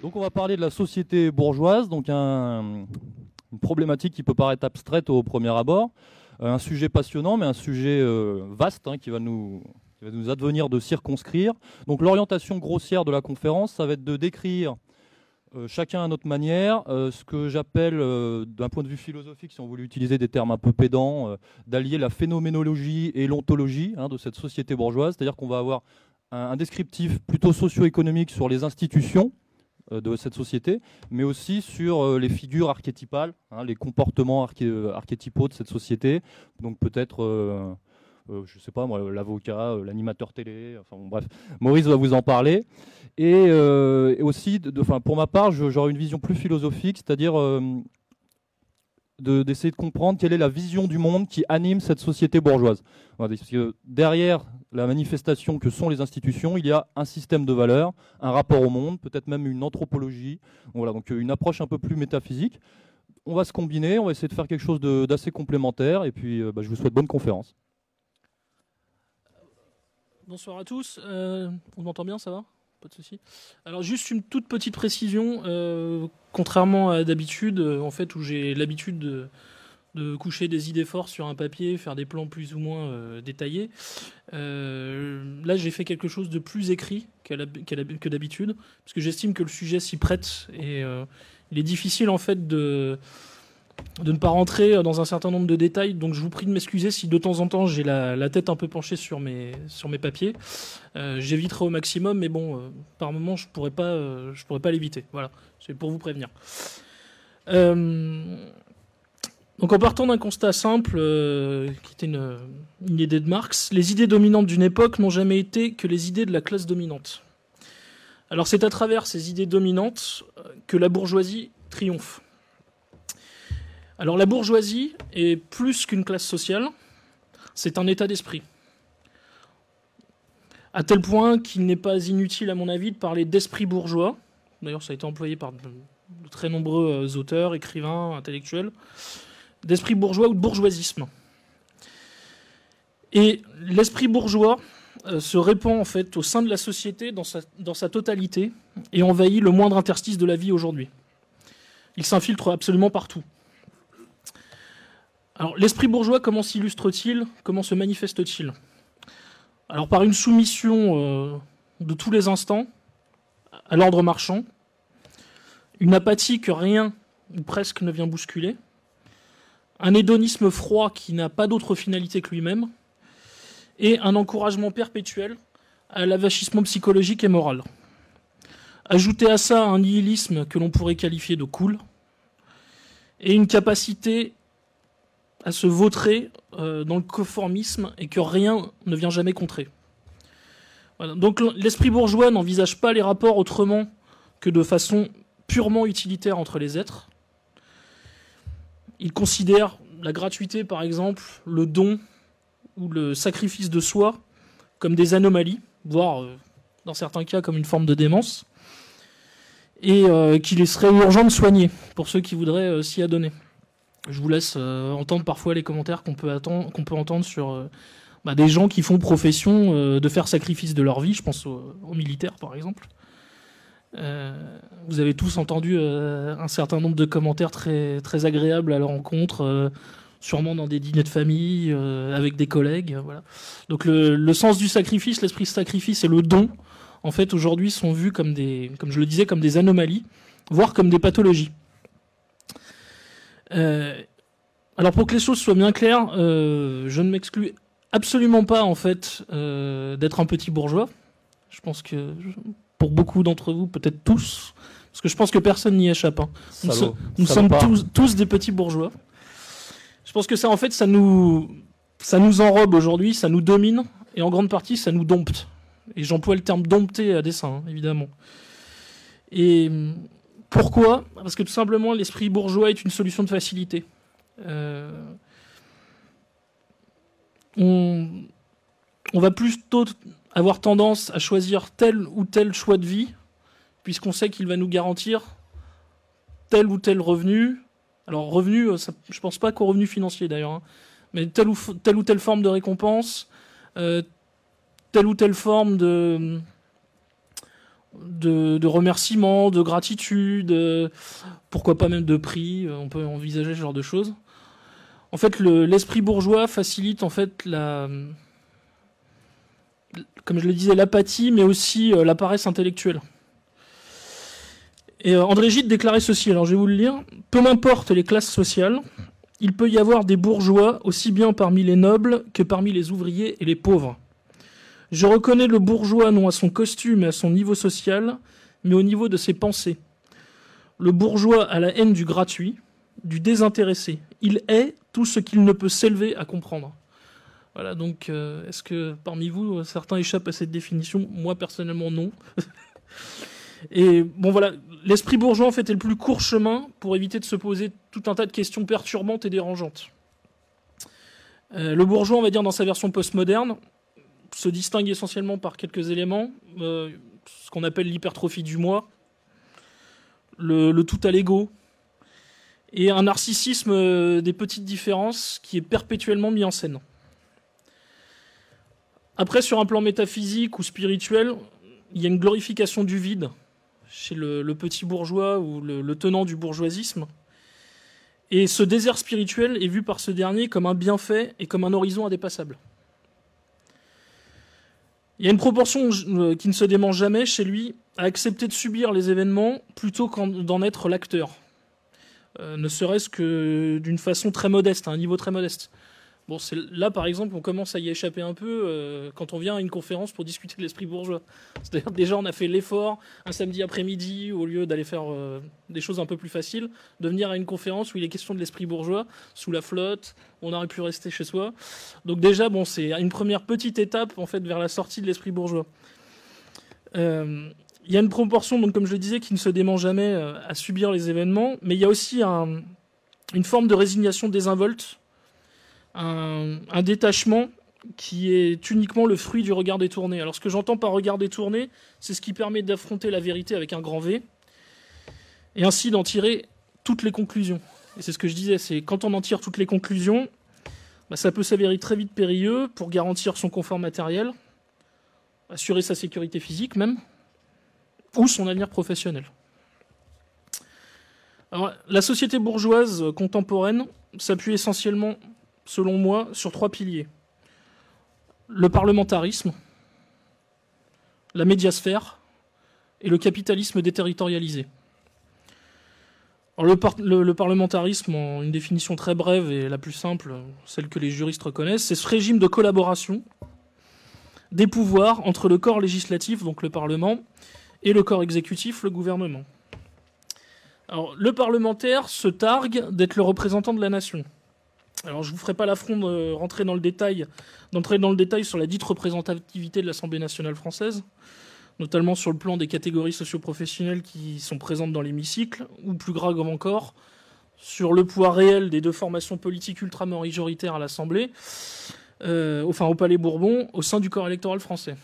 Donc on va parler de la société bourgeoise, donc une problématique qui peut paraître abstraite au premier abord, un sujet passionnant mais un sujet vaste qui va nous advenir de circonscrire. Donc l'orientation grossière de la conférence, ça va être de décrire chacun à notre manière ce que j'appelle, d'un point de vue philosophique, si on voulait utiliser des termes un peu pédants, d'allier la phénoménologie et l'ontologie de cette société bourgeoise, c'est-à-dire qu'on va avoir un descriptif plutôt socio-économique sur les institutions de cette société, mais aussi sur les figures archétypales, les comportements archétypaux de cette société. Donc peut-être, je sais pas moi, l'avocat, l'animateur télé, enfin bon, bref, Maurice va vous en parler. Et aussi, pour ma part, j'aurai une vision plus philosophique, c'est-à-dire d'essayer de comprendre quelle est la vision du monde qui anime cette société bourgeoise. Parce que derrière la manifestation que sont les institutions, il y a un système de valeurs, un rapport au monde, peut-être même une anthropologie. Voilà, donc une approche un peu plus métaphysique. On va se combiner, on va essayer de faire quelque chose d'assez complémentaire, et puis je vous souhaite bonne conférence. Bonsoir à tous. On m'entend bien, ça va ? Pas de souci. Alors juste une toute petite précision. Contrairement à d'habitude, en fait, où j'ai l'habitude de coucher des idées fortes sur un papier, faire des plans plus ou moins détaillés, là j'ai fait quelque chose de plus écrit que d'habitude, parce que j'estime que le sujet s'y prête, et il est difficile en fait de ne pas rentrer dans un certain nombre de détails, donc je vous prie de m'excuser si de temps en temps j'ai la tête un peu penchée sur mes papiers. J'éviterai au maximum, mais bon, par moment je pourrais pas l'éviter. Voilà, c'est pour vous prévenir. Donc en partant d'un constat simple, qui était une idée de Marx, les idées dominantes d'une époque n'ont jamais été que les idées de la classe dominante. Alors c'est à travers ces idées dominantes que la bourgeoisie triomphe. Alors la bourgeoisie est plus qu'une classe sociale, c'est un état d'esprit. À tel point qu'il n'est pas inutile, à mon avis, de parler d'esprit bourgeois. D'ailleurs, ça a été employé par de très nombreux auteurs, écrivains, intellectuels. D'esprit bourgeois ou de bourgeoisisme. Et l'esprit bourgeois se répand en fait au sein de la société dans sa totalité et envahit le moindre interstice de la vie aujourd'hui. Il s'infiltre absolument partout. Alors, l'esprit bourgeois, comment s'illustre-t-il ? Comment se manifeste-t-il ? Alors, par une soumission de tous les instants à l'ordre marchand, une apathie que rien ou presque ne vient bousculer, un hédonisme froid qui n'a pas d'autre finalité que lui-même, et un encouragement perpétuel à l'avachissement psychologique et moral. Ajoutez à ça un nihilisme que l'on pourrait qualifier de cool, et une capacité à se vautrer dans le conformisme et que rien ne vient jamais contrer. Voilà. Donc l'esprit bourgeois n'envisage pas les rapports autrement que de façon purement utilitaire entre les êtres. Il considère la gratuité, par exemple, le don ou le sacrifice de soi comme des anomalies, voire dans certains cas comme une forme de démence, et qu'il serait urgent de soigner pour ceux qui voudraient s'y adonner. Je vous laisse entendre parfois les commentaires qu'on peut entendre sur des gens qui font profession de faire sacrifice de leur vie. Je pense aux militaires, par exemple. Vous avez tous entendu un certain nombre de commentaires très, très agréables à leur encontre, sûrement dans des dîners de famille, avec des collègues. Voilà. Donc le sens du sacrifice, l'esprit de sacrifice et le don, en fait, aujourd'hui, sont vus comme je le disais, comme des anomalies, voire comme des pathologies. Alors pour que les choses soient bien claires, je ne m'exclus absolument pas en fait d'être un petit bourgeois. Je pense que pour beaucoup d'entre vous, peut-être tous, parce que je pense que personne n'y échappe. Nous sommes tous des petits bourgeois. Je pense que ça en fait ça nous enrobe aujourd'hui, ça nous domine et en grande partie ça nous dompte. Et j'emploie le terme dompter à dessein, évidemment. Et pourquoi ? Parce que tout simplement, l'esprit bourgeois est une solution de facilité. On va plutôt avoir tendance à choisir tel ou tel choix de vie, puisqu'on sait qu'il va nous garantir tel ou tel revenu. Alors, revenu, je ne pense pas qu'au revenu financier d'ailleurs, mais telle ou telle forme de récompense, telle ou telle forme de remerciements, de gratitude, pourquoi pas même de prix, on peut envisager ce genre de choses. En fait, l'esprit bourgeois facilite en fait comme je le disais, l'apathie, mais aussi la paresse intellectuelle. Et André Gide déclarait ceci, alors je vais vous le lire. « Peu m'importe les classes sociales, il peut y avoir des bourgeois aussi bien parmi les nobles que parmi les ouvriers et les pauvres. Je reconnais le bourgeois non à son costume et à son niveau social, mais au niveau de ses pensées. Le bourgeois a la haine du gratuit, du désintéressé. Il hait tout ce qu'il ne peut s'élever à comprendre. » Voilà, donc est-ce que parmi vous, certains échappent à cette définition? Moi, personnellement, non. Et bon, voilà, l'esprit bourgeois, en fait, est le plus court chemin pour éviter de se poser tout un tas de questions perturbantes et dérangeantes. Le bourgeois, on va dire, dans sa version postmoderne, se distingue essentiellement par quelques éléments, ce qu'on appelle l'hypertrophie du moi, le tout à l'ego, et un narcissisme des petites différences qui est perpétuellement mis en scène. Après, sur un plan métaphysique ou spirituel, il y a une glorification du vide chez le petit bourgeois ou le tenant du bourgeoisisme. Et ce désert spirituel est vu par ce dernier comme un bienfait et comme un horizon indépassable. Il y a une proportion qui ne se dément jamais chez lui à accepter de subir les événements plutôt qu'en d'en être l'acteur. Ne serait-ce que d'une façon très modeste, à un niveau très modeste. Bon, là, par exemple, on commence à y échapper un peu quand on vient à une conférence pour discuter de l'esprit bourgeois. C'est-à-dire, déjà, on a fait l'effort, un samedi après-midi, au lieu d'aller faire des choses un peu plus faciles, de venir à une conférence où il est question de l'esprit bourgeois, sous la flotte, on aurait pu rester chez soi. Donc déjà, bon, c'est une première petite étape, en fait, vers la sortie de l'esprit bourgeois. Il y a une proportion, donc, comme je le disais, qui ne se dément jamais à subir les événements, mais il y a aussi une forme de résignation désinvolte, un détachement qui est uniquement le fruit du regard détourné. Alors ce que j'entends par regard détourné, c'est ce qui permet d'affronter la vérité avec un grand V, et ainsi d'en tirer toutes les conclusions. Et c'est ce que je disais, c'est quand on en tire toutes les conclusions, ça peut s'avérer très vite périlleux pour garantir son confort matériel, assurer sa sécurité physique même, ou son avenir professionnel. Alors, la société bourgeoise contemporaine s'appuie essentiellement, selon moi, sur 3 piliers. Le parlementarisme, la médiasphère et le capitalisme déterritorialisé. Alors le parlementarisme, en une définition très brève et la plus simple, celle que les juristes reconnaissent, c'est ce régime de collaboration des pouvoirs entre le corps législatif, donc le Parlement, et le corps exécutif, le gouvernement. Alors, le parlementaire se targue d'être le représentant de la nation. Alors, je ne vous ferai pas l'affront d'entrer dans le détail sur la dite représentativité de l'Assemblée nationale française, notamment sur le plan des catégories socio-professionnelles qui sont présentes dans l'hémicycle, ou plus grave encore, sur le poids réel des 2 formations politiques ultra-majoritaires à l'Assemblée, au Palais Bourbon, au sein du corps électoral français.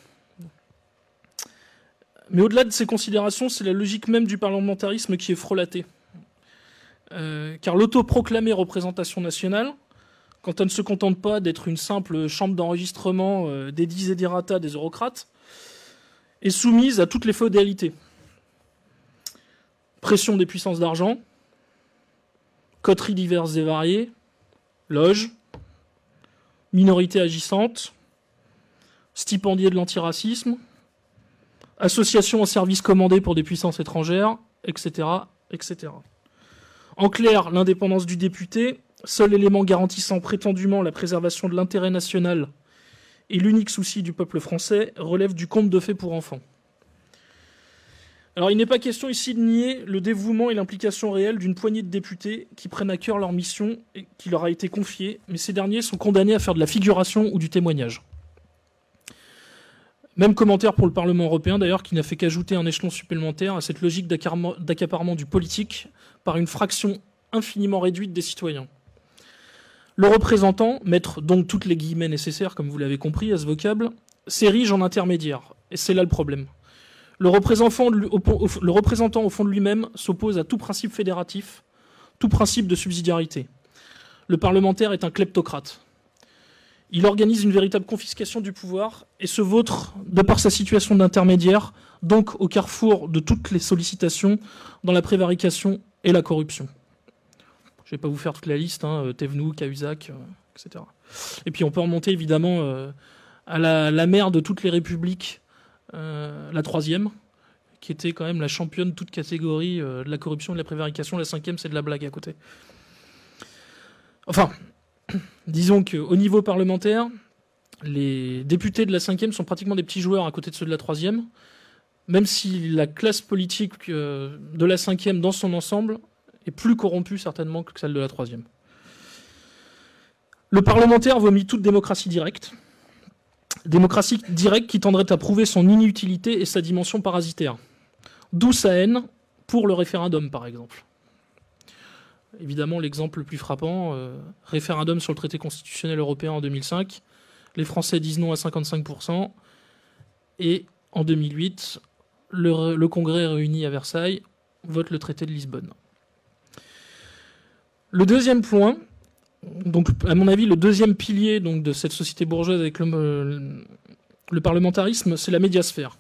Mais au-delà de ces considérations, c'est la logique même du parlementarisme qui est frelatée. Car l'autoproclamée représentation nationale, quand elle ne se contente pas d'être une simple chambre d'enregistrement des desiderata des eurocrates, est soumise à toutes les féodalités. Pression des puissances d'argent, coteries diverses et variées, loges, minorités agissantes, stipendiés de l'antiracisme, associations en services commandés pour des puissances étrangères, etc., etc. En clair, l'indépendance du député, seul élément garantissant prétendument la préservation de l'intérêt national et l'unique souci du peuple français, relève du conte de fées pour enfants. Alors il n'est pas question ici de nier le dévouement et l'implication réelle d'une poignée de députés qui prennent à cœur leur mission et qui leur a été confiée, mais ces derniers sont condamnés à faire de la figuration ou du témoignage. Même commentaire pour le Parlement européen, d'ailleurs, qui n'a fait qu'ajouter un échelon supplémentaire à cette logique d'accaparement du politique par une fraction infiniment réduite des citoyens. Le représentant, mettre donc toutes les guillemets nécessaires, comme vous l'avez compris, à ce vocable, s'érige en intermédiaire. Et c'est là le problème. Le représentant, au fond de lui-même, s'oppose à tout principe fédératif, tout principe de subsidiarité. Le parlementaire est un kleptocrate. Il organise une véritable confiscation du pouvoir et se vautre, de par sa situation d'intermédiaire, donc au carrefour de toutes les sollicitations dans la prévarication et la corruption. Je ne vais pas vous faire toute la liste, Thévenoud, Cahuzac, etc. Et puis on peut remonter évidemment à la mère de toutes les républiques, la troisième, qui était quand même la championne de toute catégorie de la corruption et de la prévarication. La cinquième, c'est de la blague à côté. Enfin, disons qu'au niveau parlementaire, les députés de la cinquième sont pratiquement des petits joueurs à côté de ceux de la troisième, même si la classe politique de la cinquième dans son ensemble est plus corrompue certainement que celle de la troisième. Le parlementaire vomit toute démocratie directe. Démocratie directe qui tendrait à prouver son inutilité et sa dimension parasitaire. D'où sa haine pour le référendum, par exemple. Évidemment, l'exemple le plus frappant, référendum sur le traité constitutionnel européen en 2005. Les Français disent non à 55%. Et en 2008, le Congrès réuni à Versailles vote le traité de Lisbonne. Le deuxième point, donc à mon avis, le deuxième pilier donc, de cette société bourgeoise avec le parlementarisme, c'est la médiasphère.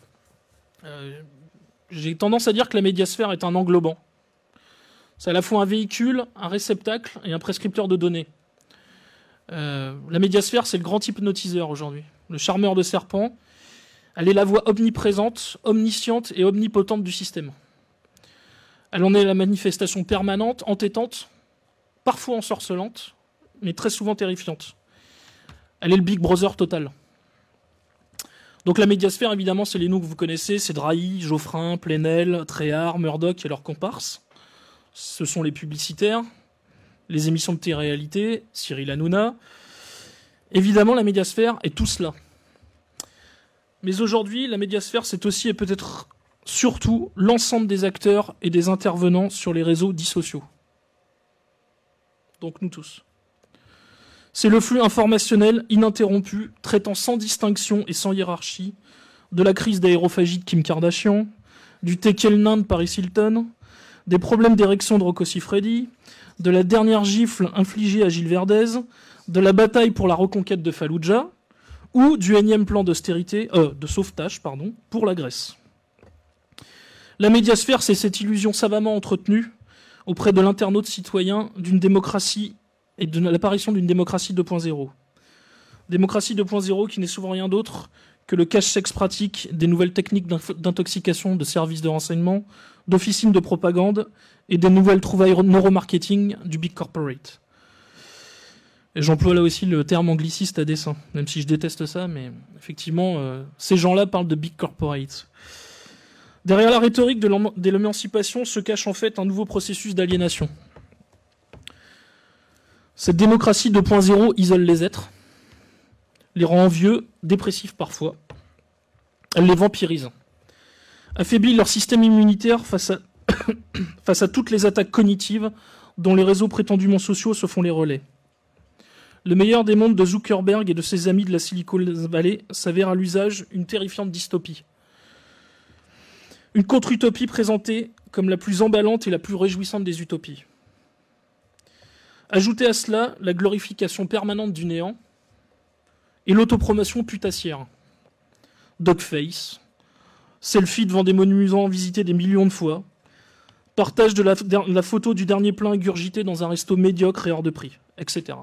J'ai tendance à dire que la médiasphère est un englobant. C'est à la fois un véhicule, un réceptacle et un prescripteur de données. La médiasphère, c'est le grand hypnotiseur aujourd'hui. Le charmeur de serpents. Elle est la voix omniprésente, omnisciente et omnipotente du système. Elle en est la manifestation permanente, entêtante, parfois ensorcelante, mais très souvent terrifiante. Elle est le Big Brother total. Donc la médiasphère, évidemment, c'est les noms que vous connaissez, c'est Drahi, Geoffrin, Plenel, Tréhard, Murdoch et leurs comparses. Ce sont les publicitaires, les émissions de télé-réalité, Cyril Hanouna. Évidemment, la médiasphère est tout cela. Mais aujourd'hui, la médiasphère, c'est aussi et peut-être surtout l'ensemble des acteurs et des intervenants sur les réseaux dits sociaux. Donc nous tous. C'est le flux informationnel ininterrompu, traitant sans distinction et sans hiérarchie de la crise d'aérophagie de Kim Kardashian, du teckel nain de Paris Hilton, des problèmes d'érection de Rocco Siffredi, de la dernière gifle infligée à Gilles Verdez, de la bataille pour la reconquête de Fallujah, ou du énième plan de sauvetage pour la Grèce. La médiasphère, c'est cette illusion savamment entretenue auprès de l'internaute citoyen d'une démocratie et de l'apparition d'une démocratie 2.0. Démocratie 2.0 qui n'est souvent rien d'autre que le cache-sexe pratique des nouvelles techniques d'intoxication de services de renseignement, d'officines de propagande et des nouvelles trouvailles neuromarketing du big corporate. Et j'emploie là aussi le terme angliciste à dessein, même si je déteste ça, mais effectivement, ces gens-là parlent de big corporate. Derrière la rhétorique de l'émancipation se cache en fait un nouveau processus d'aliénation. Cette démocratie 2.0 isole les êtres, les rend envieux, dépressifs parfois. Elle les vampirise, affaiblit leur système immunitaire face à toutes les attaques cognitives dont les réseaux prétendument sociaux se font les relais. Le meilleur des mondes de Zuckerberg et de ses amis de la Silicon Valley s'avère à l'usage une terrifiante dystopie. Une contre-utopie présentée comme la plus emballante et la plus réjouissante des utopies. Ajoutez à cela la glorification permanente du néant et l'autopromotion putassière. Dogface, selfie devant des monuments visités des millions de fois, partage de la photo du dernier plat ingurgité dans un resto médiocre et hors de prix, etc.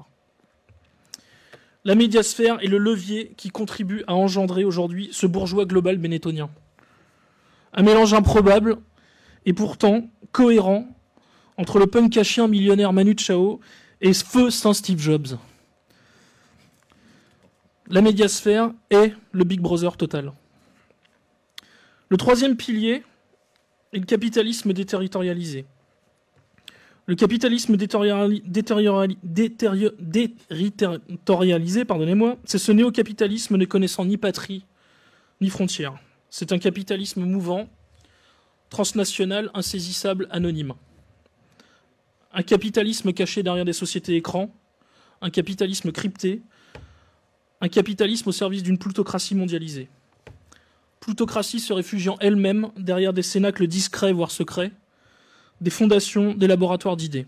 La médiasphère est le levier qui contribue à engendrer aujourd'hui ce bourgeois global benettonien. Un mélange improbable et pourtant cohérent entre le punk à chien millionnaire Manu Chao et feu Saint Steve Jobs. La médiasphère est le Big Brother total. Le troisième pilier est le capitalisme déterritorialisé. Le capitalisme déterritorialisé, c'est ce néo-capitalisme ne connaissant ni patrie ni frontières. C'est un capitalisme mouvant, transnational, insaisissable, anonyme. Un capitalisme caché derrière des sociétés écrans, un capitalisme crypté, un capitalisme au service d'une plutocratie mondialisée. Plutocratie se réfugiant elle-même derrière des cénacles discrets, voire secrets, des fondations, des laboratoires d'idées.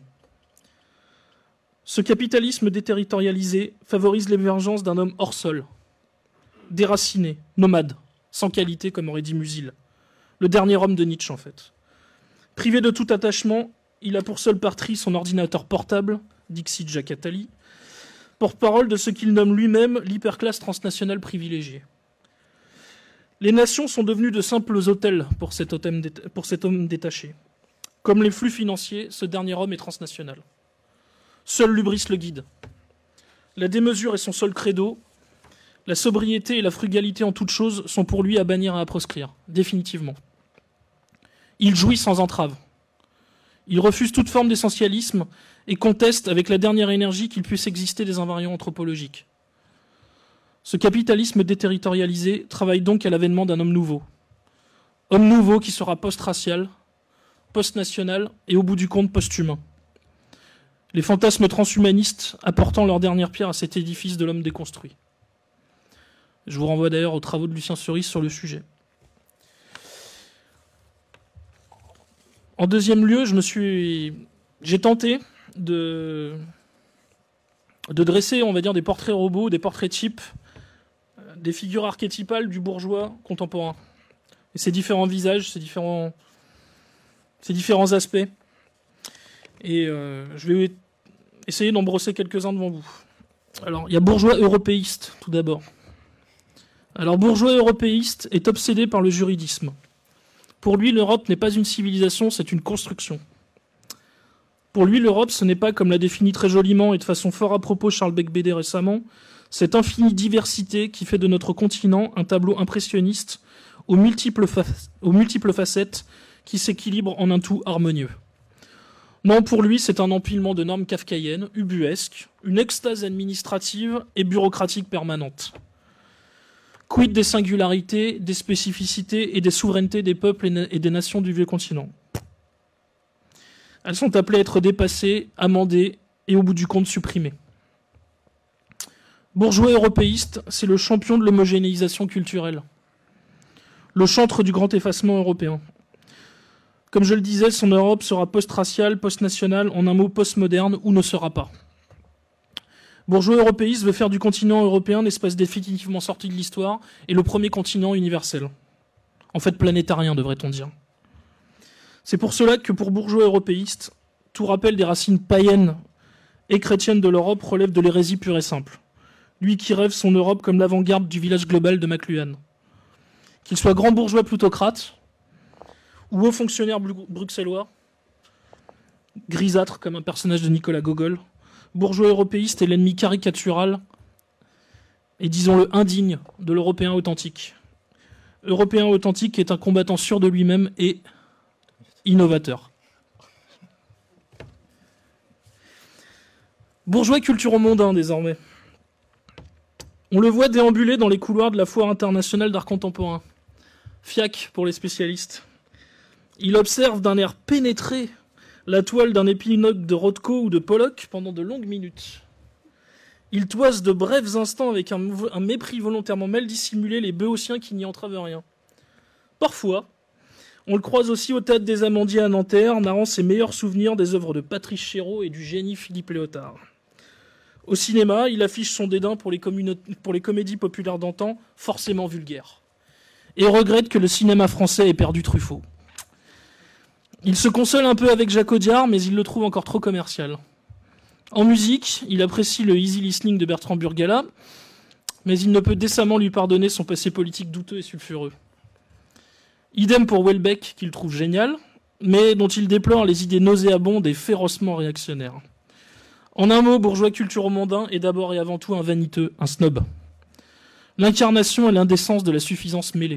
Ce capitalisme déterritorialisé favorise l'émergence d'un homme hors sol, déraciné, nomade, sans qualité, comme aurait dit Musil. Le dernier homme de Nietzsche, en fait. Privé de tout attachement, il a pour seule patrie son ordinateur portable, Dixit Jacques Attali, porte-parole de ce qu'il nomme lui-même l'hyperclasse transnationale privilégiée. Les nations sont devenues de simples hôtels pour cet homme détaché. Comme les flux financiers, ce dernier homme est transnational. Seul l'hubris le guide. La démesure est son seul credo. La sobriété et la frugalité en toutes choses sont pour lui à bannir et à proscrire, définitivement. Il jouit sans entrave. Il refuse toute forme d'essentialisme et conteste avec la dernière énergie qu'il puisse exister des invariants anthropologiques. Ce capitalisme déterritorialisé travaille donc à l'avènement d'un homme nouveau. Homme nouveau qui sera post-racial, post-national et au bout du compte post-humain. Les fantasmes transhumanistes apportant leur dernière pierre à cet édifice de l'homme déconstruit. Je vous renvoie d'ailleurs aux travaux de Lucien Cerise sur le sujet. En deuxième lieu, j'ai tenté de dresser, on va dire, des portraits robots, des portraits types, des figures archétypales du bourgeois contemporain. Et ses différents visages, ses différents aspects. Et je vais essayer d'en brosser quelques-uns devant vous. Alors, il y a bourgeois européiste, tout d'abord. Alors, bourgeois européiste est obsédé par le juridisme. Pour lui, l'Europe n'est pas une civilisation, c'est une construction. Pour lui, l'Europe, ce n'est pas, comme l'a défini très joliment et de façon fort à propos Charles Beck-Bédé récemment, cette infinie diversité qui fait de notre continent un tableau impressionniste aux multiples facettes qui s'équilibrent en un tout harmonieux. Non, pour lui, c'est un empilement de normes kafkaïennes, ubuesques, une extase administrative et bureaucratique permanente. Quid des singularités, des spécificités et des souverainetés des peuples et des nations du vieux continent? Elles sont appelées à être dépassées, amendées et au bout du compte supprimées. Bourgeois européiste, c'est le champion de l'homogénéisation culturelle. Le chantre du grand effacement européen. Comme je le disais, son Europe sera post-raciale, post-nationale, en un mot post-moderne, ou ne sera pas. Bourgeois européiste veut faire du continent européen un espace définitivement sorti de l'histoire et le premier continent universel. En fait, planétarien, devrait-on dire. C'est pour cela que pour bourgeois européiste, tout rappel des racines païennes et chrétiennes de l'Europe relève de l'hérésie pure et simple. Lui qui rêve son Europe comme l'avant-garde du village global de McLuhan. Qu'il soit grand bourgeois plutocrate ou haut fonctionnaire bruxellois, grisâtre comme un personnage de Nicolas Gogol, bourgeois européiste est l'ennemi caricatural et, disons-le, indigne de l'Européen authentique. Européen authentique est un combattant sûr de lui-même et innovateur. Bourgeois culturo-mondain, désormais. On le voit déambuler dans les couloirs de la Foire internationale d'art contemporain. FIAC pour les spécialistes. Il observe d'un air pénétré la toile d'un épilogue de Rothko ou de Pollock pendant de longues minutes. Il toise de brefs instants avec un mépris volontairement mal dissimulé les béotiens qui n'y entravent rien. Parfois, on le croise aussi au Théâtre des Amandiers à Nanterre, narrant ses meilleurs souvenirs des œuvres de Patrice Chéreau et du génie Philippe Léotard. Au cinéma, il affiche son dédain pour les comédies populaires d'antan, forcément vulgaires, et regrette que le cinéma français ait perdu Truffaut. Il se console un peu avec Jacques Audiard, mais il le trouve encore trop commercial. En musique, il apprécie le easy listening de Bertrand Burgala, mais il ne peut décemment lui pardonner son passé politique douteux et sulfureux. Idem pour Houellebecq, qu'il trouve génial, mais dont il déplore les idées nauséabondes et férocement réactionnaires. En un mot, bourgeois culturo-mondain est d'abord et avant tout un vaniteux, un snob. L'incarnation et l'indécence de la suffisance mêlée.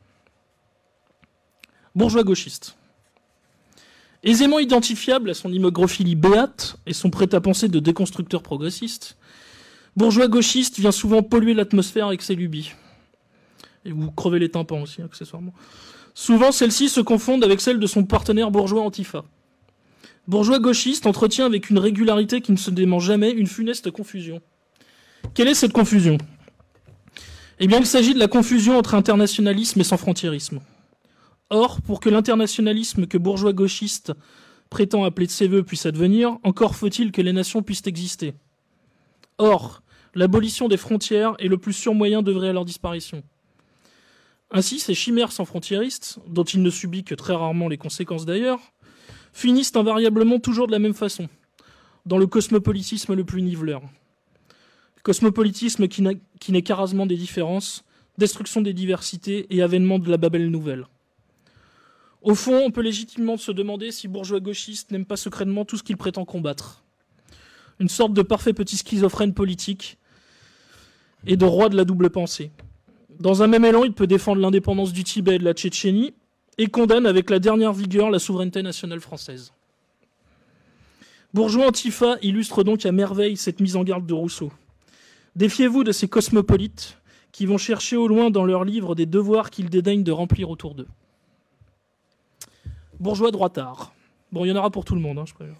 Bourgeois gauchiste. Aisément identifiable à son imagrophilie béate et son prêt-à-penser de déconstructeur progressiste, bourgeois gauchiste vient souvent polluer l'atmosphère avec ses lubies. Et vous crevez les tympans aussi, accessoirement. Souvent, celles-ci se confondent avec celles de son partenaire bourgeois antifa. Bourgeois gauchiste entretient avec une régularité qui ne se dément jamais une funeste confusion. Quelle est cette confusion? Eh bien, il s'agit de la confusion entre internationalisme et sans-frontiérisme. Or, pour que l'internationalisme que bourgeois gauchiste prétend appeler de ses voeux puisse advenir, encore faut-il que les nations puissent exister. Or, l'abolition des frontières est le plus sûr moyen d'œuvrer à leur disparition. Ainsi, ces chimères sans frontiéristes, dont il ne subit que très rarement les conséquences d'ailleurs, finissent invariablement toujours de la même façon, dans le cosmopolitisme le plus niveleur. Cosmopolitisme qui n'est qu'arrasement des différences, destruction des diversités et avènement de la Babel nouvelle. Au fond, on peut légitimement se demander si bourgeois gauchistes n'aiment pas secrètement tout ce qu'ils prétendent combattre. Une sorte de parfait petit schizophrène politique et de roi de la double pensée. Dans un même élan, il peut défendre l'indépendance du Tibet et de la Tchétchénie et condamne avec la dernière vigueur la souveraineté nationale française. Bourgeois Antifa illustre donc à merveille cette mise en garde de Rousseau. Défiez-vous de ces cosmopolites qui vont chercher au loin dans leurs livres des devoirs qu'ils dédaignent de remplir autour d'eux. Bourgeois droitard. Bon, il y en aura pour tout le monde, je préviens.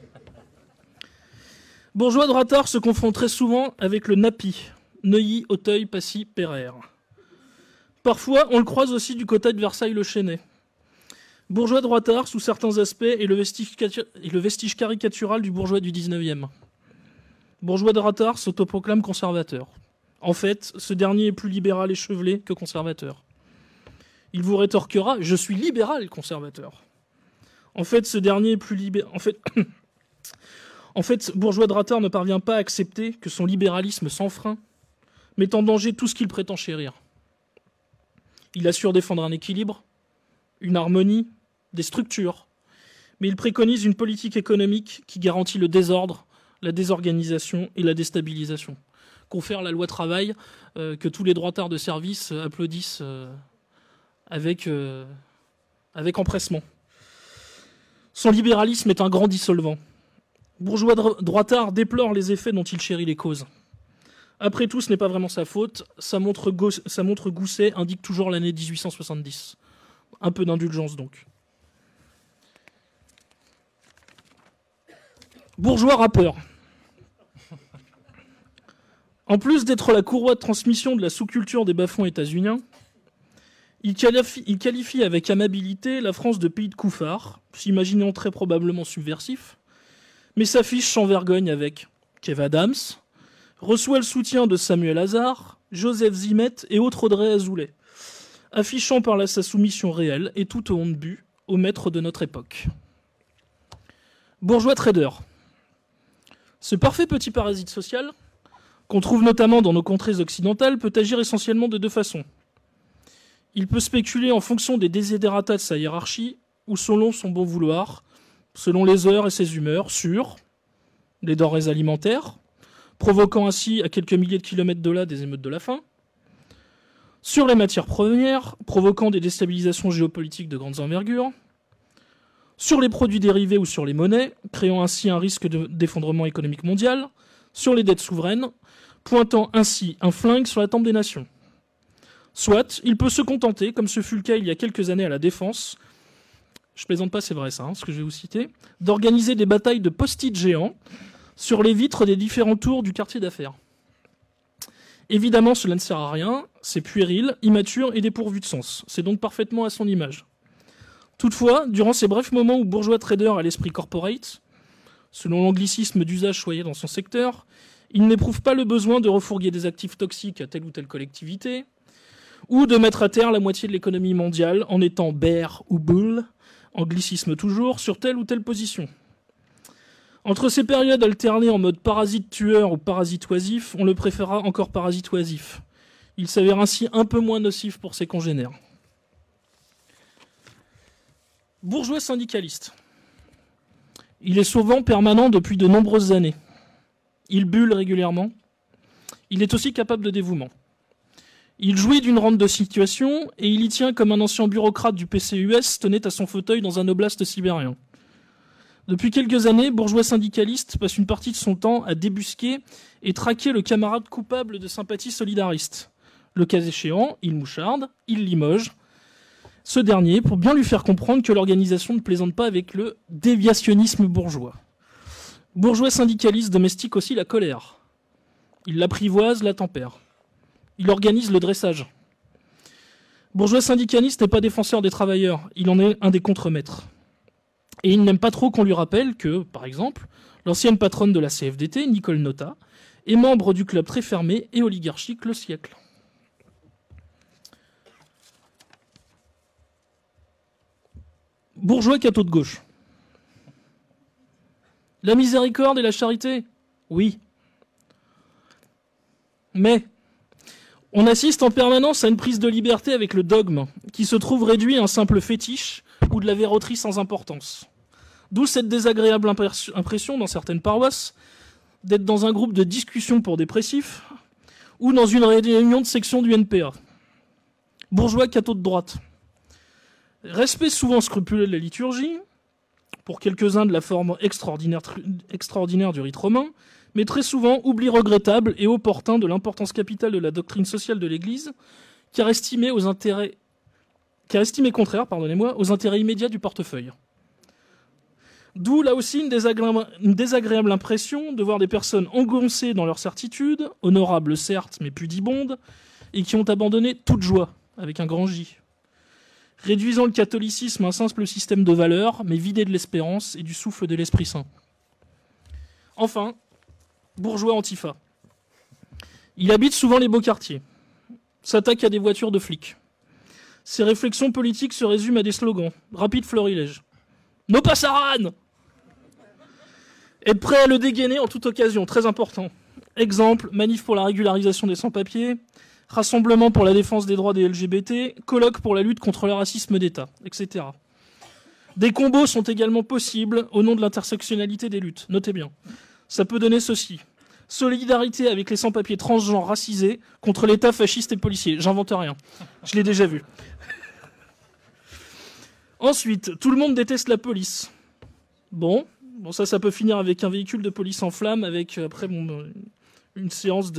Bourgeois droitard se confond très souvent avec le NAPI, Neuilly, Auteuil, Passy, Pereire. Parfois, on le croise aussi du côté de Versailles-le-Chênay. Bourgeois droitard, sous certains aspects, est le vestige caricatural du bourgeois du 19e. Bourgeois droitard s'autoproclame conservateur. En fait, ce dernier est plus libéral et chevelé que conservateur. Il vous rétorquera « Je suis libéral conservateur ». En fait, ce dernier est plus libéral... En fait, bourgeois droitard ne parvient pas à accepter que son libéralisme sans frein met en danger tout ce qu'il prétend chérir. Il assure défendre un équilibre, une harmonie, des structures, mais il préconise une politique économique qui garantit le désordre, la désorganisation et la déstabilisation. Confère la loi travail que tous les droitards de service applaudissent avec empressement. Son libéralisme est un grand dissolvant. Bourgeois droitard déplore les effets dont il chérit les causes. Après tout, ce n'est pas vraiment sa faute. Sa montre Gousset indique toujours l'année 1870. Un peu d'indulgence donc. Bourgeois rappeur. En plus d'être la courroie de transmission de la sous-culture des bas-fonds états-uniens, il qualifie avec amabilité la France de pays de couffards, s'imaginant très probablement subversif, mais s'affiche sans vergogne avec Kev Adams, reçoit le soutien de Samuel Hazard, Joseph Zimet et autres Audrey Azoulay, affichant par là sa soumission réelle et toute honte but au maître de notre époque. Bourgeois trader. Ce parfait petit parasite social, qu'on trouve notamment dans nos contrées occidentales, peut agir essentiellement de deux façons. Il peut spéculer en fonction des desiderata de sa hiérarchie ou selon son bon vouloir, selon les heures et ses humeurs, sur les denrées alimentaires, provoquant ainsi à quelques milliers de kilomètres de là des émeutes de la faim, sur les matières premières, provoquant des déstabilisations géopolitiques de grandes envergures, sur les produits dérivés ou sur les monnaies, créant ainsi un risque d'effondrement économique mondial, sur les dettes souveraines, pointant ainsi un flingue sur la tempe des nations. Soit, il peut se contenter, comme ce fut le cas il y a quelques années à la Défense, je plaisante pas, c'est vrai ça, ce que je vais vous citer, d'organiser des batailles de post-it géants sur les vitres des différents tours du quartier d'affaires. Évidemment, cela ne sert à rien, c'est puéril, immature et dépourvu de sens. C'est donc parfaitement à son image. Toutefois, durant ces brefs moments où bourgeois trader a l'esprit corporate, selon l'anglicisme d'usage choyé dans son secteur, il n'éprouve pas le besoin de refourguer des actifs toxiques à telle ou telle collectivité, ou de mettre à terre la moitié de l'économie mondiale en étant bear ou bull, anglicisme toujours, sur telle ou telle position. Entre ces périodes alternées en mode parasite tueur ou parasite oisif, on le préférera encore parasite oisif. Il s'avère ainsi un peu moins nocif pour ses congénères. Bourgeois syndicaliste. Il est souvent permanent depuis de nombreuses années. Il bulle régulièrement. Il est aussi capable de dévouement. Il jouit d'une rente de situation et il y tient comme un ancien bureaucrate du PCUS tenait à son fauteuil dans un oblast sibérien. Depuis quelques années, bourgeois syndicaliste passe une partie de son temps à débusquer et traquer le camarade coupable de sympathie solidariste. Le cas échéant, il moucharde, il limoge ce dernier pour bien lui faire comprendre que l'organisation ne plaisante pas avec le déviationnisme bourgeois. Bourgeois syndicaliste domestique aussi la colère. Il l'apprivoise, la tempère. Il organise le dressage. Bourgeois syndicaliste n'est pas défenseur des travailleurs, il en est un des contremaîtres. Et il n'aime pas trop qu'on lui rappelle que, par exemple, l'ancienne patronne de la CFDT, Nicole Notat, est membre du club très fermé et oligarchique Le Siècle. Bourgeois catho de gauche. La miséricorde et la charité? Oui. Mais on assiste en permanence à une prise de liberté avec le dogme, qui se trouve réduit à un simple fétiche ou de la verroterie sans importance. D'où cette désagréable impression dans certaines paroisses d'être dans un groupe de discussion pour dépressifs ou dans une réunion de section du NPA. Bourgeois catho de droite. Respect souvent scrupuleux de la liturgie, pour quelques-uns de la forme extraordinaire du rite romain, mais très souvent oubli regrettable et opportun de l'importance capitale de la doctrine sociale de l'Église, car estimé contraire aux intérêts immédiats du portefeuille. D'où là aussi une désagréable impression de voir des personnes engoncées dans leur certitude, honorables certes, mais pudibondes, et qui ont abandonné toute joie, avec un grand J, réduisant le catholicisme à un simple système de valeurs, mais vidé de l'espérance et du souffle de l'Esprit Saint. Enfin, bourgeois antifa. Il habite souvent les beaux quartiers, s'attaque à des voitures de flics. Ses réflexions politiques se résument à des slogans, rapide florilège. No passaran! Être prêt à le dégainer en toute occasion, très important. Exemple, manif pour la régularisation des sans-papiers, rassemblement pour la défense des droits des LGBT, colloque pour la lutte contre le racisme d'État, etc. Des combos sont également possibles au nom de l'intersectionnalité des luttes. Notez bien. Ça peut donner ceci. Solidarité avec les sans-papiers transgenres racisés contre l'État fasciste et policier. J'invente rien. Je l'ai déjà vu. Ensuite, tout le monde déteste la police. Bon, ça peut finir avec un véhicule de police en flammes, avec après une séance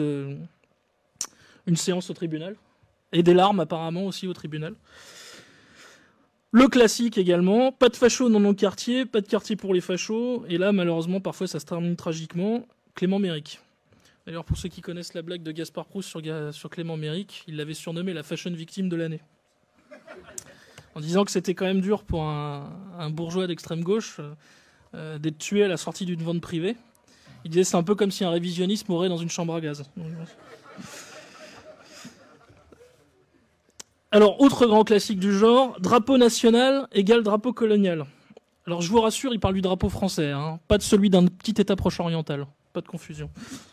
au tribunal. Et des larmes apparemment aussi au tribunal. Le classique également, pas de fachos dans nos quartiers, pas de quartier pour les fachos. Et là, malheureusement, parfois ça se termine tragiquement. Clément Méric. D'ailleurs, pour ceux qui connaissent la blague de Gaspard Proust sur Clément Méric, il l'avait surnommé la fashion victime de l'année. En disant que c'était quand même dur pour un bourgeois d'extrême gauche d'être tué à la sortie d'une vente privée. Il disait c'est un peu comme si un révisionniste mourait dans une chambre à gaz. Alors, autre grand classique du genre, drapeau national égale drapeau colonial. Alors, je vous rassure, il parle du drapeau français, hein, pas de celui d'un petit État proche-oriental. Pas de confusion.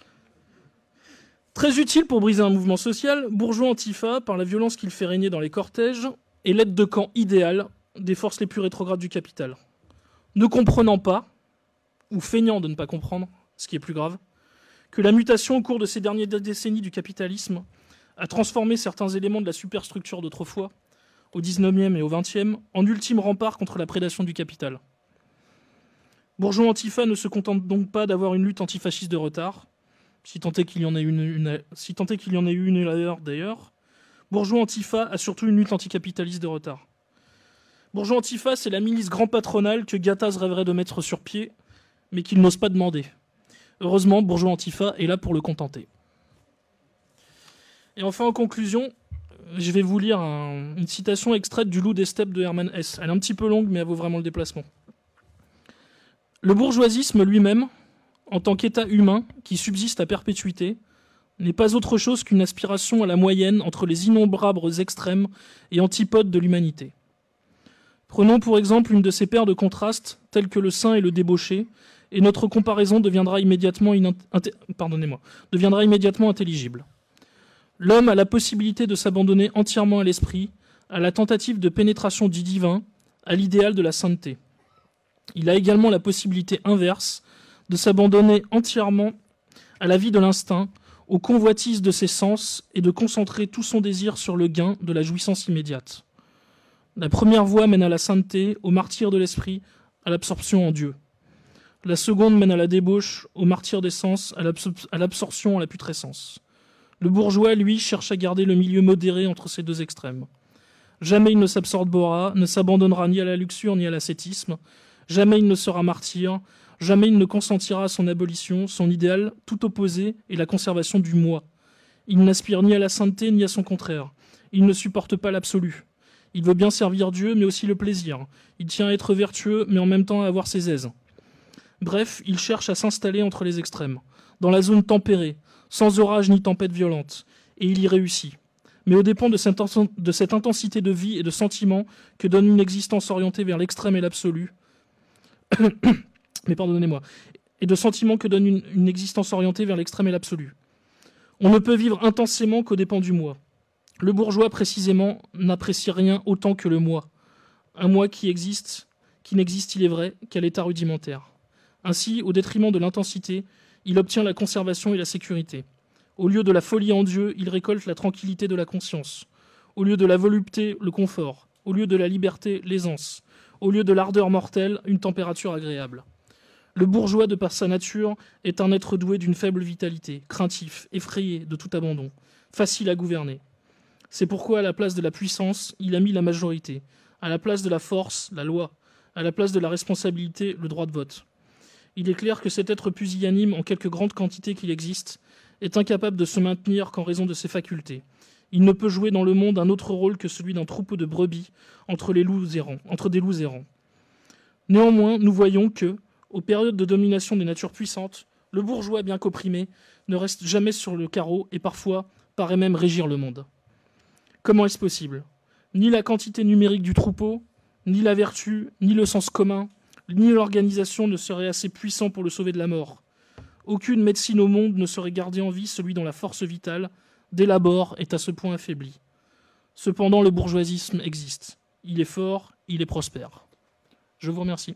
Très utile pour briser un mouvement social, bourgeois antifa, par la violence qu'il fait régner dans les cortèges, est l'aide de camp idéal des forces les plus rétrogrades du capital. Ne comprenant pas, ou feignant de ne pas comprendre, ce qui est plus grave, que la mutation au cours de ces dernières décennies du capitalisme a transformé certains éléments de la superstructure d'autrefois, au XIXe et au XXe, en ultime rempart contre la prédation du capital. Bourgeois antifa ne se contente donc pas d'avoir une lutte antifasciste de retard, si tant est qu'il y en ait eu une d'ailleurs. Bourgeois antifa a surtout une lutte anticapitaliste de retard. Bourgeois antifa, c'est la milice grand patronale que Gattaz rêverait de mettre sur pied, mais qu'il n'ose pas demander. Heureusement, bourgeois antifa est là pour le contenter. Et enfin, en conclusion, je vais vous lire une citation extraite du Loup des steppes de Hermann Hesse. Elle est un petit peu longue, mais elle vaut vraiment le déplacement. Le bourgeoisisme lui-même, en tant qu'état humain qui subsiste à perpétuité, n'est pas autre chose qu'une aspiration à la moyenne entre les innombrables extrêmes et antipodes de l'humanité. Prenons pour exemple une de ces paires de contrastes, tels que le saint et le débauché, et notre comparaison deviendra immédiatement intelligible. L'homme a la possibilité de s'abandonner entièrement à l'esprit, à la tentative de pénétration du divin, à l'idéal de la sainteté. Il a également la possibilité inverse de s'abandonner entièrement à la vie de l'instinct, aux convoitises de ses sens et de concentrer tout son désir sur le gain de la jouissance immédiate. La première voie mène à la sainteté, au martyre de l'esprit, à l'absorption en Dieu. La seconde mène à la débauche, au martyre des sens, à l'absorption en la putrescence. Le bourgeois, lui, cherche à garder le milieu modéré entre ces deux extrêmes. Jamais il ne s'absorbera, ne s'abandonnera ni à la luxure ni à l'ascétisme. Jamais il ne sera martyr. Jamais il ne consentira à son abolition. Son idéal, tout opposé, est la conservation du moi. Il n'aspire ni à la sainteté ni à son contraire. Il ne supporte pas l'absolu. Il veut bien servir Dieu, mais aussi le plaisir. Il tient à être vertueux, mais en même temps à avoir ses aises. Bref, il cherche à s'installer entre les extrêmes, dans la zone tempérée, sans orage ni tempête violente, et il y réussit. mais aux dépens de cette intensité de vie et de sentiments que donne une existence orientée vers l'extrême et l'absolu. Mais pardonnez-moi. Et de sentiments que donne une existence orientée vers l'extrême et l'absolu. On ne peut vivre intensément qu'aux dépens du moi. Le bourgeois, précisément, n'apprécie rien autant que le moi. Un moi qui n'existe, il est vrai, qu'à l'état rudimentaire. Ainsi, au détriment de l'intensité, il obtient la conservation et la sécurité. Au lieu de la folie en Dieu, il récolte la tranquillité de la conscience. Au lieu de la volupté, le confort. Au lieu de la liberté, l'aisance. Au lieu de l'ardeur mortelle, une température agréable. Le bourgeois, de par sa nature, est un être doué d'une faible vitalité, craintif, effrayé de tout abandon, facile à gouverner. C'est pourquoi, à la place de la puissance, il a mis la majorité, à la place de la force, la loi, à la place de la responsabilité, le droit de vote. Il est clair que cet être pusillanime, en quelque grande quantité qu'il existe, est incapable de se maintenir qu'en raison de ses facultés. Il ne peut jouer dans le monde un autre rôle que celui d'un troupeau de brebis entre des loups errants. Néanmoins, nous voyons que, aux périodes de domination des natures puissantes, le bourgeois, bien qu'opprimé, ne reste jamais sur le carreau et parfois paraît même régir le monde. Comment est-ce possible ? Ni la quantité numérique du troupeau, ni la vertu, ni le sens commun, ni l'organisation ne seraient assez puissants pour le sauver de la mort. Aucune médecine au monde ne saurait garder en vie celui dont la force vitale, dès l'abord, est à ce point affaiblie. Cependant, le bourgeoisisme existe. Il est fort, il est prospère. Je vous remercie.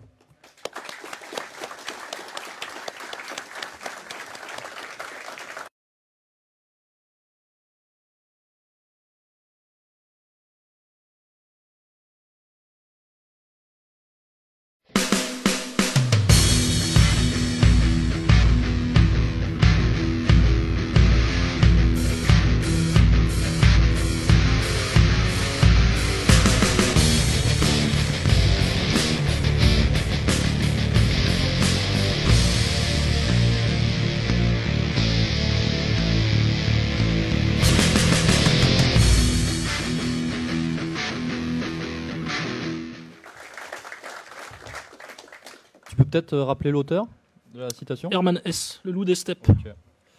Peut-être rappeler l'auteur de la citation ? Hermann Hesse, le loup des steppes. Okay.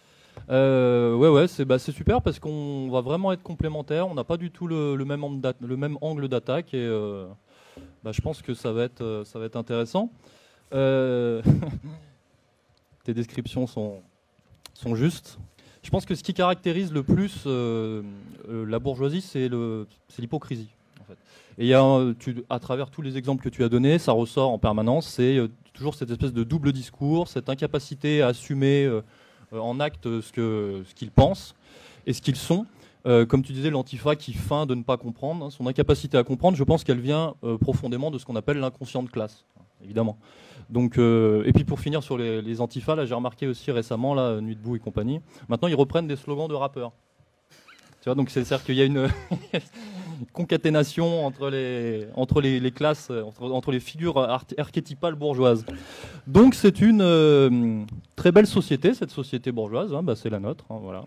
Ouais, c'est super parce qu'on va vraiment être complémentaires. On n'a pas du tout le même angle d'attaque et je pense que ça va être intéressant. Tes descriptions sont justes. Je pense que ce qui caractérise le plus la bourgeoisie, c'est l'hypocrisie. En fait. Et à travers tous les exemples que tu as donnés, ça ressort en permanence. C'est toujours cette espèce de double discours, cette incapacité à assumer en acte ce qu'ils pensent et ce qu'ils sont. Comme tu disais, l'antifa qui feint de ne pas comprendre, son incapacité à comprendre, je pense qu'elle vient profondément de ce qu'on appelle l'inconscient de classe, évidemment. Donc, et puis pour finir sur les antifas, là j'ai remarqué aussi récemment, là, Nuit debout et compagnie, maintenant ils reprennent des slogans de rappeurs. Tu vois, donc c'est-à-dire qu'il y a une concaténation entre les classes, entre les figures archétypales bourgeoises. Donc c'est une très belle société, cette société bourgeoise, hein, c'est la nôtre, hein, voilà.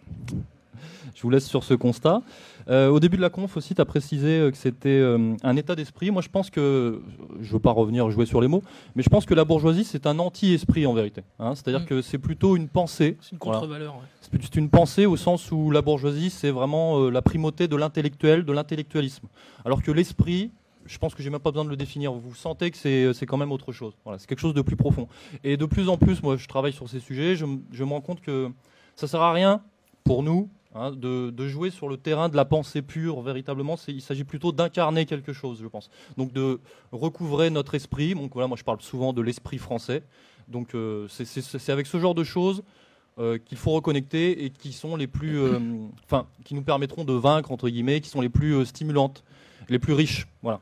Je vous laisse sur ce constat. Au début de la conf aussi, tu as précisé que c'était un état d'esprit. Moi, je pense que, je ne veux pas revenir jouer sur les mots, mais je pense que la bourgeoisie, c'est un anti-esprit en vérité. Hein. C'est-à-dire que c'est plutôt une pensée. C'est une contre-valeur. Voilà. Ouais. C'est une pensée au sens où la bourgeoisie, c'est vraiment la primauté de l'intellectuel, de l'intellectualisme. Alors que l'esprit, je pense que j'ai même pas besoin de le définir. Vous sentez que c'est quand même autre chose. Voilà, c'est quelque chose de plus profond. Et de plus en plus, moi, je travaille sur ces sujets. Je me rends compte que ça sert à rien pour nous. Hein, de jouer sur le terrain de la pensée pure, véritablement, il s'agit plutôt d'incarner quelque chose, je pense. Donc de recouvrer notre esprit. Donc voilà, moi je parle souvent de l'esprit français. Donc c'est avec ce genre de choses qu'il faut reconnecter et qui sont les plus, qui nous permettront de vaincre entre guillemets, qui sont les plus stimulantes, les plus riches. Voilà.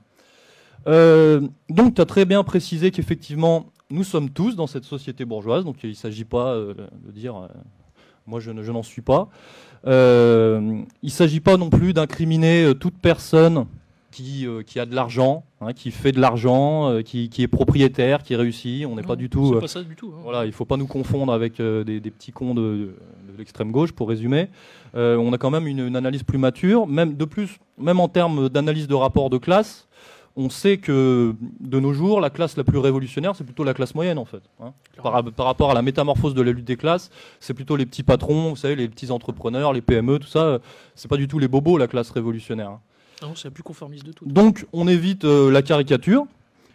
Donc tu as très bien précisé qu'effectivement nous sommes tous dans cette société bourgeoise. Donc il ne s'agit pas de dire moi je n'en suis pas. Il ne s'agit pas non plus d'incriminer toute personne qui a de l'argent, hein, qui fait de l'argent, qui est propriétaire, qui réussit. On n'est pas du tout. C'est pas ça du tout. Hein. Voilà, il ne faut pas nous confondre avec des petits cons de l'extrême gauche, pour résumer. On a quand même une analyse plus mature, même en termes d'analyse de rapport de classe. on sait que de nos jours, la classe la plus révolutionnaire, c'est plutôt la classe moyenne en fait. Hein. Par rapport à la métamorphose de la lutte des classes, c'est plutôt les petits patrons, vous savez, les petits entrepreneurs, les PME, tout ça. C'est pas du tout les bobos, la classe révolutionnaire. Hein. Non, c'est la plus conformiste de tout. Donc, on évite la caricature.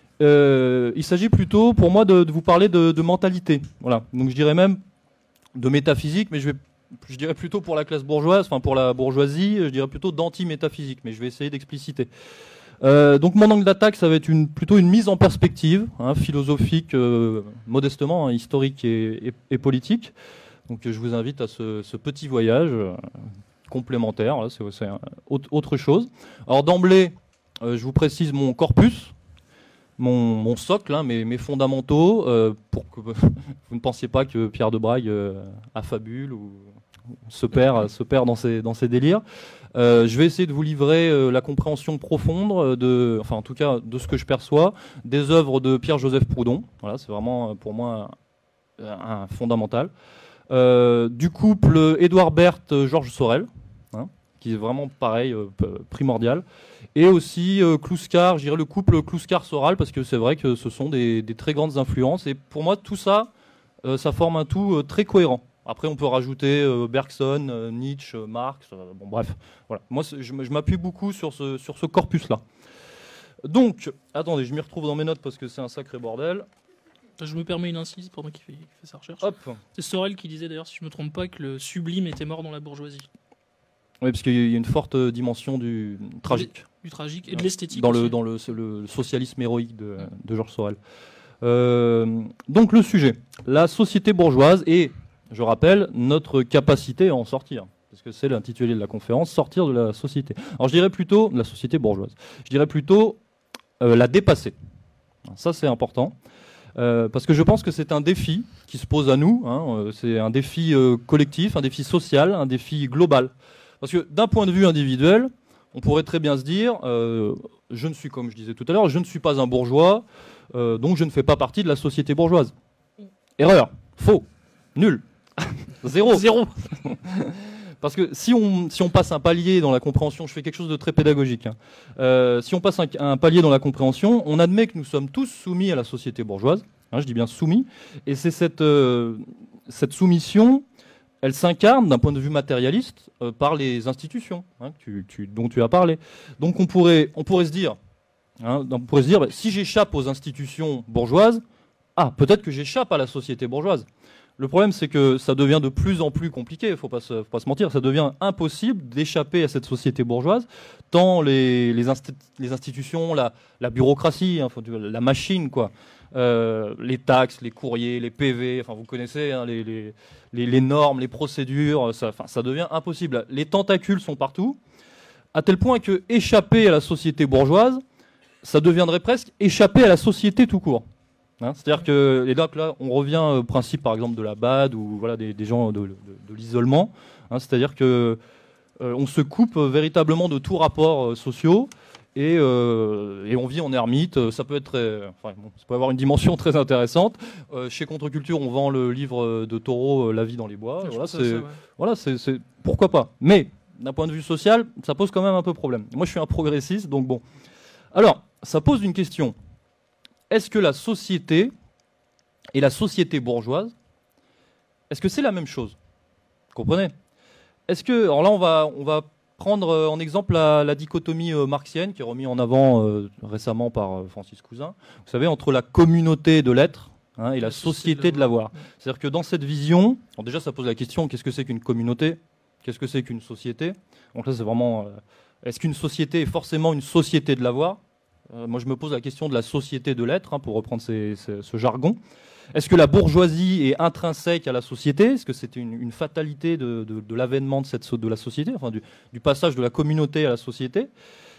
Il s'agit plutôt, pour moi, de vous parler de mentalité. Voilà. Donc, je dirais même de métaphysique, mais je dirais plutôt pour la classe bourgeoise, enfin pour la bourgeoisie, je dirais plutôt d'anti-métaphysique, mais je vais essayer d'expliciter. Donc mon angle d'attaque, ça va être plutôt une mise en perspective, hein, philosophique, modestement, hein, historique et politique. Donc je vous invite à ce petit voyage complémentaire, là, c'est autre chose. Alors d'emblée, je vous précise mon corpus, mon socle, hein, mes fondamentaux, pour que vous ne pensiez pas que Pierre de Brague affabule ou se perd dans ses délires. Je vais essayer de vous livrer la compréhension profonde, enfin en tout cas de ce que je perçois, des œuvres de Pierre-Joseph Proudhon. Voilà, c'est vraiment pour moi un fondamental. Du couple Édouard Berthe-Georges Sorel, hein, qui est vraiment pareil, primordial. Et aussi Kluskar, je dirais le couple Kluskar-Soral, parce que c'est vrai que ce sont des très grandes influences. Et pour moi, tout ça, ça forme un tout très cohérent. Après, on peut rajouter Bergson, Nietzsche, Marx, bon bref. Voilà. Moi, je m'appuie beaucoup sur ce corpus-là. Donc, attendez, je m'y retrouve dans mes notes parce que c'est un sacré bordel. Je me permets une incise pendant qu'il fait sa recherche. Hop. C'est Sorel qui disait d'ailleurs, si je ne me trompe pas, que le sublime était mort dans la bourgeoisie. Oui, parce qu'il y a une forte dimension du tragique. Du tragique et de l'esthétique. Dans le socialisme héroïque de Georges Sorel. Donc le sujet, la société bourgeoise et, je rappelle, notre capacité à en sortir. Parce que c'est l'intitulé de la conférence, sortir de la société. Alors je dirais plutôt, de la société bourgeoise, je dirais plutôt la dépasser. Ça c'est important. Parce que je pense que c'est un défi qui se pose à nous. Hein, c'est un défi collectif, un défi social, un défi global. Parce que d'un point de vue individuel, on pourrait très bien se dire, je ne suis, comme je disais tout à l'heure, je ne suis pas un bourgeois, donc je ne fais pas partie de la société bourgeoise. Erreur, faux, nul, zéro. Parce que si on passe un palier dans la compréhension, je fais quelque chose de très pédagogique, hein, si on passe un palier dans la compréhension, on admet que nous sommes tous soumis à la société bourgeoise, hein, je dis bien soumis, et c'est cette soumission, elle s'incarne d'un point de vue matérialiste par les institutions, hein, dont tu as parlé. Donc on pourrait se dire, bah, si j'échappe aux institutions bourgeoises, peut-être que j'échappe à la société bourgeoise. Le problème, c'est que ça devient de plus en plus compliqué, il ne faut pas se mentir, ça devient impossible d'échapper à cette société bourgeoise, tant les institutions, la bureaucratie, hein, la machine, quoi, les taxes, les courriers, les PV, enfin vous connaissez, hein, les normes, les procédures, ça devient impossible. Les tentacules sont partout, à tel point que échapper à la société bourgeoise, ça deviendrait presque échapper à la société tout court. Hein, c'est-à-dire que, et donc là, on revient au principe, par exemple, de la BAD ou voilà, des gens de l'isolement. Hein, c'est-à-dire que on se coupe véritablement de tout rapport sociaux et on vit en ermite. Ça peut être, ça peut avoir une dimension très intéressante. Chez Contre-Culture, on vend le livre de Thoreau, La vie dans les bois. Voilà, c'est pourquoi pas. Mais d'un point de vue social, ça pose quand même un peu problème. Moi, je suis un progressiste, donc bon. Alors, ça pose une question. Est-ce que la société et la société bourgeoise, est-ce que c'est la même chose? Vous comprenez? Alors là, on va prendre en exemple la dichotomie marxienne qui est remise en avant récemment par Francis Cousin. Vous savez, entre la communauté de l'être, hein, et la société de l'avoir. C'est-à-dire que dans cette vision, alors déjà ça pose la question, qu'est-ce que c'est qu'une communauté? Qu'est-ce que c'est qu'une société? Donc là, c'est vraiment, est-ce qu'une société est forcément une société de l'avoir? Moi, je me pose la question de la société de l'être, hein, pour reprendre ce jargon. Est-ce que la bourgeoisie est intrinsèque à la société? Est-ce que c'est une fatalité de l'avènement de la société, enfin du passage de la communauté à la société?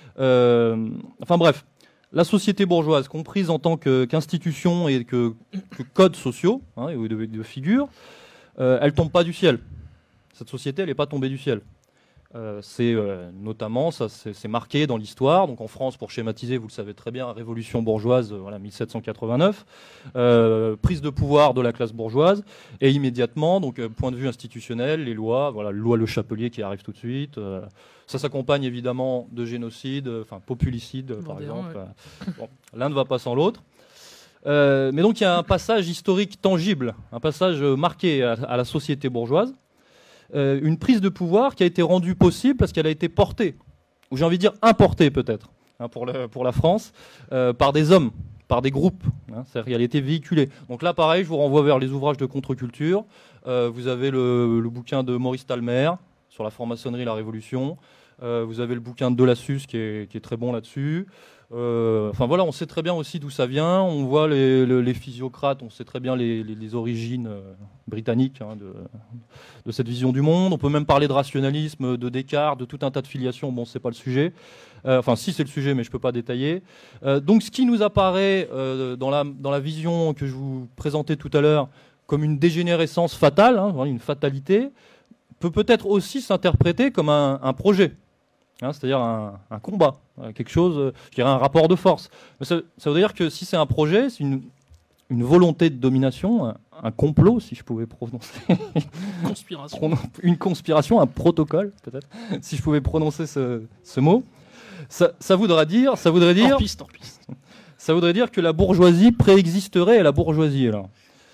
Enfin bref, la société bourgeoise, comprise en tant qu'institution et que codes sociaux, hein, et de figures, elle tombe pas du ciel. Cette société, elle n'est pas tombée du ciel. C'est notamment, ça c'est marqué dans l'histoire, donc en France, pour schématiser, vous le savez très bien, révolution bourgeoise, voilà, 1789, prise de pouvoir de la classe bourgeoise, et immédiatement, donc point de vue institutionnel, les lois, voilà, loi Le Chapelier qui arrive tout de suite, ça s'accompagne évidemment de génocide, enfin populicide par exemple, ouais. Bon, l'un ne va pas sans l'autre. Mais donc il y a un passage historique tangible, un passage marqué à la société bourgeoise, une prise de pouvoir qui a été rendue possible parce qu'elle a été portée, ou j'ai envie de dire importée peut-être, hein, pour la France, par des hommes, par des groupes, hein, c'est-à-dire qu'elle a été véhiculée. Donc là pareil, je vous renvoie vers les ouvrages de contre-culture, vous avez le bouquin de Maurice Talmer sur la franc-maçonnerie et la Révolution, vous avez le bouquin de Delassus qui est très bon là-dessus. Enfin voilà, on sait très bien aussi d'où ça vient. On voit les physiocrates, on sait très bien les origines britanniques, hein, de cette vision du monde. On peut même parler de rationalisme, de Descartes, de tout un tas de filiations. Bon, c'est pas le sujet. Enfin, si c'est le sujet, mais je peux pas détailler. Donc, ce qui nous apparaît dans la vision que je vous présentais tout à l'heure comme une dégénérescence fatale, hein, une fatalité, peut-être aussi s'interpréter comme un projet. Hein, c'est-à-dire un combat, quelque chose, je dirais un rapport de force. Ça veut dire que si c'est un projet, c'est une volonté de domination, un complot, si je pouvais prononcer. Conspiration. Une conspiration, un protocole, peut-être, si je pouvais prononcer ce mot. Ça voudrait dire. Hors piste. Ça voudrait dire que la bourgeoisie préexisterait à la bourgeoisie, alors.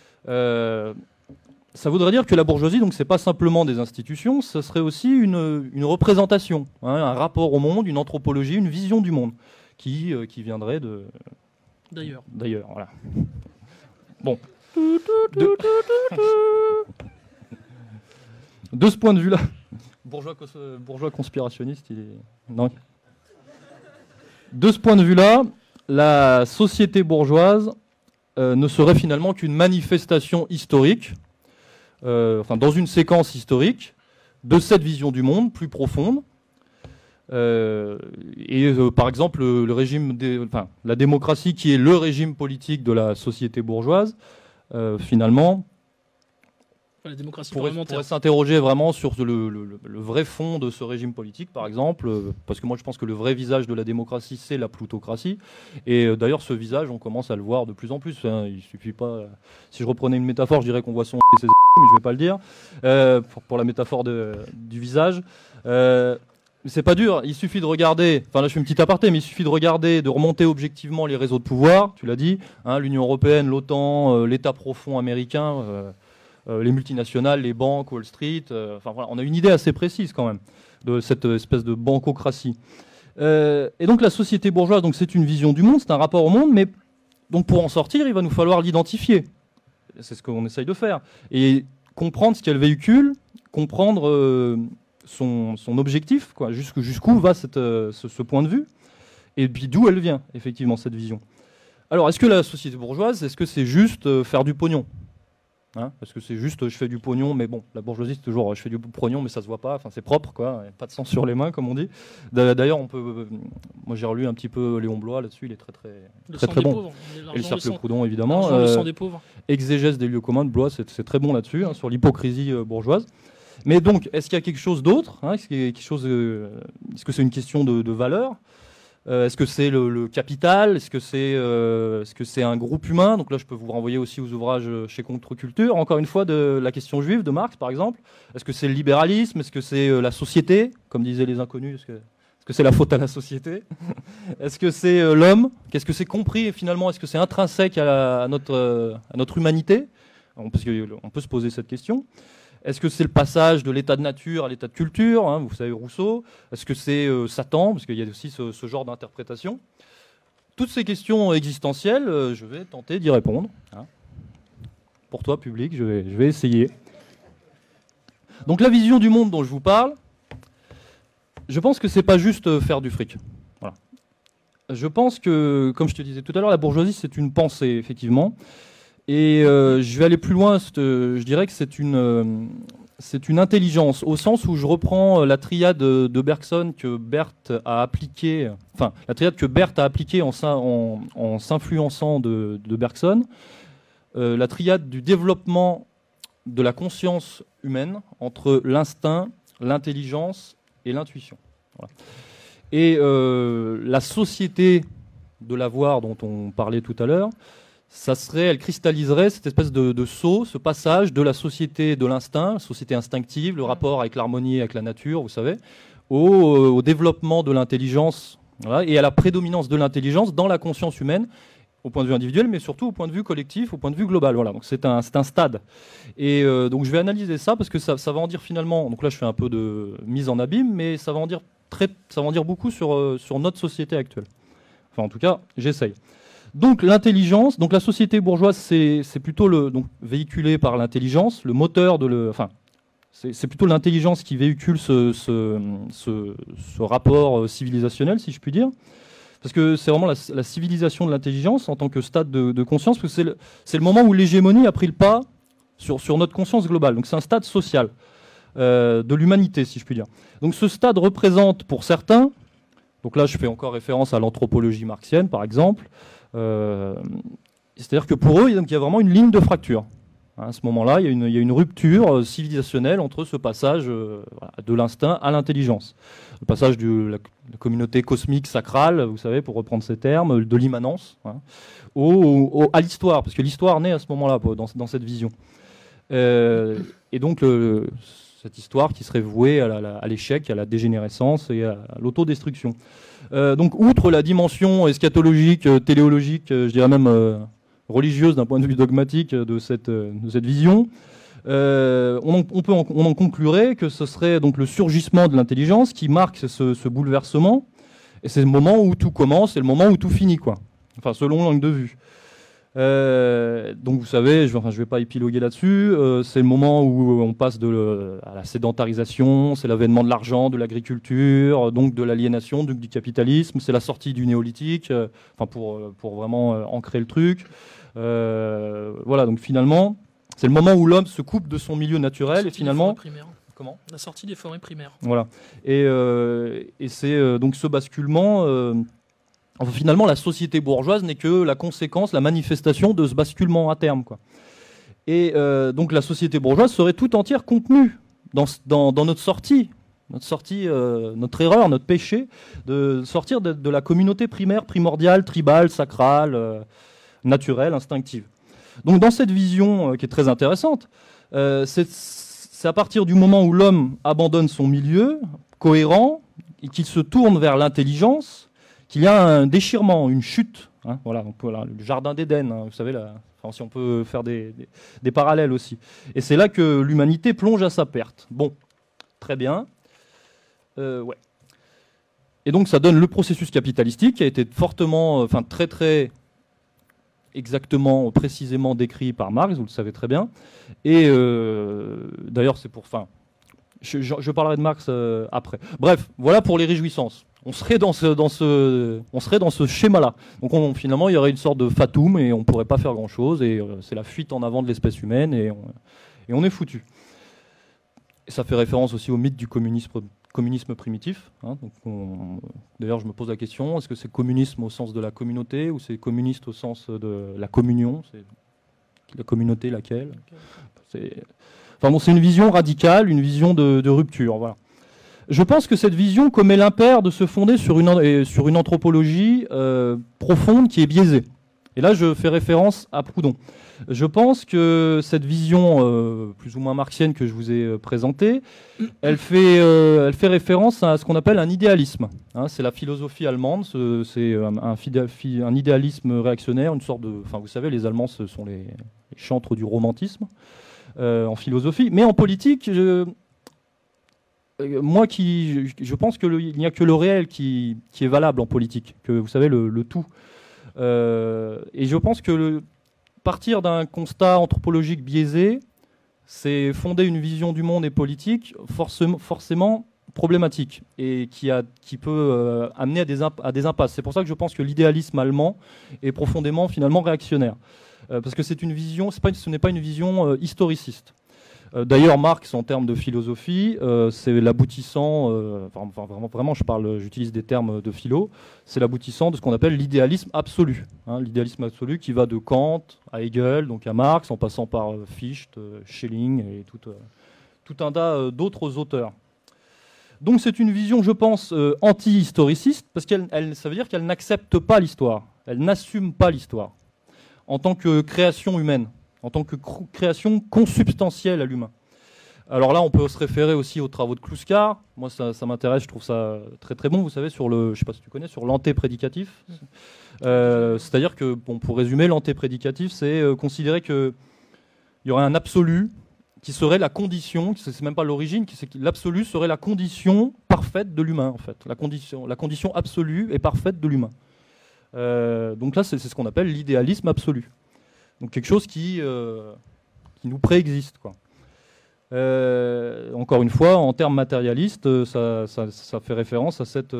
Ça voudrait dire que la bourgeoisie, donc, c'est pas simplement des institutions, ce serait aussi une représentation, hein, un rapport au monde, une anthropologie, une vision du monde qui viendrait d'ailleurs, voilà. Bon. De ce point de vue-là, bourgeois conspirationniste, non. De ce point de vue-là, la société bourgeoise ne serait finalement qu'une manifestation historique. Dans une séquence historique de cette vision du monde plus profonde. Par exemple, le régime la démocratie qui est le régime politique de la société bourgeoise, finalement, la démocratie pourrait s'interroger vraiment sur le vrai fond de ce régime politique, par exemple, parce que moi je pense que le vrai visage de la démocratie, c'est la plutocratie. Et d'ailleurs, ce visage, on commence à le voir de plus en plus. Hein. Il suffit pas. Si je reprenais une métaphore, je dirais qu'on voit son et ses mais je vais pas le dire pour la métaphore du visage. C'est pas dur. Il suffit de regarder. Enfin là, je fais une petite aparté, mais il suffit de regarder, de remonter objectivement les réseaux de pouvoir. Tu l'as dit, hein, l'Union européenne, l'OTAN, l'État profond américain. Les multinationales, les banques, Wall Street, voilà, on a une idée assez précise quand même de cette espèce de bancocratie. Et donc la société bourgeoise, donc c'est une vision du monde, c'est un rapport au monde, mais donc pour en sortir, il va nous falloir l'identifier. C'est ce qu'on essaye de faire. Et comprendre ce qu'elle véhicule, comprendre son objectif, quoi, jusqu'où va ce point de vue, et puis d'où elle vient, effectivement, cette vision. Alors, est-ce que la société bourgeoise, est-ce que c'est juste faire du pognon ? Hein, parce que c'est juste je fais du pognon, mais bon, la bourgeoisie c'est toujours je fais du pognon, mais ça se voit pas, enfin c'est propre quoi, pas de sang sur les mains comme on dit. D'ailleurs, moi j'ai relu un petit peu Léon Bloy là-dessus, il est très bon. Pauvres, et le cercle Proudhon évidemment. Le sang des pauvres. Exégèse des lieux communs de Bloy, c'est très bon là-dessus, hein, sur l'hypocrisie bourgeoise. Mais donc, est-ce qu'il y a quelque chose d'autre, hein, est-ce que c'est une question de valeur? Est-ce que c'est le capital? Est-ce que c'est un groupe humain? Donc là, je peux vous renvoyer aussi aux ouvrages chez Contre-Culture. Encore une fois, de la question juive de Marx, par exemple. Est-ce que c'est le libéralisme? Est-ce que c'est la société? Comme disaient les inconnus, est-ce que c'est la faute à la société? Est-ce que c'est l'homme? Qu'est-ce que c'est compris? Et finalement, est-ce que c'est intrinsèque à notre humanité? Parce qu'on peut se poser cette question. Est-ce que c'est le passage de l'état de nature à l'état de culture, hein, vous savez Rousseau? Est-ce que c'est Satan? Parce qu'il y a aussi ce genre d'interprétation. Toutes ces questions existentielles, je vais tenter d'y répondre. Hein. Pour toi, public, je vais essayer. Donc la vision du monde dont je vous parle, je pense que c'est pas juste faire du fric. Voilà. Je pense que, comme je te disais tout à l'heure, la bourgeoisie, c'est une pensée, effectivement. Et je vais aller plus loin, je dirais que c'est une intelligence, au sens où je reprends la triade de Bergson que Berthe a appliquée, enfin la triade que Berthe a appliquée en s'influençant de Bergson, la triade du développement de la conscience humaine entre l'instinct, l'intelligence et l'intuition. Voilà. Et la société de l'avoir dont on parlait tout à l'heure, elle cristalliserait cette espèce de saut, ce passage de la société de l'instinct, société instinctive, le rapport avec l'harmonie, avec la nature, vous savez, au développement de l'intelligence, voilà, et à la prédominance de l'intelligence dans la conscience humaine, au point de vue individuel, mais surtout au point de vue collectif, au point de vue global. Voilà, donc c'est un stade. Et donc je vais analyser ça parce que ça va en dire finalement. Donc là, je fais un peu de mise en abîme, mais ça va en dire beaucoup sur notre société actuelle. Enfin, en tout cas, j'essaye. Donc l'intelligence, donc la société bourgeoise, c'est plutôt véhiculé par l'intelligence, le moteur c'est plutôt l'intelligence qui véhicule ce rapport civilisationnel, si je puis dire, parce que c'est vraiment la civilisation de l'intelligence en tant que stade de conscience, parce que c'est le moment où l'hégémonie a pris le pas sur notre conscience globale. Donc c'est un stade social de l'humanité, si je puis dire. Donc ce stade représente pour certains, donc là je fais encore référence à l'anthropologie marxienne par exemple, c'est-à-dire que pour eux, il y a vraiment une ligne de fracture. À ce moment-là, il y a une rupture civilisationnelle entre ce passage de l'instinct à l'intelligence. Le passage de la communauté cosmique sacrale, vous savez, pour reprendre ces termes, de l'immanence, à l'histoire, parce que l'histoire naît à ce moment-là, dans cette vision. Et donc, cette histoire qui serait vouée à l'échec, à la dégénérescence et à l'autodestruction. Donc, outre la dimension eschatologique, téléologique, je dirais même religieuse d'un point de vue dogmatique de cette vision, on en conclurait que ce serait donc le surgissement de l'intelligence qui marque ce bouleversement, et c'est le moment où tout commence et le moment où tout finit, quoi. Enfin, selon l'angle de vue. Donc vous savez, je vais pas épiloguer là-dessus, c'est le moment où on passe à la sédentarisation, c'est l'avènement de l'argent, de l'agriculture, donc de l'aliénation, du capitalisme, c'est la sortie du néolithique, pour vraiment ancrer le truc. Voilà, donc finalement, c'est le moment où l'homme se coupe de son milieu naturel et finalement... Comment ? La sortie des forêts primaires. Voilà. Et c'est donc ce basculement... Enfin, finalement, la société bourgeoise n'est que la conséquence, la manifestation de ce basculement à terme, quoi. Et donc la société bourgeoise serait tout entière contenue dans notre sortie, notre erreur, notre péché, de sortir de la communauté primaire, primordiale, tribale, sacrale, naturelle, instinctive. Donc dans cette vision qui est très intéressante, c'est à partir du moment où l'homme abandonne son milieu cohérent et qu'il se tourne vers l'intelligence, qu'il y a un déchirement, une chute. Voilà, donc voilà, le jardin d'Éden, vous savez, si on peut faire des parallèles aussi. Et c'est là que l'humanité plonge à sa perte. Bon, très bien. Ouais. Et donc ça donne le processus capitalistique qui a été fortement, très très exactement, précisément décrit par Marx, vous le savez très bien. Et d'ailleurs, c'est pour... Je parlerai de Marx après. Bref, voilà pour les réjouissances. On serait dans ce schéma-là. Donc finalement, il y aurait une sorte de fatum et on ne pourrait pas faire grand-chose. Et c'est la fuite en avant de l'espèce humaine et on est foutu. Et ça fait référence aussi au mythe du communisme primitif. D'ailleurs, je me pose la question, est-ce que c'est communisme au sens de la communauté ou c'est communiste au sens de la communion ? C'est la communauté laquelle ? C'est une vision radicale, une vision de rupture. Voilà. Je pense que cette vision commet l'impair de se fonder sur une anthropologie profonde qui est biaisée. Et là, je fais référence à Proudhon. Je pense que cette vision plus ou moins marxienne que je vous ai présentée, elle fait référence à ce qu'on appelle un idéalisme. C'est la philosophie allemande, c'est un idéalisme réactionnaire, une sorte de... vous savez, les Allemands, ce sont les chantres du romantisme en philosophie. Mais en politique... je pense qu'il n'y a que le réel qui est valable en politique, que vous savez, le tout. Et je pense que partir d'un constat anthropologique biaisé, c'est fonder une vision du monde et politique forcément problématique et qui peut amener à des impasses. C'est pour ça que je pense que l'idéalisme allemand est profondément finalement réactionnaire. Parce que c'est une vision, ce n'est pas une vision historiciste. D'ailleurs, Marx, en termes de philosophie, c'est l'aboutissant, vraiment, j'utilise des termes de philo, c'est l'aboutissant de ce qu'on appelle l'idéalisme absolu. L'idéalisme absolu qui va de Kant à Hegel, donc à Marx, en passant par Fichte, Schelling et tout un tas d'autres auteurs. Donc c'est une vision, je pense, anti-historiciste, parce que ça veut dire qu'elle n'accepte pas l'histoire, elle n'assume pas l'histoire en tant que création humaine, en tant que création consubstantielle à l'humain. Alors là, on peut se référer aussi aux travaux de Kluskar. Moi, ça m'intéresse, je trouve ça très très bon. Vous savez, sur le, je sais pas si tu connais, sur l'antéprédicatif. C'est-à-dire que, bon, pour résumer, l'antéprédicatif, c'est considérer qu'il y aurait un absolu qui serait la condition, c'est même pas l'origine, c'est que l'absolu serait la condition parfaite de l'humain, en fait. La condition absolue et parfaite de l'humain. Donc là, c'est ce qu'on appelle l'idéalisme absolu. Donc quelque chose qui nous préexiste, quoi. Encore une fois, en termes matérialistes, ça fait référence à cette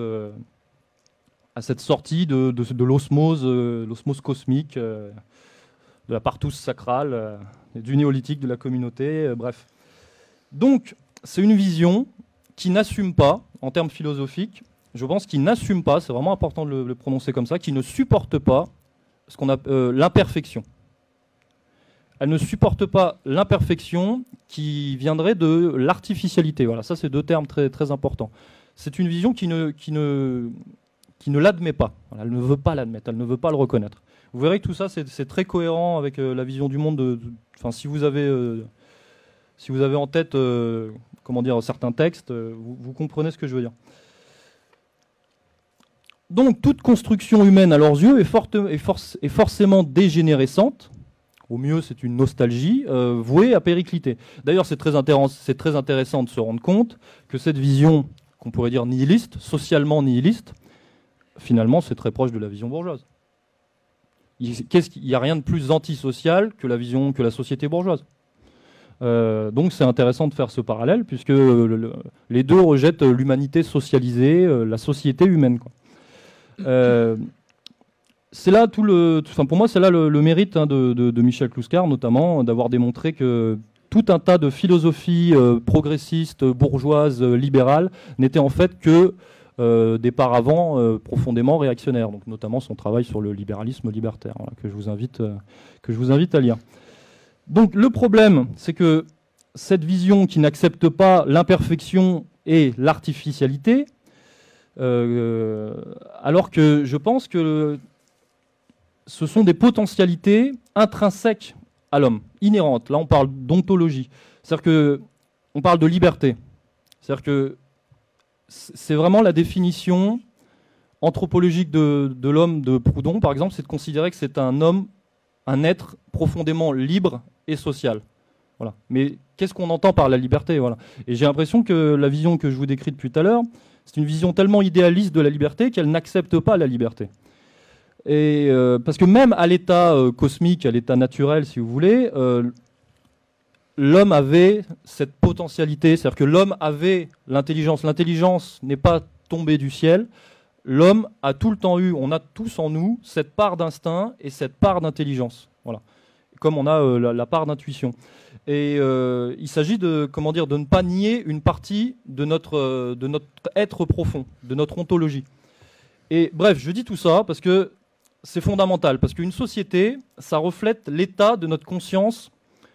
sortie de l'osmose cosmique, de la partouze sacrale, du néolithique de la communauté, bref. Donc, c'est une vision qui n'assume pas, en termes philosophiques, je pense qu'il n'assume pas, c'est vraiment important de le prononcer comme ça, qui ne supporte pas ce qu'on appelle l'imperfection. Elle ne supporte pas l'imperfection qui viendrait de l'artificialité. Voilà, ça c'est deux termes très, très importants. C'est une vision qui ne l'admet pas. Voilà, elle ne veut pas l'admettre, elle ne veut pas le reconnaître. Vous verrez que tout ça c'est très cohérent avec la vision du monde. Si vous avez en tête comment dire, certains textes, vous comprenez ce que je veux dire. Donc toute construction humaine à leurs yeux est forcément dégénérescente. Au mieux, c'est une nostalgie vouée à péricliter. D'ailleurs, c'est très intéressant de se rendre compte que cette vision, qu'on pourrait dire nihiliste, socialement nihiliste, finalement, c'est très proche de la vision bourgeoise. Il n'y a rien de plus antisocial que la société bourgeoise. Donc c'est intéressant de faire ce parallèle, puisque les deux rejettent l'humanité socialisée, la société humaine, quoi. C'est là pour moi, c'est là le mérite de Michel Kluskar, notamment, d'avoir démontré que tout un tas de philosophies progressistes, bourgeoises, libérales, n'étaient en fait que des paravents profondément réactionnaires. Donc, notamment son travail sur le libéralisme libertaire, voilà, que je vous invite à lire. Donc, le problème, c'est que cette vision qui n'accepte pas l'imperfection et l'artificialité, alors que je pense que ce sont des potentialités intrinsèques à l'homme, inhérentes. Là, on parle d'ontologie. C'est-à-dire qu'on parle de liberté. C'est-à-dire que c'est vraiment la définition anthropologique de l'homme de Proudhon, par exemple, c'est de considérer que c'est un être profondément libre et social. Voilà. Mais qu'est-ce qu'on entend par la liberté, voilà. Et j'ai l'impression que la vision que je vous décris depuis tout à l'heure, c'est une vision tellement idéaliste de la liberté qu'elle n'accepte pas la liberté. Et parce que même à l'état cosmique, à l'état naturel, si vous voulez, l'homme avait cette potentialité, c'est-à-dire que l'homme avait l'intelligence. L'intelligence n'est pas tombée du ciel. L'homme a tout le temps eu, on a tous en nous cette part d'instinct et cette part d'intelligence. Voilà. Comme on a la part d'intuition. Et il s'agit de ne pas nier une partie de notre être profond, de notre ontologie. Et bref, je dis tout ça parce que c'est fondamental, parce qu'une société, ça reflète l'état de notre conscience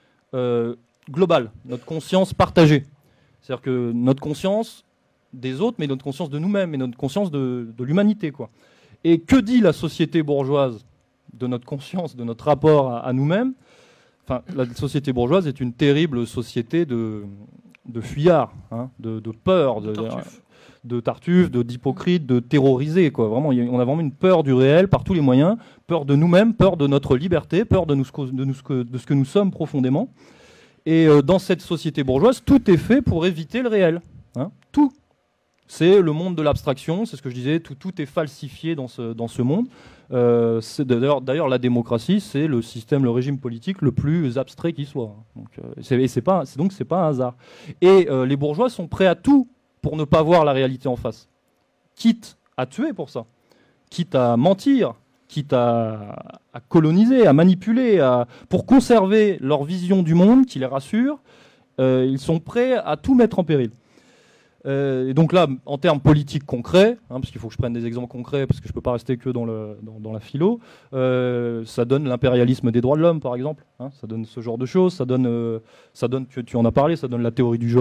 globale, notre conscience partagée. C'est-à-dire que notre conscience des autres, mais notre conscience de nous-mêmes, et notre conscience de l'humanité, quoi. Et que dit la société bourgeoise de notre conscience, de notre rapport à nous-mêmes? Enfin, la société bourgeoise est une terrible société de fuyards, hein, de peur, de tartuffes, d'hypocrites, de terrorisés, quoi. Vraiment, on a vraiment une peur du réel par tous les moyens, peur de nous-mêmes, peur de notre liberté, peur de ce que nous sommes profondément. Et dans cette société bourgeoise, tout est fait pour éviter le réel. Hein, tout. C'est le monde de l'abstraction, c'est ce que je disais, tout est falsifié dans ce monde. D'ailleurs, la démocratie, c'est le régime politique le plus abstrait qui soit. Donc, c'est pas un hasard. Et les bourgeois sont prêts à tout pour ne pas voir la réalité en face. Quitte à tuer pour ça, quitte à mentir, quitte à coloniser, à manipuler, pour conserver leur vision du monde qui les rassure, ils sont prêts à tout mettre en péril. Et donc là, en termes politiques concrets, hein, parce qu'il faut que je prenne des exemples concrets, parce que je ne peux pas rester que dans la philo, ça donne l'impérialisme des droits de l'homme, par exemple. Hein, ça donne ce genre de choses. Ça donne tu en as parlé, ça donne la théorie du genre.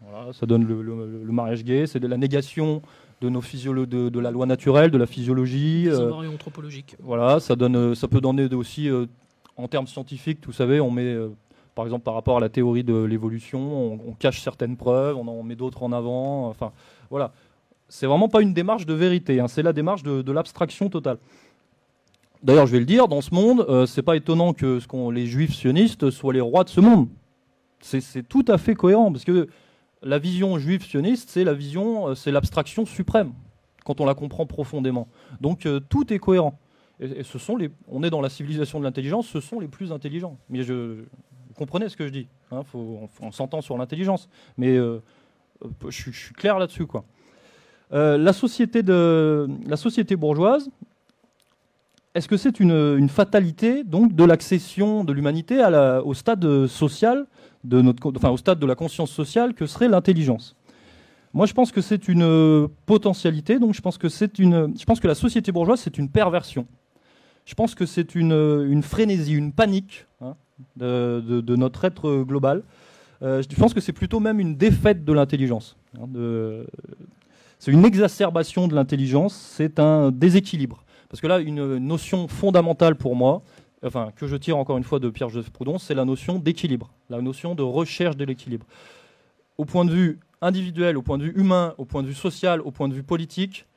Voilà, ça donne le mariage gay, c'est de la négation de nos de la loi naturelle, de la physiologie. Des invariants anthropologiques. Voilà, ça peut donner aussi, en termes scientifiques, vous savez, on met, par exemple, par rapport à la théorie de l'évolution, on cache certaines preuves, on en met d'autres en avant. Enfin, voilà. C'est vraiment pas une démarche de vérité, hein, c'est la démarche de l'abstraction totale. D'ailleurs, je vais le dire, dans ce monde, c'est pas étonnant que les juifs sionistes soient les rois de ce monde. C'est tout à fait cohérent, parce que la vision juive sioniste, c'est l'abstraction suprême, quand on la comprend profondément. Donc tout est cohérent. Et on est dans la civilisation de l'intelligence, ce sont les plus intelligents. Mais vous comprenez ce que je dis, hein, on s'entend sur l'intelligence. Mais je suis clair là-dessus, quoi. La société bourgeoise, est-ce que c'est une fatalité donc, de l'accession de l'humanité au stade social, au stade de la conscience sociale que serait l'intelligence? Moi, je pense que c'est une potentialité. Donc, je pense que la société bourgeoise, c'est une perversion. Je pense que c'est une frénésie, une panique, hein, de notre être global. Je pense que c'est plutôt même une défaite de l'intelligence. Hein, c'est une exacerbation de l'intelligence. C'est un déséquilibre. Parce que là, une notion fondamentale pour moi, enfin, que je tire encore une fois de Pierre-Joseph Proudhon, c'est la notion d'équilibre, la notion de recherche de l'équilibre. Au point de vue individuel, au point de vue humain, au point de vue social, au point de vue politique,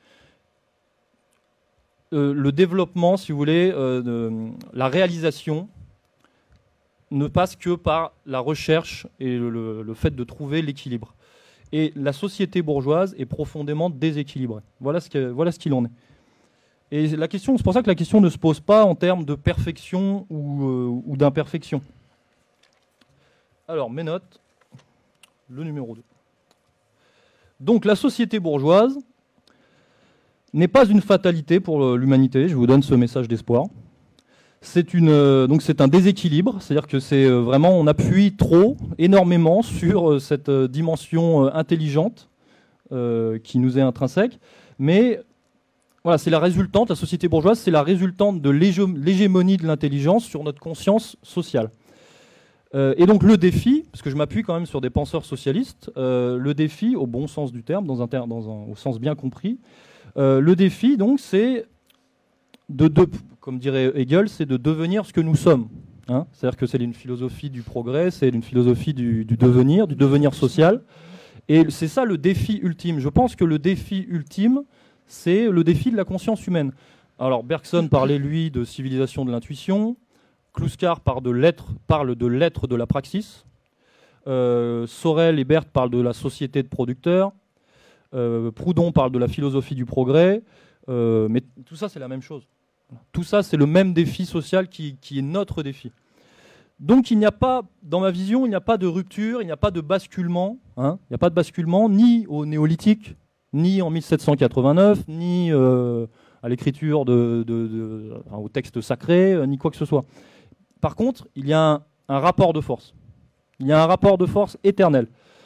le développement, si vous voulez, la réalisation ne passe que par la recherche et le fait de trouver l'équilibre. Et la société bourgeoise est profondément déséquilibrée. Voilà ce qu'il en est. Et c'est pour ça que la question ne se pose pas en termes de perfection ou d'imperfection. Alors, mes notes, le numéro 2. Donc, la société bourgeoise n'est pas une fatalité pour l'humanité. Je vous donne ce message d'espoir. Donc, c'est un déséquilibre, c'est-à-dire que c'est vraiment, on appuie énormément sur cette dimension intelligente qui nous est intrinsèque, mais voilà, c'est la résultante, la société bourgeoise, c'est la résultante de l'hégémonie de l'intelligence sur notre conscience sociale. Et donc le défi, parce que je m'appuie quand même sur des penseurs socialistes, le défi, au bon sens du terme, au sens bien compris, le défi, donc, c'est comme dirait Hegel, c'est de devenir ce que nous sommes. Hein, c'est-à-dire que c'est une philosophie du progrès, c'est une philosophie du devenir social. Et c'est ça le défi ultime. Je pense que le défi ultime, c'est le défi de la conscience humaine. Alors Bergson parlait, lui, de civilisation de l'intuition. Kluskar parle de l'être de la praxis. Sorel et Berthe parlent de la société de producteurs. Proudhon parle de la philosophie du progrès. Mais tout ça, c'est la même chose. Tout ça, c'est le même défi social qui est notre défi. Donc, dans ma vision, il n'y a pas de rupture, il n'y a pas de basculement. Hein, il n'y a pas de basculement ni au néolithique, ni en 1789, ni à l'écriture au texte sacré, ni quoi que ce soit. Par contre, il y a un rapport de force. Il y a un rapport de force éternel.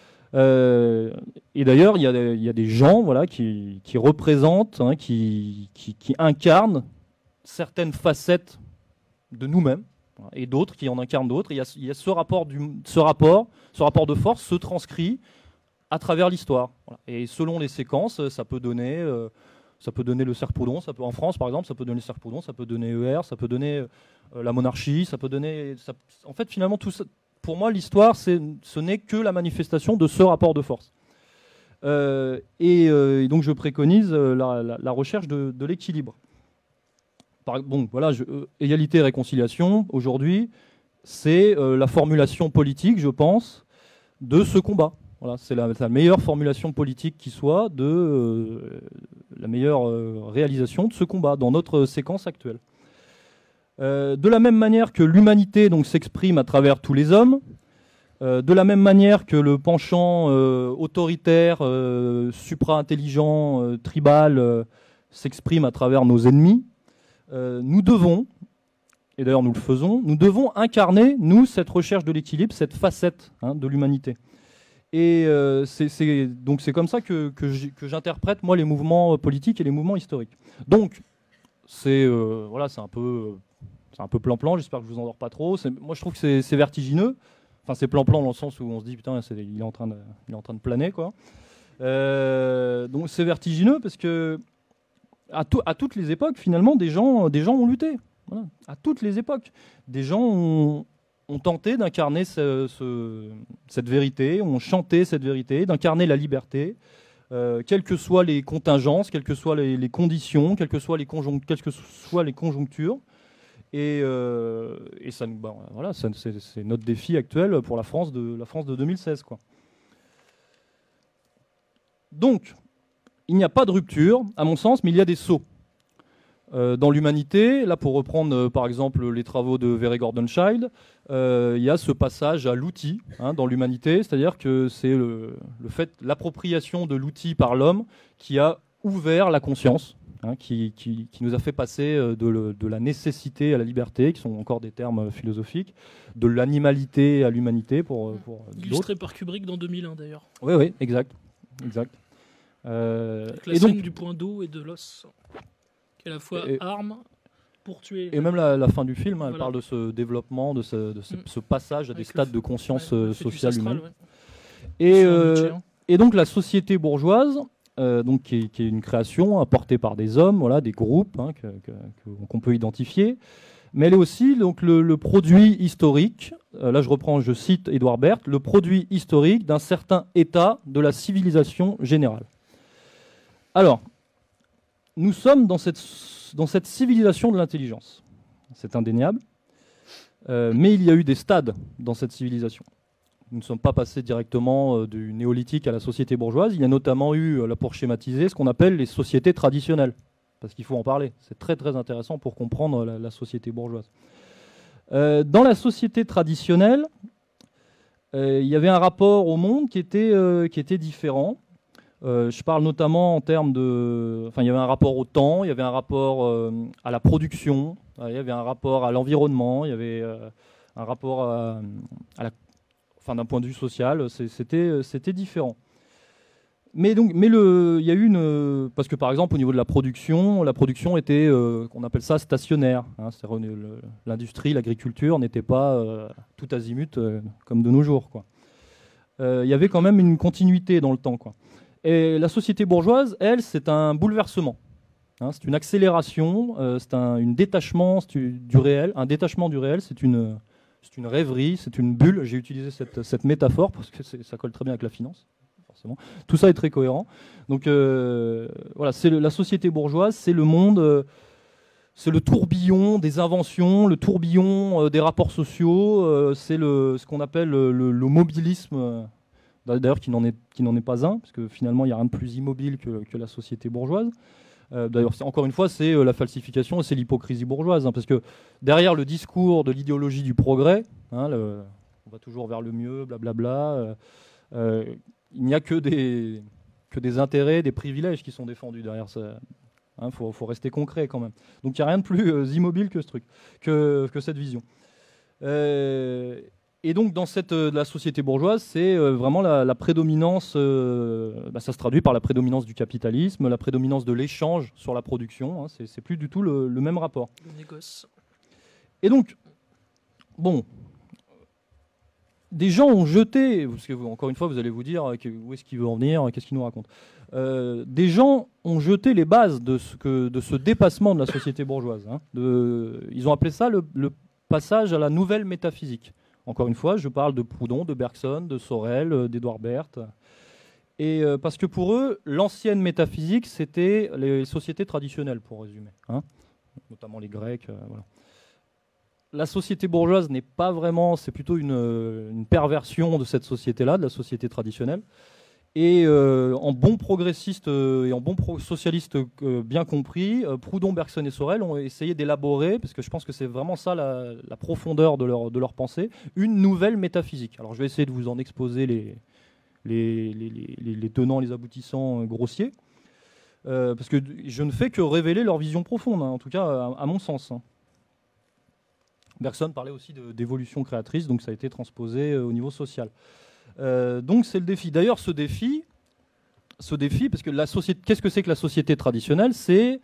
Et d'ailleurs, il y a des gens, voilà, qui représentent, hein, qui incarnent certaines facettes de nous-mêmes, et d'autres qui en incarnent d'autres. Il y a ce rapport de force se transcrit à travers l'histoire. Voilà. Et selon les séquences, ça peut donner le cercle Proudhon, en France par exemple, ça peut donner le cercle Proudhon, ça peut donner ER, ça peut donner la monarchie, ça peut donner... En fait, finalement, tout ça, pour moi, l'histoire, ce n'est que la manifestation de ce rapport de force. Et donc, je préconise la recherche de l'équilibre. Bon, voilà, égalité et réconciliation, aujourd'hui, c'est la formulation politique, je pense, de ce combat. Voilà, c'est la meilleure formulation politique qui soit, la meilleure réalisation de ce combat dans notre séquence actuelle. De la même manière que l'humanité donc s'exprime à travers tous les hommes, de la même manière que le penchant autoritaire, supra-intelligent, tribal s'exprime à travers nos ennemis, nous devons, et d'ailleurs nous le faisons, nous devons incarner, nous, cette recherche de l'équilibre, cette facette, hein, de l'humanité. Et donc c'est comme ça que j'interprète, moi, les mouvements politiques et les mouvements historiques. Donc, c'est un peu plan-plan, j'espère que je vous endors pas trop. Moi, je trouve que c'est vertigineux. Enfin, c'est plan-plan dans le sens où on se dit putain, il est en train de planer, quoi. Donc c'est vertigineux parce que à toutes les époques, finalement, des gens ont lutté. Voilà. À toutes les époques, des gens ont tenté d'incarner cette vérité, ont chanté cette vérité, d'incarner la liberté, quelles que soient les contingences, quelles que soient les conditions, quelles que soient les conjonctures. Et ça, voilà, c'est notre défi actuel pour la France de 2016, quoi. Donc, il n'y a pas de rupture, à mon sens, mais il y a des sauts. Dans l'humanité, là pour reprendre par exemple les travaux de Very Gordonschild, il y a ce passage à l'outil dans l'humanité, c'est-à-dire que c'est l'appropriation de l'outil par l'homme qui a ouvert la conscience, qui nous a fait passer de la nécessité à la liberté, qui sont encore des termes philosophiques, de l'animalité à l'humanité pour illustré par Kubrick dans 2001 d'ailleurs. Oui, exact. Avec la scène du point d'eau et de l'os, qui est à la fois arme pour tuer. Et même la fin du film, elle parle de ce développement, de ce passage à des stades de conscience sociale humaine. Et donc la société bourgeoise, donc qui est une création apportée par des hommes, voilà, des groupes qu'on peut identifier, mais elle est aussi donc le produit historique. Là, je cite Edouard Berthe, le produit historique d'un certain état de la civilisation générale. Alors, nous sommes dans cette civilisation de l'intelligence. C'est indéniable. Mais il y a eu des stades dans cette civilisation. Nous ne sommes pas passés directement du néolithique à la société bourgeoise. Il y a notamment eu, là pour schématiser, ce qu'on appelle les sociétés traditionnelles. Parce qu'il faut en parler. C'est très très intéressant pour comprendre la société bourgeoise. Dans la société traditionnelle, il y avait un rapport au monde qui était différent. Je parle notamment en termes de... Enfin, il y avait un rapport au temps, il y avait un rapport à la production, il y avait un rapport à l'environnement, il y avait un rapport d'un point de vue social, c'était différent. Il y a eu parce que par exemple au niveau de la production était, on appelle ça stationnaire. L'industrie, l'agriculture n'était pas tout azimut comme de nos jours, quoi. Il y avait quand même une continuité dans le temps, quoi. Et la société bourgeoise, elle, c'est un bouleversement. C'est une accélération, c'est un détachement du réel. Un détachement du réel, c'est une rêverie, c'est une bulle. J'ai utilisé cette métaphore parce que ça colle très bien avec la finance. Forcément. Tout ça est très cohérent. Donc voilà, la société bourgeoise, c'est le monde, c'est le tourbillon des inventions, le tourbillon des rapports sociaux, c'est ce qu'on appelle le mobilisme. D'ailleurs, qui n'en est pas un, parce que finalement, il n'y a rien de plus immobile que la société bourgeoise. D'ailleurs, encore une fois, c'est la falsification et c'est l'hypocrisie bourgeoise, parce que derrière le discours de l'idéologie du progrès, on va toujours vers le mieux, blablabla, il n'y a que des intérêts, des privilèges qui sont défendus derrière ça. Faut rester concret quand même. Donc il n'y a rien de plus immobile que ce truc, que cette vision. Et donc dans la société bourgeoise, c'est vraiment la prédominance, ça se traduit par la prédominance du capitalisme, la prédominance de l'échange sur la production, c'est plus du tout le même rapport. Le négoce. Et donc, bon, des gens ont jeté, parce que encore une fois vous allez vous dire où est-ce qu'il veut en venir, qu'est-ce qu'il nous raconte. Des gens ont jeté les bases de ce dépassement de la société bourgeoise. Ils ont appelé ça le passage à la nouvelle métaphysique. Encore une fois, je parle de Proudhon, de Bergson, de Sorel, d'Edouard Berthe. Et parce que pour eux, l'ancienne métaphysique, c'était les sociétés traditionnelles, pour résumer. Notamment les Grecs. Voilà. La société bourgeoise n'est pas vraiment, c'est plutôt une perversion de cette société-là, de la société traditionnelle. Et en bon progressiste et en bon socialiste bien compris, Proudhon, Bergson et Sorel ont essayé d'élaborer, parce que je pense que c'est vraiment ça la profondeur de leur pensée, une nouvelle métaphysique. Alors je vais essayer de vous en exposer les tenants, les aboutissants grossiers, parce que je ne fais que révéler leur vision profonde, en tout cas à mon sens. Bergson parlait aussi d'évolution créatrice, donc ça a été transposé au niveau social. Donc c'est le défi. D'ailleurs, ce défi, parce que la société, qu'est-ce que c'est que la société traditionnelle ? C'est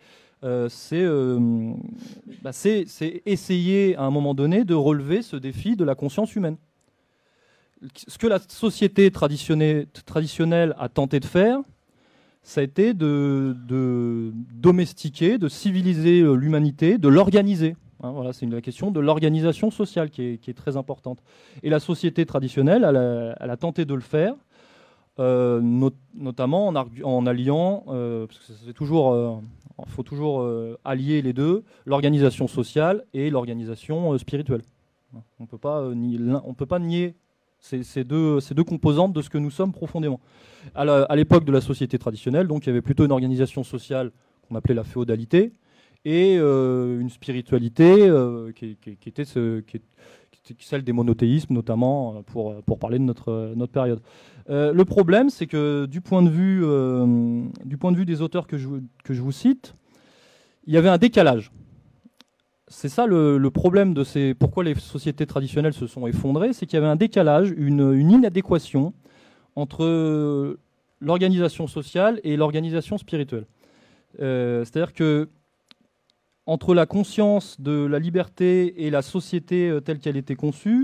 essayer à un moment donné de relever ce défi de la conscience humaine. ce que la société traditionnelle a tenté de faire, ça a été de domestiquer, de civiliser l'humanité, de l'organiser. Hein, voilà, c'est la question de l'organisation sociale qui est très importante. Et la société traditionnelle, elle a tenté de le faire, notamment en alliant, parce que c'est toujours, il faut toujours allier les deux, l'organisation sociale et l'organisation spirituelle. On ne peut pas nier ces deux composantes de ce que nous sommes profondément. À l'époque de la société traditionnelle, donc, il y avait plutôt une organisation sociale qu'on appelait la féodalité et une spiritualité qui était celle des monothéismes, notamment pour parler de notre période. Le problème, c'est que du point de vue des auteurs que je vous cite, il y avait un décalage. C'est ça le problème de pourquoi les sociétés traditionnelles se sont effondrées, c'est qu'il y avait un décalage, une inadéquation entre l'organisation sociale et l'organisation spirituelle. C'est-à-dire que entre la conscience de la liberté et la société telle qu'elle était conçue,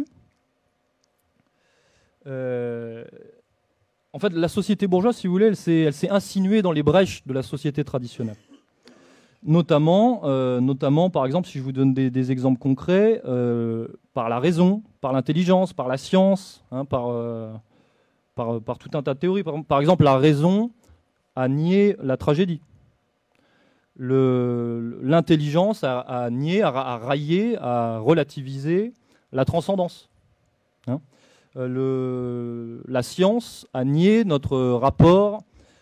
en fait, la société bourgeoise, si vous voulez, elle s'est insinuée dans les brèches de la société traditionnelle. Notamment, par exemple, si je vous donne des exemples concrets, par la raison, par l'intelligence, par la science, hein, par tout un tas de théories. Par exemple, la raison a nié la tragédie. L'intelligence a nié, a raillé, a relativisé la transcendance. Hein. La science a nié notre rapport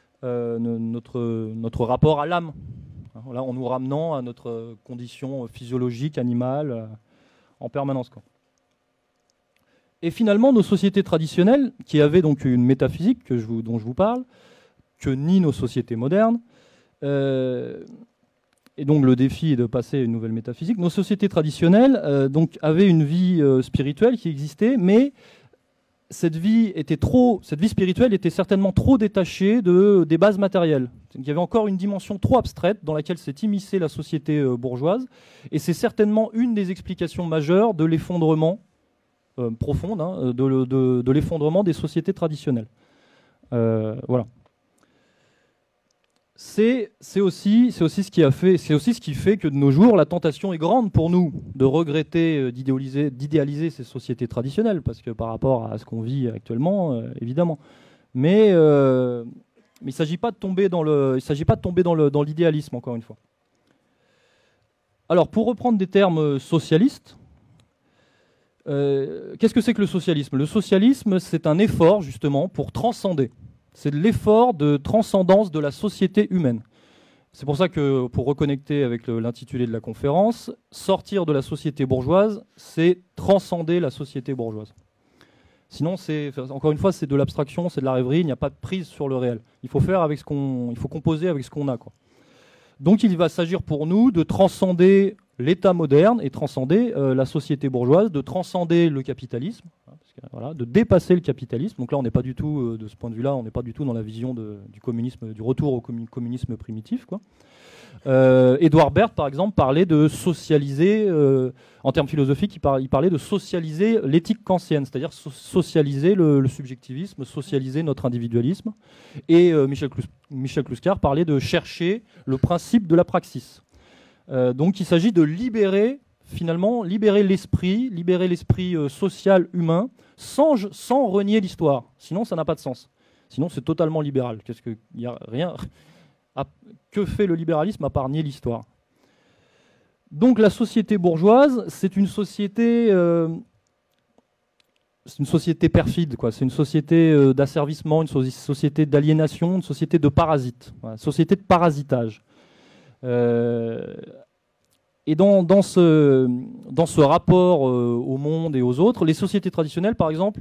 à l'âme. Là, en nous ramenant à notre condition physiologique, animale, en permanence, quoi. Et finalement, nos sociétés traditionnelles, qui avaient donc une métaphysique dont je vous parle, que nient nos sociétés modernes, et donc le défi est de passer à une nouvelle métaphysique, nos sociétés traditionnelles donc, avaient une vie spirituelle qui existait, mais cette vie spirituelle était certainement trop détachée des bases matérielles. Il y avait encore une dimension trop abstraite dans laquelle s'est immiscée la société bourgeoise, et c'est certainement une des explications majeures de l'effondrement profond, hein, de l'effondrement des sociétés traditionnelles. Voilà. C'est aussi ce qui fait que de nos jours, la tentation est grande pour nous de regretter, d'idéaliser ces sociétés traditionnelles, parce que par rapport à ce qu'on vit actuellement, évidemment. Mais il ne s'agit pas de tomber dans l'idéalisme, encore une fois. Alors, pour reprendre des termes socialistes, qu'est-ce que c'est que le socialisme ? Le socialisme, c'est un effort, justement, pour transcender. C'est l'effort de transcendance de la société humaine. C'est pour ça que, pour reconnecter avec l'intitulé de la conférence, sortir de la société bourgeoise, c'est transcender la société bourgeoise. Sinon, encore une fois, c'est de l'abstraction, c'est de la rêverie, il n'y a pas de prise sur le réel. Il faut composer avec ce qu'on a, quoi. Donc il va s'agir pour nous de transcender l'État moderne et transcender la société bourgeoise, de transcender le capitalisme, voilà, de dépasser le capitalisme. Donc là, on n'est pas du tout, de ce point de vue-là, on n'est pas du tout dans la vision du communisme, du retour au communisme primitif, quoi. Edouard Baird, par exemple, parlait de socialiser, en termes philosophiques, il parlait de socialiser l'éthique kantienne, c'est-à-dire socialiser le subjectivisme, socialiser notre individualisme. Et Michel Clouscar parlait de chercher le principe de la praxis. Donc il s'agit de libérer l'esprit social humain sans renier l'histoire. Sinon, ça n'a pas de sens. Sinon, c'est totalement libéral. Il y a rien. Que fait le libéralisme à part nier l'histoire ? Donc la société bourgeoise, c'est une société perfide, quoi. C'est une société d'asservissement, une société d'aliénation, une société de parasites, voilà, société de parasitage. Et dans ce rapport au monde et aux autres, les sociétés traditionnelles, par exemple,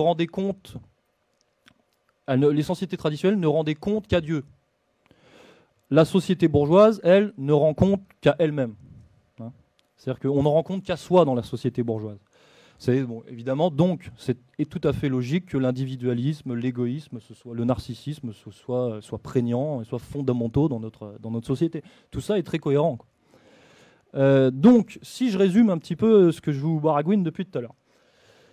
les sociétés traditionnelles ne rendaient compte qu'à Dieu. La société bourgeoise, elle, ne rend compte qu'à elle-même. Hein, c'est-à-dire qu'on ne rend compte qu'à soi dans la société bourgeoise. Bon, évidemment, donc, c'est tout à fait logique que l'individualisme, l'égoïsme, le narcissisme soit prégnant et soit fondamentaux dans notre société. Tout ça est très cohérent, quoi. Donc, si je résume un petit peu ce que je vous baragouine depuis tout à l'heure.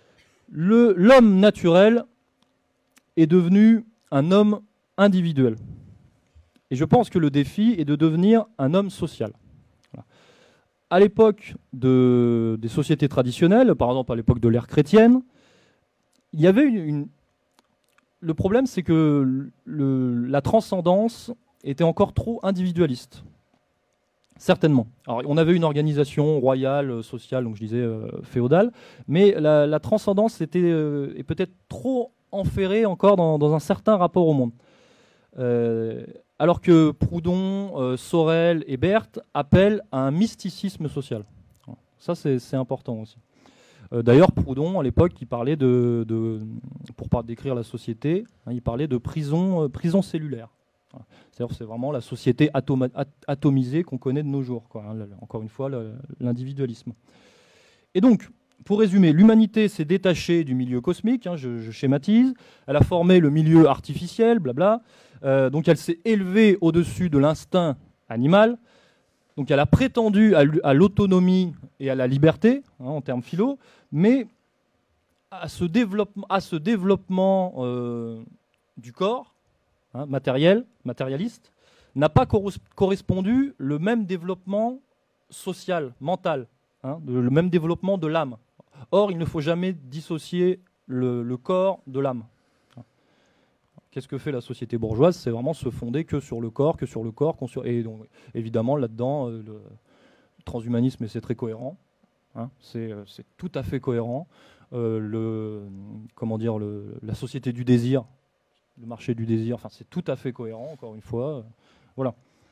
L'homme naturel est devenu un homme individuel. Et je pense que le défi est de devenir un homme social. Voilà. À l'époque des sociétés traditionnelles, par exemple à l'époque de l'ère chrétienne, il y avait le problème, c'est que la transcendance était encore trop individualiste. Certainement. Alors, on avait une organisation royale, sociale, donc je disais féodale, mais la transcendance est peut-être trop enferrée encore dans un certain rapport au monde. Alors que Proudhon, Sorel et Berthe appellent à un mysticisme social. Ça, c'est important aussi. D'ailleurs, Proudhon, à l'époque, il parlait pour décrire la société, il parlait de prison cellulaire. C'est-à-dire, c'est vraiment la société atomisée qu'on connaît de nos jours, quoi, hein, encore une fois, l'individualisme. Et donc, pour résumer, l'humanité s'est détachée du milieu cosmique, hein, je schématise, elle a formé le milieu artificiel, blabla, donc elle s'est élevée au-dessus de l'instinct animal, donc elle a prétendu à l'autonomie et à la liberté, hein, en termes philo, mais à ce développement du corps, hein, matérialiste, n'a pas correspondu le même développement social, mental, hein, le même développement de l'âme. Or, il ne faut jamais dissocier le corps de l'âme. Qu'est-ce que fait la société bourgeoise? C'est vraiment se fonder que sur le corps, et donc, évidemment, là-dedans, le transhumanisme, c'est très cohérent. Hein, c'est tout à fait cohérent. La société du désir, le marché du désir, enfin, c'est tout à fait cohérent, encore une fois. Voilà.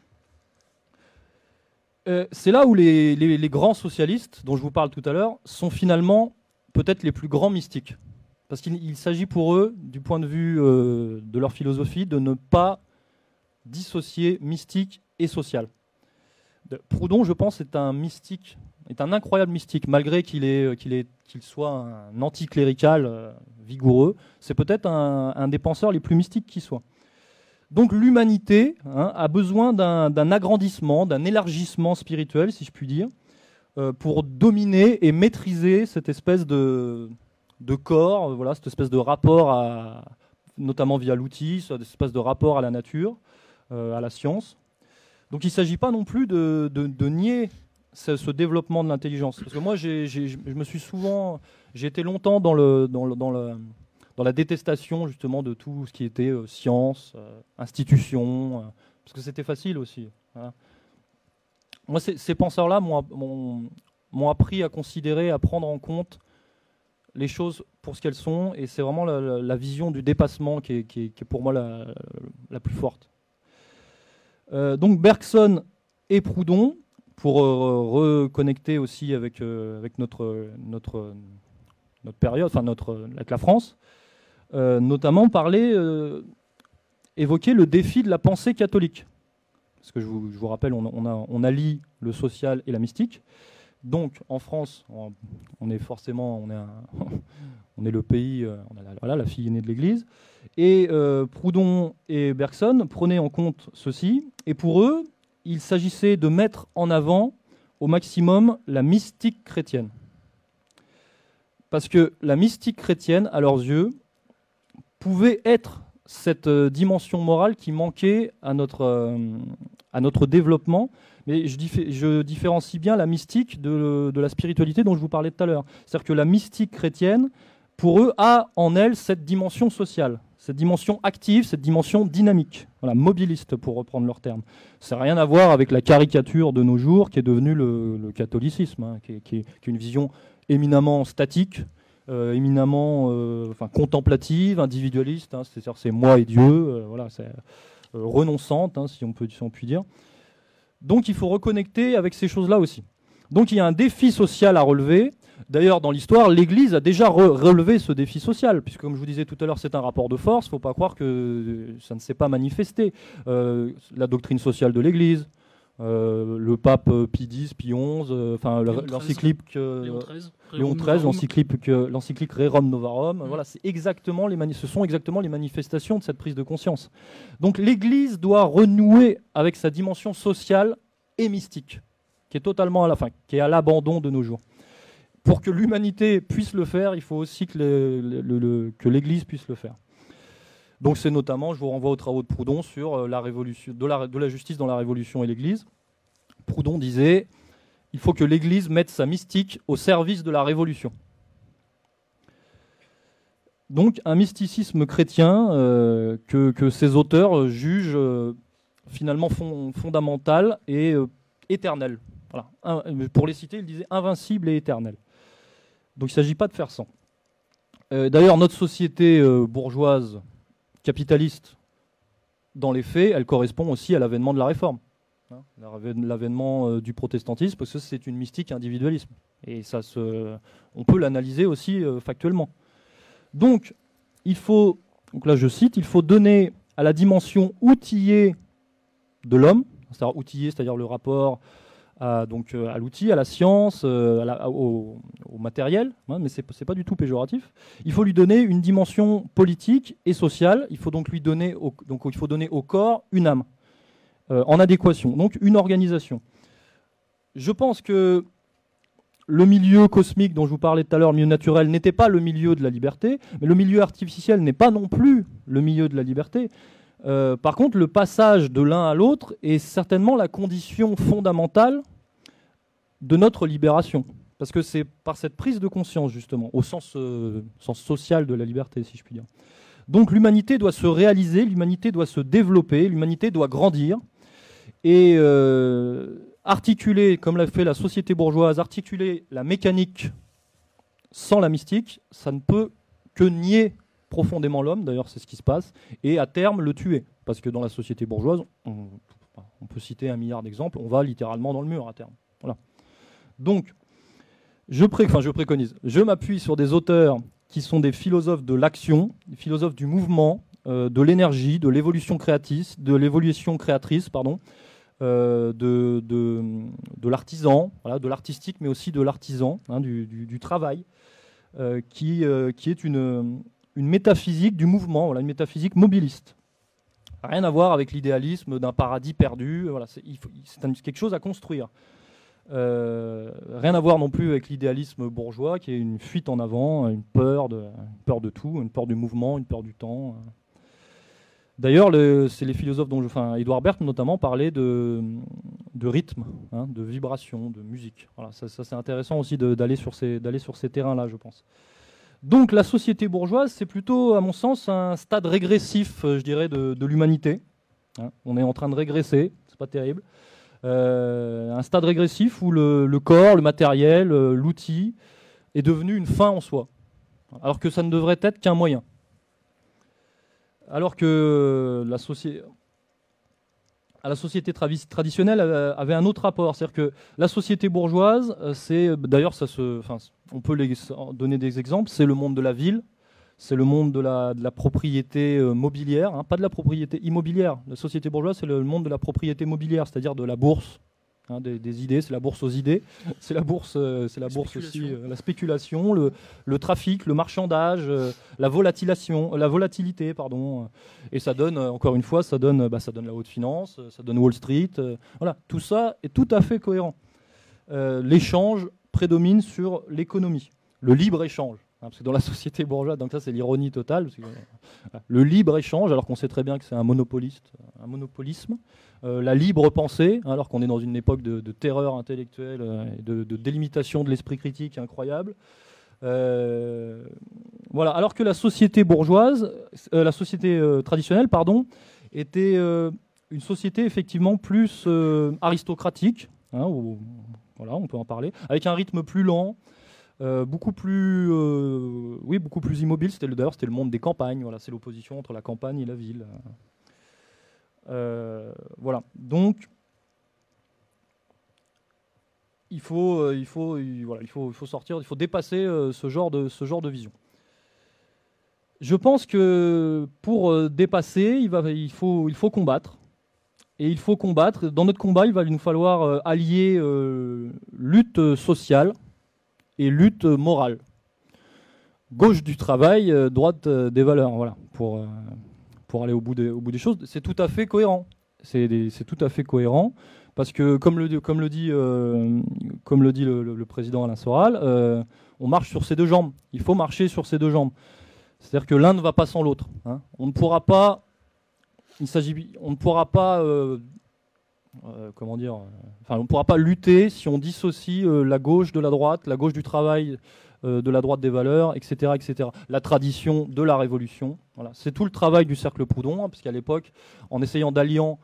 C'est là où les grands socialistes, dont je vous parle tout à l'heure, sont finalement peut-être les plus grands mystiques. Parce qu'il s'agit pour eux, du point de vue de leur philosophie, de ne pas dissocier mystique et social. Proudhon, je pense, est un mystique, est un incroyable mystique, malgré qu'il soit un anticlérical vigoureux. C'est peut-être un des penseurs les plus mystiques qui soit. Donc l'humanité, hein, a besoin d'un agrandissement, d'un élargissement spirituel, si je puis dire, pour dominer et maîtriser cette espèce de corps, voilà, cette espèce de rapport, notamment via l'outil, cette espèce de rapport à la nature, à la science. Donc il ne s'agit pas non plus de nier ce développement de l'intelligence. Parce que moi, j'ai été longtemps dans la détestation justement de tout ce qui était science, institution, parce que c'était facile aussi. Hein. Moi, ces penseurs-là m'ont appris à considérer, à prendre en compte les choses pour ce qu'elles sont, et c'est vraiment la vision du dépassement qui est pour moi la plus forte. Donc Bergson et Proudhon, pour reconnecter aussi avec notre période, enfin avec la France, notamment évoquer le défi de la pensée catholique. Parce que je vous rappelle, on allie le social et la mystique. Donc en France, on est le pays, on a la fille aînée de l'Église. Et Proudhon et Bergson prenaient en compte ceci. Et pour eux, il s'agissait de mettre en avant au maximum la mystique chrétienne. Parce que la mystique chrétienne, à leurs yeux, pouvait être cette dimension morale qui manquait à notre développement. Mais je différencie bien la mystique de la spiritualité dont je vous parlais tout à l'heure. C'est-à-dire que la mystique chrétienne, pour eux, a en elle cette dimension sociale, cette dimension active, cette dimension dynamique, voilà, mobiliste pour reprendre leur terme. Ça n'a rien à voir avec la caricature de nos jours qui est devenue le catholicisme, hein, qui est une vision éminemment statique, éminemment contemplative, individualiste, hein, c'est-à-dire c'est moi et Dieu, voilà, c'est renonçante, hein, si on peut dire. Donc il faut reconnecter avec ces choses-là aussi. Donc il y a un défi social à relever. D'ailleurs, dans l'histoire, l'Église a déjà relevé ce défi social, puisque comme je vous disais tout à l'heure, c'est un rapport de force, il ne faut pas croire que ça ne s'est pas manifesté. La doctrine sociale de l'Église, le pape Pie X, Pie XI, l'encyclique Léon XIII, l'encyclique Rerum Novarum, voilà, ce sont exactement les manifestations de cette prise de conscience. Donc l'Église doit renouer avec sa dimension sociale et mystique, qui est totalement qui est à l'abandon de nos jours. pour que l'humanité puisse le faire, il faut aussi que l'Église puisse le faire. Donc c'est notamment, je vous renvoie aux travaux de Proudhon sur la révolution, de la justice dans la Révolution et l'Église. Proudhon disait, il faut que l'Église mette sa mystique au service de la Révolution. Donc un mysticisme chrétien que ces auteurs jugent finalement fondamental et éternel. Voilà. Pour les citer, ils disaient invincible et éternel. Donc il ne s'agit pas de faire sans. D'ailleurs, notre société bourgeoise, capitaliste, dans les faits, elle correspond aussi à l'avènement de la Réforme. L'avènement du protestantisme, parce que c'est une mystique individualisme. Et on peut l'analyser aussi factuellement. Donc, donc là je cite, il faut donner à la dimension outillée de l'homme, c'est-à-dire outillé, c'est-à-dire le rapport à l'outil, à la science, au matériel, hein, mais c'est pas du tout péjoratif. Il faut lui donner une dimension politique et sociale. Il faut donc lui donner au corps une âme en adéquation, donc une organisation. Je pense que le milieu cosmique dont je vous parlais tout à l'heure, le milieu naturel, n'était pas le milieu de la liberté, mais le milieu artificiel n'est pas non plus le milieu de la liberté. Par contre, le passage de l'un à l'autre est certainement la condition fondamentale de notre libération. Parce que c'est par cette prise de conscience, justement, au sens social de la liberté, si je puis dire. Donc l'humanité doit se réaliser, l'humanité doit se développer, l'humanité doit grandir. Et articuler, comme l'a fait la société bourgeoise, articuler la mécanique sans la mystique, ça ne peut que nier profondément l'homme, d'ailleurs c'est ce qui se passe, et à terme le tuer. Parce que dans la société bourgeoise, on peut citer 1 milliard d'exemples, on va littéralement dans le mur à terme. Voilà. Donc, je préconise, je m'appuie sur des auteurs qui sont des philosophes de l'action, des philosophes du mouvement, de l'énergie, de l'évolution créatrice, de l'artisan, voilà, de l'artistique, mais aussi de l'artisan, hein, du travail, qui est une métaphysique du mouvement, voilà, une métaphysique mobiliste. Rien à voir avec l'idéalisme d'un paradis perdu, voilà, c'est quelque chose à construire. Rien à voir non plus avec l'idéalisme bourgeois, qui est une fuite en avant, une peur de tout, une peur du mouvement, une peur du temps. D'ailleurs, c'est les philosophes Édouard Berthe notamment parlait de rythme, hein, de vibration, de musique. Voilà, ça c'est intéressant aussi d'aller sur ces terrains-là, je pense. Donc la société bourgeoise, c'est plutôt, à mon sens, un stade régressif, je dirais, de l'humanité. Hein, on est en train de régresser, c'est pas terrible. Un stade régressif où le corps, le matériel, l'outil est devenu une fin en soi, alors que ça ne devrait être qu'un moyen. Alors que la société traditionnelle avait un autre rapport, c'est-à-dire que la société bourgeoise, d'ailleurs on peut donner des exemples, c'est le monde de la ville, c'est le monde de la propriété mobilière, hein, pas de la propriété immobilière. La société bourgeoise, c'est le monde de la propriété mobilière, c'est-à-dire de la bourse, hein, des idées, c'est la bourse aux idées, c'est la bourse aussi, la spéculation, le trafic, le marchandage, la volatilité, pardon. Et ça donne, encore une fois, ça donne la haute finance, ça donne Wall Street. Voilà, tout ça est tout à fait cohérent. L'échange prédomine sur l'économie, le libre-échange. Parce que dans la société bourgeoise, donc ça c'est l'ironie totale, parce que, le libre-échange, alors qu'on sait très bien que c'est un monopolisme, la libre pensée, hein, alors qu'on est dans une époque de terreur intellectuelle et de délimitation de l'esprit critique incroyable. Voilà. Alors que la société bourgeoise, la société traditionnelle, était une société effectivement plus aristocratique, hein, voilà, on peut en parler, avec un rythme plus lent. Beaucoup plus immobile. D'ailleurs, c'était le monde des campagnes. Voilà, c'est l'opposition entre la campagne et la ville. Voilà. Donc, il faut sortir, il faut dépasser ce genre de vision. Je pense que pour dépasser, il faut combattre. Et il faut combattre. Dans notre combat, il va nous falloir allier lutte sociale et lutte morale. Gauche du travail, droite des valeurs, voilà, pour aller au bout des choses. C'est tout à fait cohérent. C'est tout à fait cohérent, Parce que, comme le dit le président Alain Soral, on marche sur ses deux jambes. Il faut marcher sur ses deux jambes. C'est-à-dire que l'un ne va pas sans l'autre. Hein. On ne pourra pas... on ne pourra pas... on ne pourra pas lutter si on dissocie la gauche de la droite, la gauche du travail de la droite des valeurs, etc., etc. La tradition de la révolution. Voilà. C'est tout le travail du Cercle Proudhon, hein, parce qu'à l'époque, en essayant d'allier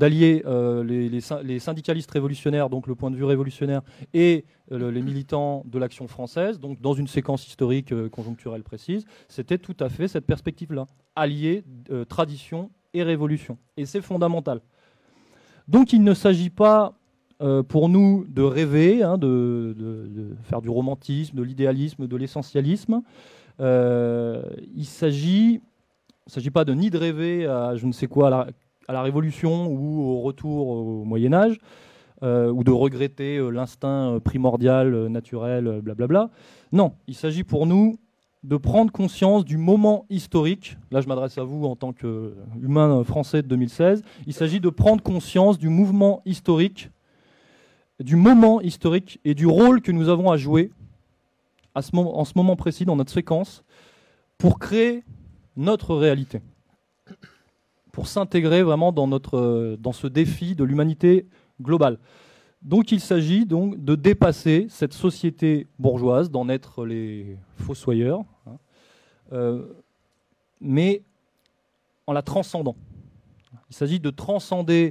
les syndicalistes révolutionnaires, donc le point de vue révolutionnaire, et les militants de l'Action française, donc dans une séquence historique conjoncturelle précise, c'était tout à fait cette perspective-là. Allier tradition et révolution. Et c'est fondamental. Donc il ne s'agit pas pour nous de rêver, hein, de faire du romantisme, de l'idéalisme, de l'essentialisme. Il ne s'agit pas ni de rêver à je ne sais quoi, à la Révolution ou au retour au Moyen-Âge, ou de regretter l'instinct primordial, naturel, blablabla. Non, il s'agit pour nous de prendre conscience du moment historique. Là, je m'adresse à vous en tant qu'humain français de 2016. Il s'agit de prendre conscience du mouvement historique, du moment historique et du rôle que nous avons à jouer en ce moment précis, dans notre séquence, pour créer notre réalité, pour s'intégrer vraiment dans ce défi de l'humanité globale. Donc il s'agit donc de dépasser cette société bourgeoise, d'en être les fossoyeurs, hein, mais en la transcendant. Il s'agit de transcender,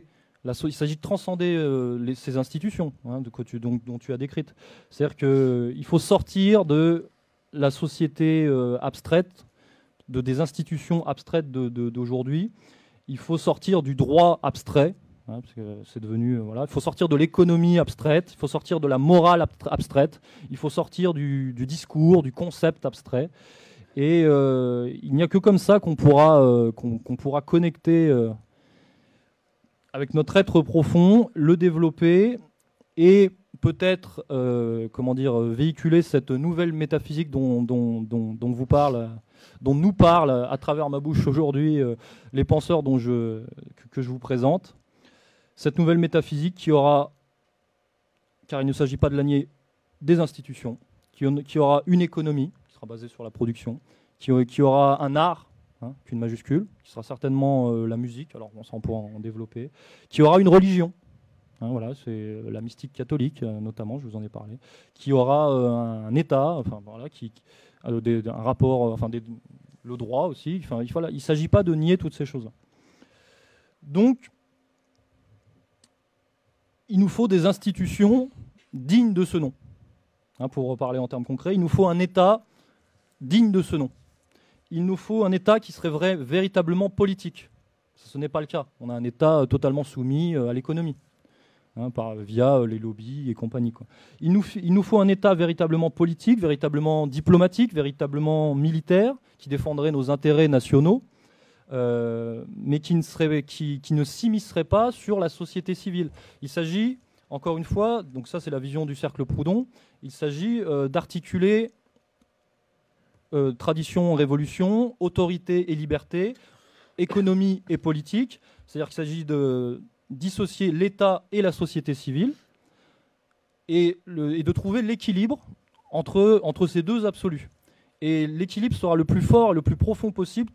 ces institutions, hein, dont tu as décrites. C'est-à-dire qu'il faut sortir de la société abstraite, des institutions abstraites d'aujourd'hui. Il faut sortir du droit abstrait. Hein, parce que c'est devenu, voilà. Il faut sortir de l'économie abstraite, il faut sortir de la morale abstraite, il faut sortir du discours, du concept abstrait. Et il n'y a que comme ça qu'on pourra connecter avec notre être profond, le développer et peut-être véhiculer cette nouvelle métaphysique dont nous parlent à travers ma bouche aujourd'hui les penseurs que je vous présente. Cette nouvelle métaphysique qui aura, car il ne s'agit pas de la nier, des institutions, qui aura une économie, qui sera basée sur la production, qui aura un art, hein, qu'une majuscule, qui sera certainement la musique, alors on pourra en développer, qui aura une religion, hein, voilà, c'est la mystique catholique notamment, je vous en ai parlé, qui aura un État, enfin voilà, un rapport, le droit aussi, enfin, il ne s'agit pas de nier toutes ces choses-là. Donc, il nous faut des institutions dignes de ce nom. Hein, pour reparler en termes concrets, il nous faut un État digne de ce nom. Il nous faut un État qui serait véritablement politique. Ce n'est pas le cas. On a un État totalement soumis à l'économie, hein, via les lobbies et compagnie, quoi. Il nous faut un État véritablement politique, véritablement diplomatique, véritablement militaire, qui défendrait nos intérêts nationaux, mais qui ne s'immiscerait pas sur la société civile. Il s'agit, encore une fois, donc ça c'est la vision du Cercle Proudhon, il s'agit d'articuler tradition, révolution, autorité et liberté, économie et politique. C'est-à-dire qu'il s'agit de dissocier l'État et la société civile et de trouver l'équilibre entre ces deux absolus. Et l'équilibre sera le plus fort, le plus profond possible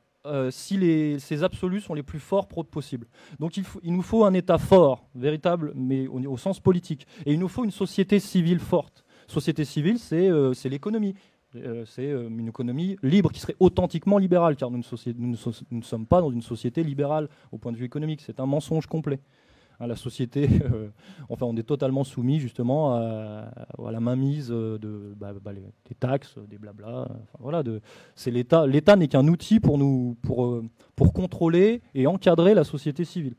si ces absolus sont les plus forts possibles. Donc il nous faut un État fort, véritable, mais au sens politique. Et il nous faut une société civile forte. Société civile, c'est l'économie. C'est une économie libre qui serait authentiquement libérale, car nous ne sommes pas dans une société libérale au point de vue économique. C'est un mensonge complet. Hein, la société, on est totalement soumis justement à la mainmise des taxes, des blabla. Voilà, c'est l'État. L'État n'est qu'un outil pour contrôler et encadrer la société civile.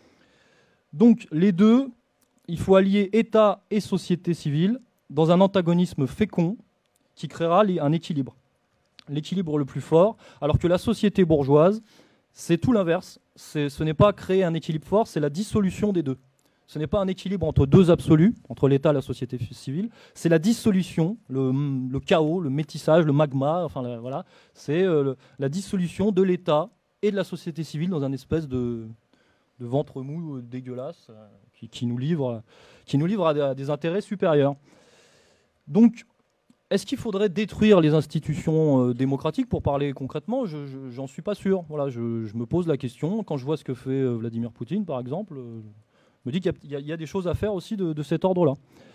Donc les deux, il faut allier État et société civile dans un antagonisme fécond qui créera un équilibre. L'équilibre le plus fort, alors que la société bourgeoise, c'est tout l'inverse. Ce n'est pas créer un équilibre fort, c'est la dissolution des deux. Ce n'est pas un équilibre entre deux absolus, entre l'État et la société civile, c'est la dissolution, le chaos, le métissage, le magma, voilà. C'est la dissolution de l'État et de la société civile dans un espèce de ventre mou dégueulasse qui nous livre à des intérêts supérieurs. Donc, est-ce qu'il faudrait détruire les institutions démocratiques pour parler concrètement? J'en suis pas sûr. Voilà, je me pose la question. Quand je vois ce que fait Vladimir Poutine, par exemple, je me dis qu'il y a des choses à faire aussi de cet ordre-là.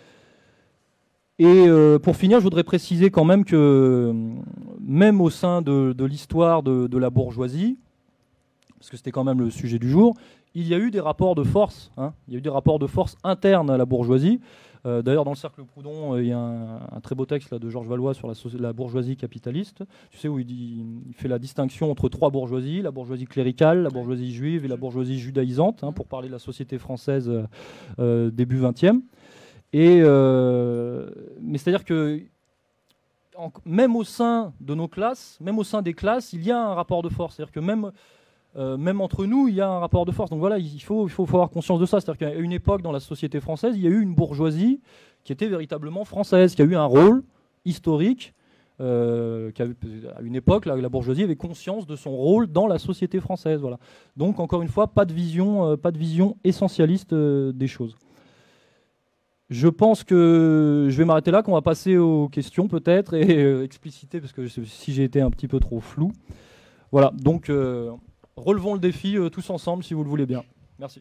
Et pour finir, je voudrais préciser quand même que même au sein de l'histoire de la bourgeoisie, parce que c'était quand même le sujet du jour, il y a eu des rapports de force. Il y a eu des rapports de force internes à la bourgeoisie. D'ailleurs, dans le Cercle Proudhon, il y a un très beau texte là, de Georges Valois sur la bourgeoisie capitaliste, tu sais, où il fait la distinction entre trois bourgeoisies, la bourgeoisie cléricale, la bourgeoisie juive et la bourgeoisie judaïsante, pour parler de la société française début 20e. Mais c'est-à-dire que même au sein de nos classes, même au sein des classes, il y a un rapport de force. C'est-à-dire que même entre nous, il y a un rapport de force. Donc voilà, il faut avoir conscience de ça. C'est-à-dire qu'à une époque, dans la société française, il y a eu une bourgeoisie qui était véritablement française, qui a eu un rôle historique. À une époque, la bourgeoisie avait conscience de son rôle dans la société française. Voilà. Donc encore une fois, pas de vision essentialiste des choses. Je pense que je vais m'arrêter là, qu'on va passer aux questions peut-être et expliciter, parce que si j'ai été un petit peu trop flou. Voilà, donc relevons le défi tous ensemble si vous le voulez bien. Merci.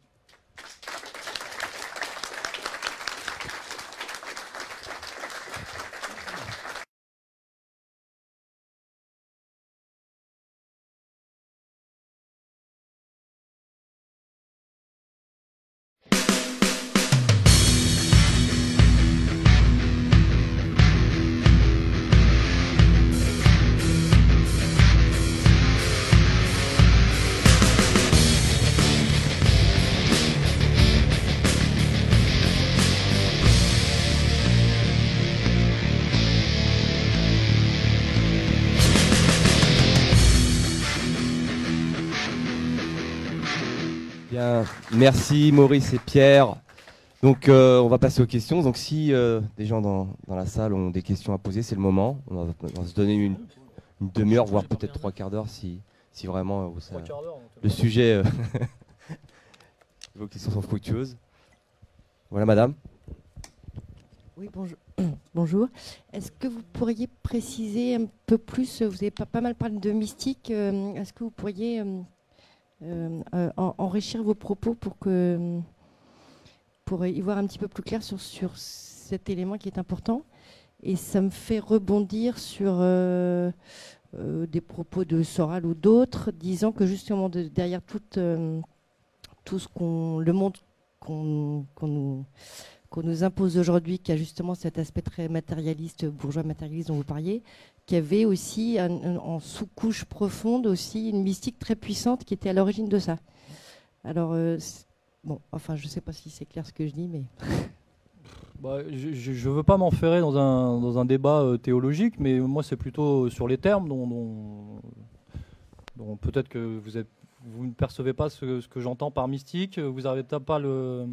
Bien, merci Maurice et Pierre. Donc on va passer aux questions. Donc si des gens dans la salle ont des questions à poser, c'est le moment. On va se donner une demi-heure, voire peut-être 3 quarts d'heure si vraiment le sujet, vos questions sont fructueuses. Voilà madame. Oui, bonjour. Bonjour. Est-ce que vous pourriez préciser un peu plus, vous avez pas mal parlé de mystique, est-ce que vous pourriez enrichir vos propos pour y voir un petit peu plus clair sur cet élément qui est important? Et ça me fait rebondir sur des propos de Soral ou d'autres, disant que justement derrière tout le monde qu'on nous impose aujourd'hui, qui a justement cet aspect très matérialiste, bourgeois matérialiste dont vous parliez, qui avait aussi en sous-couche profonde aussi une mystique très puissante qui était à l'origine de ça. Alors, bon, enfin, je ne sais pas si c'est clair ce que je dis, mais... Bah, je ne veux pas m'enferrer dans un débat théologique, mais moi c'est plutôt sur les termes dont peut-être que vous ne percevez pas ce que j'entends par mystique, vous n'arrivez pas le...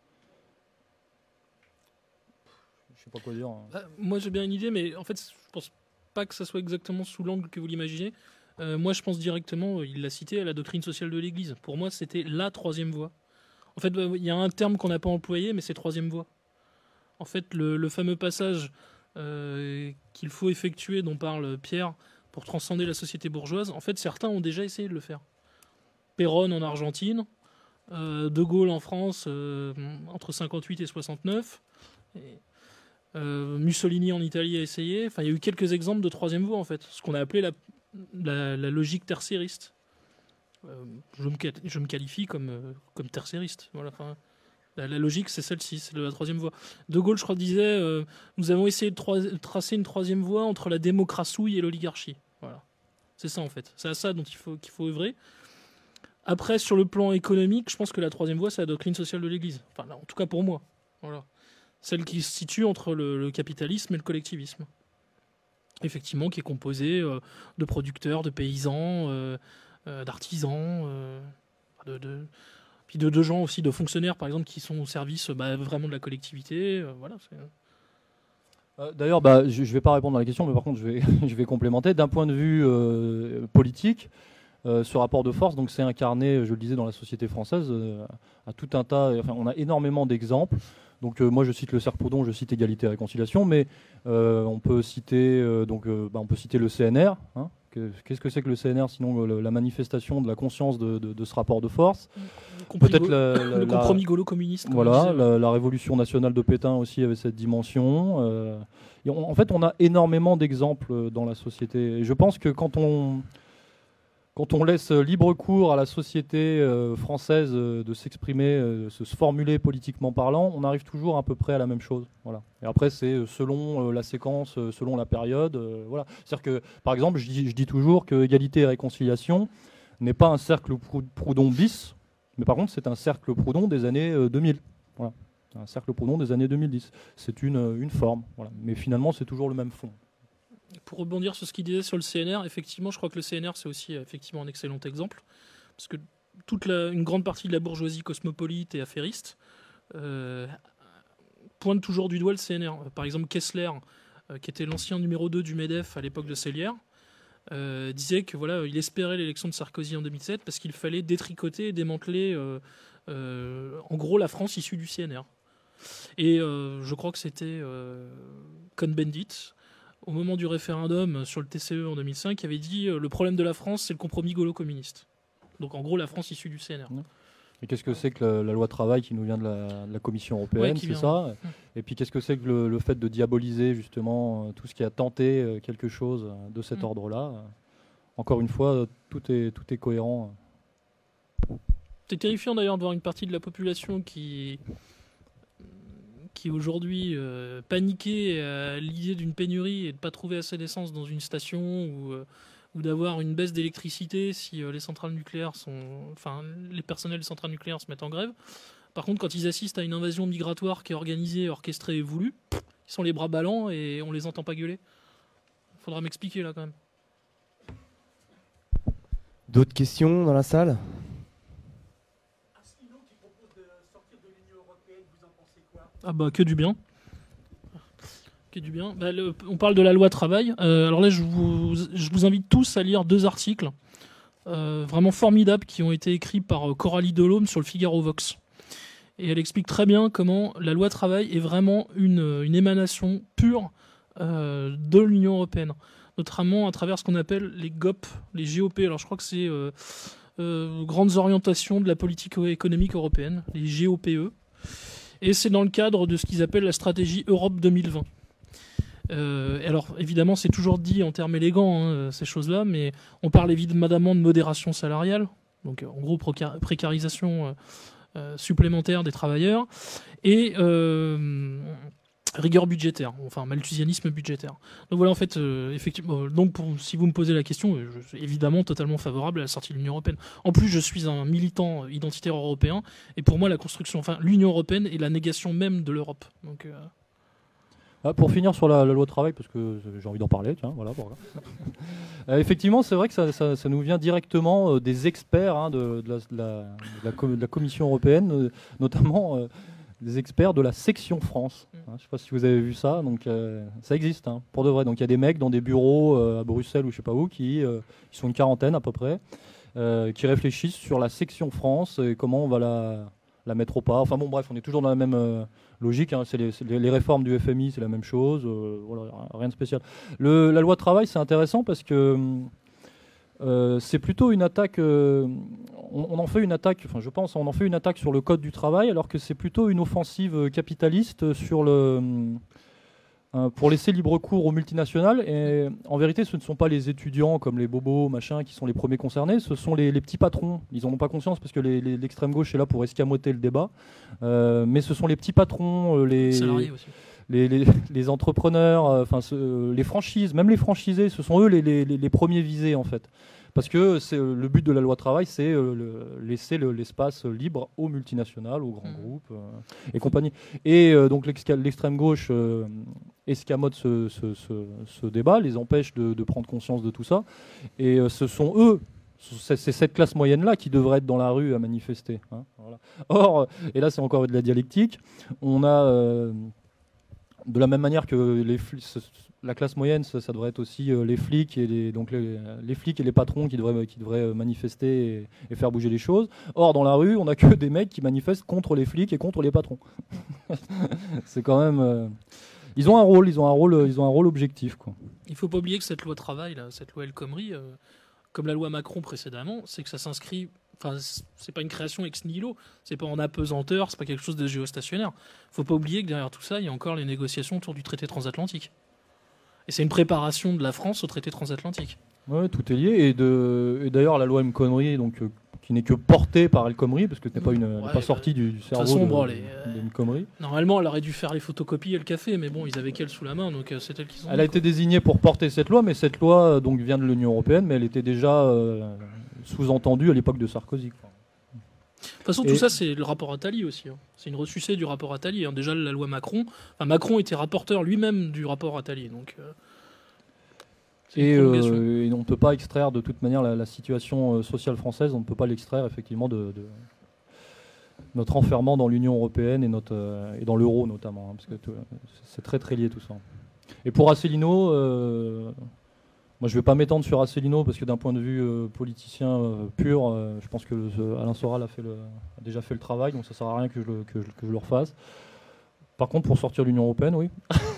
Je sais pas quoi dire. Moi j'ai bien une idée, mais en fait je pense pas que ça soit exactement sous l'angle que vous l'imaginez. Moi je pense directement, il l'a cité, à la doctrine sociale de l'Église. Pour moi c'était la troisième voie. En fait il y a un terme qu'on n'a pas employé, mais c'est troisième voie. En fait le fameux passage qu'il faut effectuer, dont parle Pierre, pour transcender la société bourgeoise, en fait certains ont déjà essayé de le faire. Péronne en Argentine, De Gaulle en France entre 58 et 69, Mussolini en Italie a essayé. Enfin, il y a eu quelques exemples de troisième voie, en fait, ce qu'on a appelé la logique tertiairiste. Je me qualifie comme tertiairiste. Voilà, enfin, la logique, c'est celle-ci, c'est la troisième voie. De Gaulle, je crois, disait nous avons essayé de tracer une troisième voie entre la démocratie et l'oligarchie. Voilà. C'est ça, en fait. C'est à ça dont qu'il faut œuvrer. Après, sur le plan économique, je pense que la troisième voie, c'est la doctrine sociale de l'Église. Enfin, en tout cas pour moi. Voilà. Celle qui se situe entre le capitalisme et le collectivisme. Effectivement, qui est composée de producteurs, de paysans, d'artisans, puis de gens aussi, de fonctionnaires, par exemple, qui sont au service vraiment de la collectivité. Voilà. D'ailleurs, je ne vais pas répondre à la question, mais par contre, je vais complémenter. D'un point de vue politique, Ce rapport de force, donc c'est incarné, je le disais, dans la société française, à tout un tas. Enfin, on a énormément d'exemples. Donc moi je cite le cercle Proudhon, je cite égalité et réconciliation, mais on peut citer on peut citer le CNR. Hein. Qu'est-ce que c'est que le CNR sinon la manifestation de la conscience de ce rapport de force. Peut-être le compromis gaulo-communiste. Voilà, la révolution nationale de Pétain aussi avait cette dimension. En fait, on a énormément d'exemples dans la société. Et je pense que quand on laisse libre cours à la société française de s'exprimer, se formuler politiquement parlant, on arrive toujours à peu près à la même chose. Voilà. Et après, c'est selon la séquence, selon la période. Voilà. C'est-à-dire que, par exemple, je dis toujours que égalité et réconciliation n'est pas un cercle Proudhon bis, mais par contre, c'est un cercle Proudhon des années 2000. Voilà. Un cercle Proudhon des années 2010. C'est une forme. Voilà. Mais finalement, c'est toujours le même fond. Pour rebondir sur ce qu'il disait sur le CNR, effectivement, je crois que le CNR, c'est aussi effectivement un excellent exemple, parce que une grande partie de la bourgeoisie cosmopolite et affairiste pointe toujours du doigt le CNR. Par exemple, Kessler, qui était l'ancien numéro 2 du MEDEF à l'époque de Sellière, disait que voilà, il espérait l'élection de Sarkozy en 2007 parce qu'il fallait détricoter et démanteler en gros la France issue du CNR. Et je crois que c'était Cohn-Bendit, au moment du référendum sur le TCE en 2005, qui avait dit le problème de la France, c'est le compromis gaulo-communiste. Donc en gros, la France issue du CNR. Et qu'est-ce que c'est que la loi travail qui nous vient de la Commission européenne, c'est ça. Et puis qu'est-ce que c'est que le fait de diaboliser justement tout ce qui a tenté quelque chose de cet ordre-là. Encore une fois, tout est cohérent. C'est terrifiant d'ailleurs de voir une partie de la population qui aujourd'hui paniquait à l'idée d'une pénurie et de ne pas trouver assez d'essence dans une station ou d'avoir une baisse d'électricité si les centrales nucléaires les personnels des centrales nucléaires se mettent en grève. Par contre, quand ils assistent à une invasion migratoire qui est organisée, orchestrée et voulue, ils sont les bras ballants et on les entend pas gueuler. Il faudra m'expliquer là quand même. D'autres questions dans la salle ? Ah bah que du bien. Que du bien. Bah, on parle de la loi travail. Alors là, je vous invite tous à lire 2 articles vraiment formidables qui ont été écrits par Coralie Delhomme sur le Figaro Vox. Et elle explique très bien comment la loi travail est vraiment une émanation pure de l'Union européenne, notamment à travers ce qu'on appelle les GOP, les GOP. Alors je crois que c'est grandes orientations de la politique économique européenne, les GOPE. Et c'est dans le cadre de ce qu'ils appellent la stratégie Europe 2020. Alors évidemment c'est toujours dit en termes élégants ces choses-là, mais on parle évidemment de modération salariale, donc en gros précarisation supplémentaire des travailleurs, et rigueur budgétaire, enfin malthusianisme budgétaire. Donc voilà en fait, effectivement, donc si vous me posez la question, je suis évidemment totalement favorable à la sortie de l'Union européenne. En plus je suis un militant identitaire européen, et pour moi la construction, l'Union européenne est la négation même de l'Europe. Donc pour finir sur la loi de travail, parce que j'ai envie d'en parler, tiens, voilà. Effectivement, c'est vrai que ça nous vient directement des experts de la Commission européenne, notamment des experts de la section France. Je ne sais pas si vous avez vu ça, donc ça existe, pour de vrai. Donc il y a des mecs dans des bureaux à Bruxelles ou je ne sais pas où, qui sont une quarantaine à peu près, qui réfléchissent sur la section France et comment on va la mettre au pas. Enfin bon, bref, on est toujours dans la même logique. C'est les réformes du FMI, c'est la même chose. Voilà, rien de spécial. La loi travail, c'est intéressant parce que c'est plutôt une attaque. On en fait une attaque. Enfin, je pense, on en fait une attaque sur le code du travail, alors que c'est plutôt une offensive capitaliste sur pour laisser libre cours aux multinationales. Et en vérité, ce ne sont pas les étudiants comme les bobos, machin, qui sont les premiers concernés. Ce sont les petits patrons. Ils n'en ont pas conscience parce que l'extrême gauche est là pour escamoter le débat. Mais ce sont les petits patrons, les salariés aussi. Les entrepreneurs, les franchises, même les franchisés, ce sont eux les premiers visés en fait. Parce que le but de la loi travail, c'est laisser l'espace libre aux multinationales, aux grands groupes et compagnie. Et donc l'extrême gauche escamote ce débat, les empêche de prendre conscience de tout ça. Et ce sont eux, c'est cette classe moyenne-là qui devrait être dans la rue à manifester. Voilà. Or, et là c'est encore de la dialectique, on a... de la même manière que la classe moyenne, ça devrait être aussi les flics et les flics et les patrons qui devraient manifester et faire bouger les choses. Or, dans la rue, on n'a que des mecs qui manifestent contre les flics et contre les patrons. C'est quand même. Ils ont un rôle objectif, quoi. Il ne faut pas oublier que cette loi travail, là, cette loi El Khomri, comme la loi Macron précédemment, c'est que ça s'inscrit. Enfin, c'est pas une création ex nihilo, c'est pas en apesanteur, c'est pas quelque chose de géostationnaire. Faut pas oublier que derrière tout ça, il y a encore les négociations autour du traité transatlantique. Et c'est une préparation de la France au traité transatlantique. Ouais, tout est lié. Et d'ailleurs, la loi El Khomri, donc qui n'est que portée par El Khomri, parce que ce n'est pas pas sortie du cerveau de El Khomri. Normalement, elle aurait dû faire les photocopies et le café, mais bon, ils avaient qu'elle sous la main, donc c'est elle qui sont. Elle a été désignée pour porter cette loi, mais cette loi donc vient de l'Union européenne, mais elle était déjà sous-entendue à l'époque de Sarkozy, quoi. De toute façon, tout ça, c'est le rapport Attali aussi. Hein. C'est une ressucée du rapport Attali. Hein. Déjà, la loi Macron. Enfin, Macron était rapporteur lui-même du rapport Attali. Donc, et on ne peut pas extraire de toute manière la situation sociale française, on ne peut pas l'extraire effectivement de notre enfermement dans l'Union européenne et dans l'euro notamment, hein, parce que c'est très très lié tout ça. Et pour Asselineau, moi je ne vais pas m'étendre sur Asselineau parce que d'un point de vue politicien pur, je pense que Alain Soral a déjà fait le travail, donc ça ne sert à rien que je le refasse. Par contre, pour sortir de l'Union européenne, oui.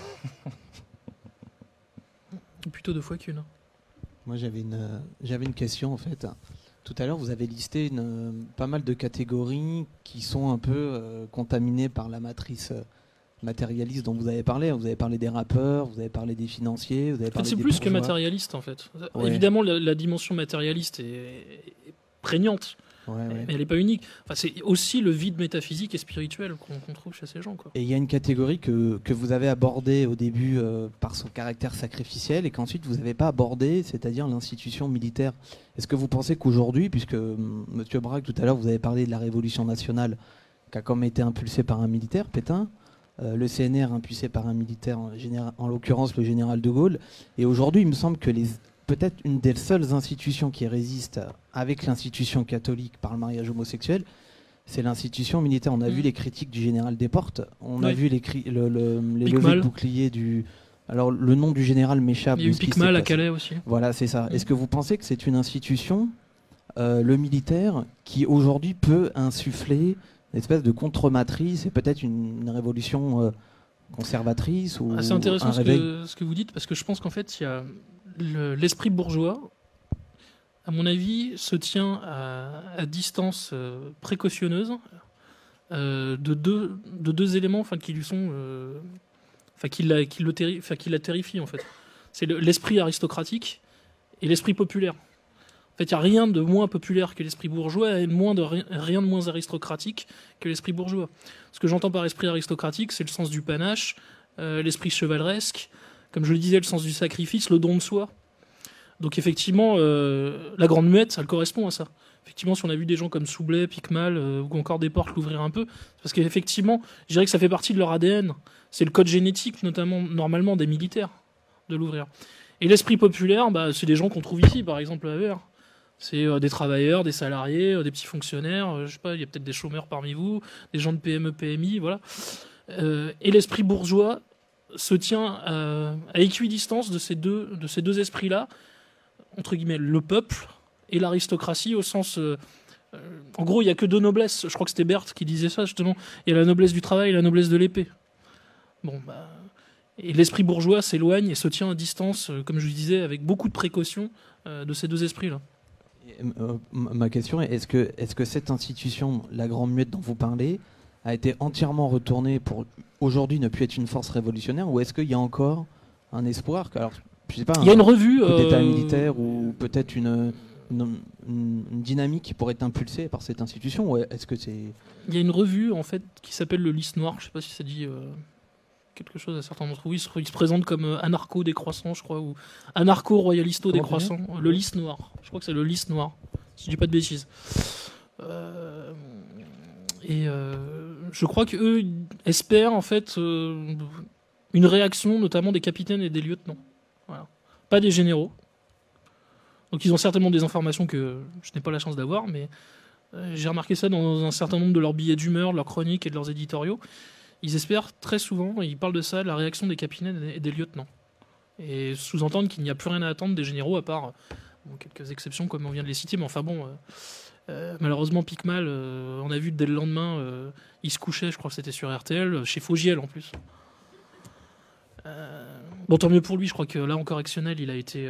Plutôt 2 fois qu'une. Moi, j'avais une question en fait. Tout à l'heure, vous avez listé pas mal de catégories qui sont un peu contaminées par la matrice matérialiste dont vous avez parlé. Vous avez parlé des rappeurs, vous avez parlé des financiers, vous avez parlé c'est des plus que bourgeois. matérialiste en fait. Ouais. Évidemment, la dimension matérialiste est prégnante. Mais elle n'est pas unique. Enfin, c'est aussi le vide métaphysique et spirituel qu'on trouve chez ces gens, quoi. Et il y a une catégorie que vous avez abordée au début par son caractère sacrificiel et qu'ensuite vous n'avez pas abordé, c'est-à-dire l'institution militaire. Est-ce que vous pensez qu'aujourd'hui, puisque M. Braque, tout à l'heure, vous avez parlé de la Révolution nationale qui a comme été impulsée par un militaire, Pétain, le CNR impulsé par un militaire, en l'occurrence le général de Gaulle, et aujourd'hui il me semble que peut-être une des seules institutions qui résiste avec l'institution catholique par le mariage homosexuel, c'est l'institution militaire. On a vu les critiques du général Desportes, on a vu les levées de boucliers du... Alors le nom du général m'échappe. Il y a eu Picmal à Calais aussi. Voilà, c'est ça. Est-ce que vous pensez que c'est une institution, le militaire, qui aujourd'hui peut insuffler une espèce de contre-matrice et peut-être une révolution conservatrice ou c'est intéressant un réveil ce que vous dites, parce que je pense qu'en fait, il y a l'esprit bourgeois, à mon avis, se tient à distance précautionneuse de deux éléments qui lui sont... qui la terrifient, en fait. C'est l'esprit aristocratique et l'esprit populaire. En fait, il n'y a rien de moins populaire que l'esprit bourgeois et rien de moins aristocratique que l'esprit bourgeois. Ce que j'entends par esprit aristocratique, c'est le sens du panache, l'esprit chevaleresque, comme je le disais, le sens du sacrifice, le don de soi. Donc effectivement, la Grande Muette, ça le correspond à ça. Effectivement, si on a vu des gens comme Soublet, Picmal ou encore Desportes l'ouvrir un peu, c'est parce qu'effectivement, je dirais que ça fait partie de leur ADN. C'est le code génétique, notamment, normalement, des militaires, de l'ouvrir. Et l'esprit populaire, c'est des gens qu'on trouve ici, par exemple, à Avers. C'est des travailleurs, des salariés, des petits fonctionnaires, je sais pas, il y a peut-être des chômeurs parmi vous, des gens de PME, PMI, voilà. Et l'esprit bourgeois se tient à équidistance de ces deux esprits-là, entre guillemets, le peuple et l'aristocratie, au sens... en gros, il n'y a que 2 noblesses. Je crois que c'était Berthe qui disait ça, justement. Il y a la noblesse du travail et la noblesse de l'épée. Et l'esprit bourgeois s'éloigne et se tient à distance, comme je le disais, avec beaucoup de précautions de ces 2 esprits-là. Ma question est, est-ce que cette institution, la Grande Muette dont vous parlez, a été entièrement retournée pour aujourd'hui ne plus être une force révolutionnaire, ou est-ce qu'il y a encore un espoir alors, je sais pas, il y a une revue coup d'état militaire ou peut-être une dynamique qui pourrait être impulsée par cette institution, ou est-ce que c'est... Il y a une revue en fait qui s'appelle le Lys Noir, je sais pas si ça dit quelque chose à certains d'entre vous. Il se présente comme anarcho-décroissant, je crois, ou anarcho-royalisto-décroissant. Le Lys Noir, je crois que c'est le Lys Noir, si je dis pas de bêtises. Je crois qu'eux espèrent en fait une réaction, notamment des capitaines et des lieutenants. Voilà. Pas des généraux. Donc ils ont certainement des informations que je n'ai pas la chance d'avoir, mais j'ai remarqué ça dans un certain nombre de leurs billets d'humeur, de leurs chroniques et de leurs éditoriaux. Ils espèrent très souvent, et ils parlent de ça, la réaction des capitaines et des lieutenants. Et sous-entendre qu'il n'y a plus rien à attendre des généraux, à part quelques exceptions comme on vient de les citer. Mais enfin bon, malheureusement, Picmal, on a vu dès le lendemain, il se couchait, je crois que c'était sur RTL, chez Fogiel en plus. Bon, tant mieux pour lui, je crois que là, en correctionnel, il a été...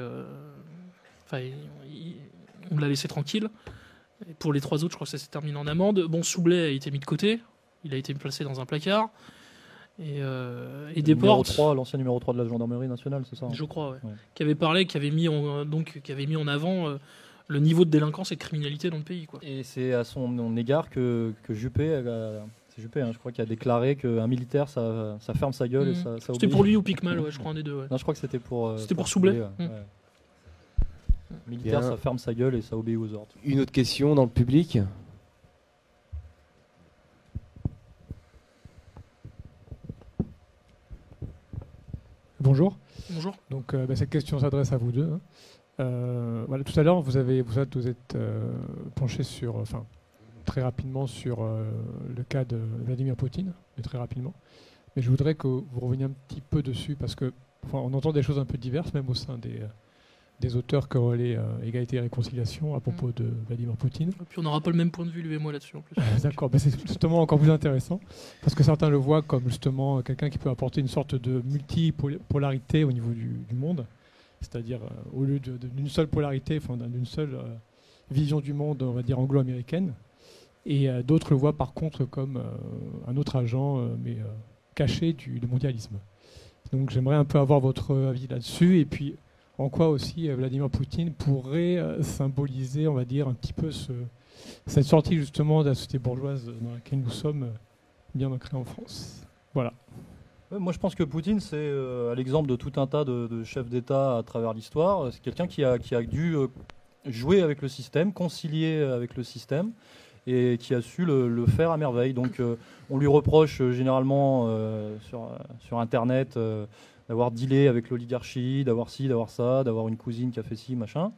on l'a laissé tranquille. Et pour les 3 autres, je crois que ça s'est terminé en amende. Bon, Soublet a été mis de côté. Il a été placé dans un placard. Et Desportes, l'ancien numéro 3 de la gendarmerie nationale, c'est ça, hein? Je crois, ouais. Qui avait parlé, qui avait mis en avant le niveau de délinquance et de criminalité dans le pays, quoi. Et c'est à son égard que Juppé, c'est Juppé, hein, je crois, qui a déclaré qu'un militaire, ça ferme sa gueule et ça C'était obéit. pour lui ou Picmal, ouais, je crois, un des deux. Ouais. Non, je crois que c'était pour Soublet. Ouais. Militaire, ça ferme sa gueule et ça obéit aux ordres. Une autre question dans le public? Bonjour. Bonjour. Donc cette question s'adresse à vous deux, hein. Voilà, tout à l'heure, vous êtes penché sur, très rapidement sur le cas de Vladimir Poutine, mais très rapidement. Mais je voudrais que vous reveniez un petit peu dessus, parce que on entend des choses un peu diverses, même au sein des auteurs que relaient Égalité et Réconciliation à propos de Vladimir Poutine. Et puis on n'aura pas le même point de vue, lui et moi, là-dessus, en plus. D'accord, c'est justement encore plus intéressant, parce que certains le voient comme justement quelqu'un qui peut apporter une sorte de multipolarité au niveau du monde, c'est-à-dire au lieu d'une seule polarité, d'une seule vision du monde, on va dire anglo-américaine, et d'autres le voient par contre comme un autre agent, mais caché du mondialisme. Donc j'aimerais un peu avoir votre avis là-dessus, et puis en quoi aussi Vladimir Poutine pourrait symboliser, on va dire, un petit peu cette sortie justement de la société bourgeoise dans laquelle nous sommes bien ancrés en France. Voilà. Moi, je pense que Poutine, c'est à l'exemple de tout un tas de chefs d'État à travers l'histoire. C'est quelqu'un qui a dû jouer avec le système, concilier avec le système, et qui a su le faire à merveille. Donc, on lui reproche généralement sur Internet d'avoir dealé avec l'oligarchie, d'avoir ci, d'avoir ça, d'avoir une cousine qui a fait ci, machin.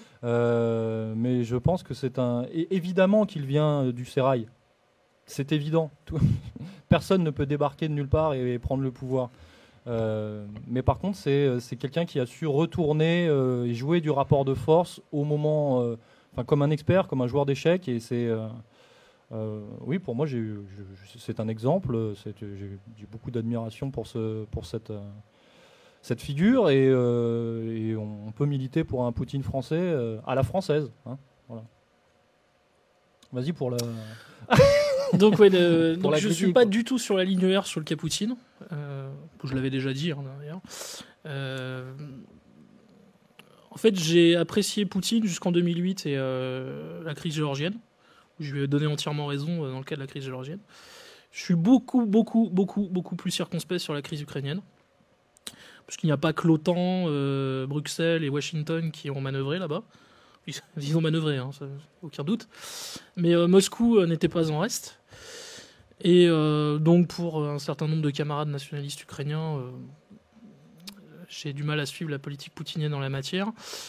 Mais je pense que évidemment qu'il vient du sérail. C'est évident. Personne ne peut débarquer de nulle part et prendre le pouvoir. Mais par contre, c'est quelqu'un qui a su retourner et jouer du rapport de force au moment, comme un expert, comme un joueur d'échecs. Et oui, pour moi, c'est un exemple. J'ai beaucoup d'admiration pour cette figure, et on peut militer pour un Poutine français à la française. Hein, voilà. Vas-y pour la... Donc, je ne suis pas du tout sur la ligne R sur le cas Poutine. Je l'avais déjà dit, hein, d'ailleurs. En fait, j'ai apprécié Poutine jusqu'en 2008 et la crise géorgienne. Je lui ai donné entièrement raison dans le cas de la crise géorgienne. Je suis beaucoup plus circonspect sur la crise ukrainienne. Parce qu'il n'y a pas que l'OTAN, Bruxelles et Washington qui ont manœuvré là-bas. Ils ont manœuvré, hein, ça, aucun doute. Mais Moscou n'était pas en reste. Et donc pour un certain nombre de camarades nationalistes ukrainiens, j'ai du mal à suivre la politique poutinienne en la matière.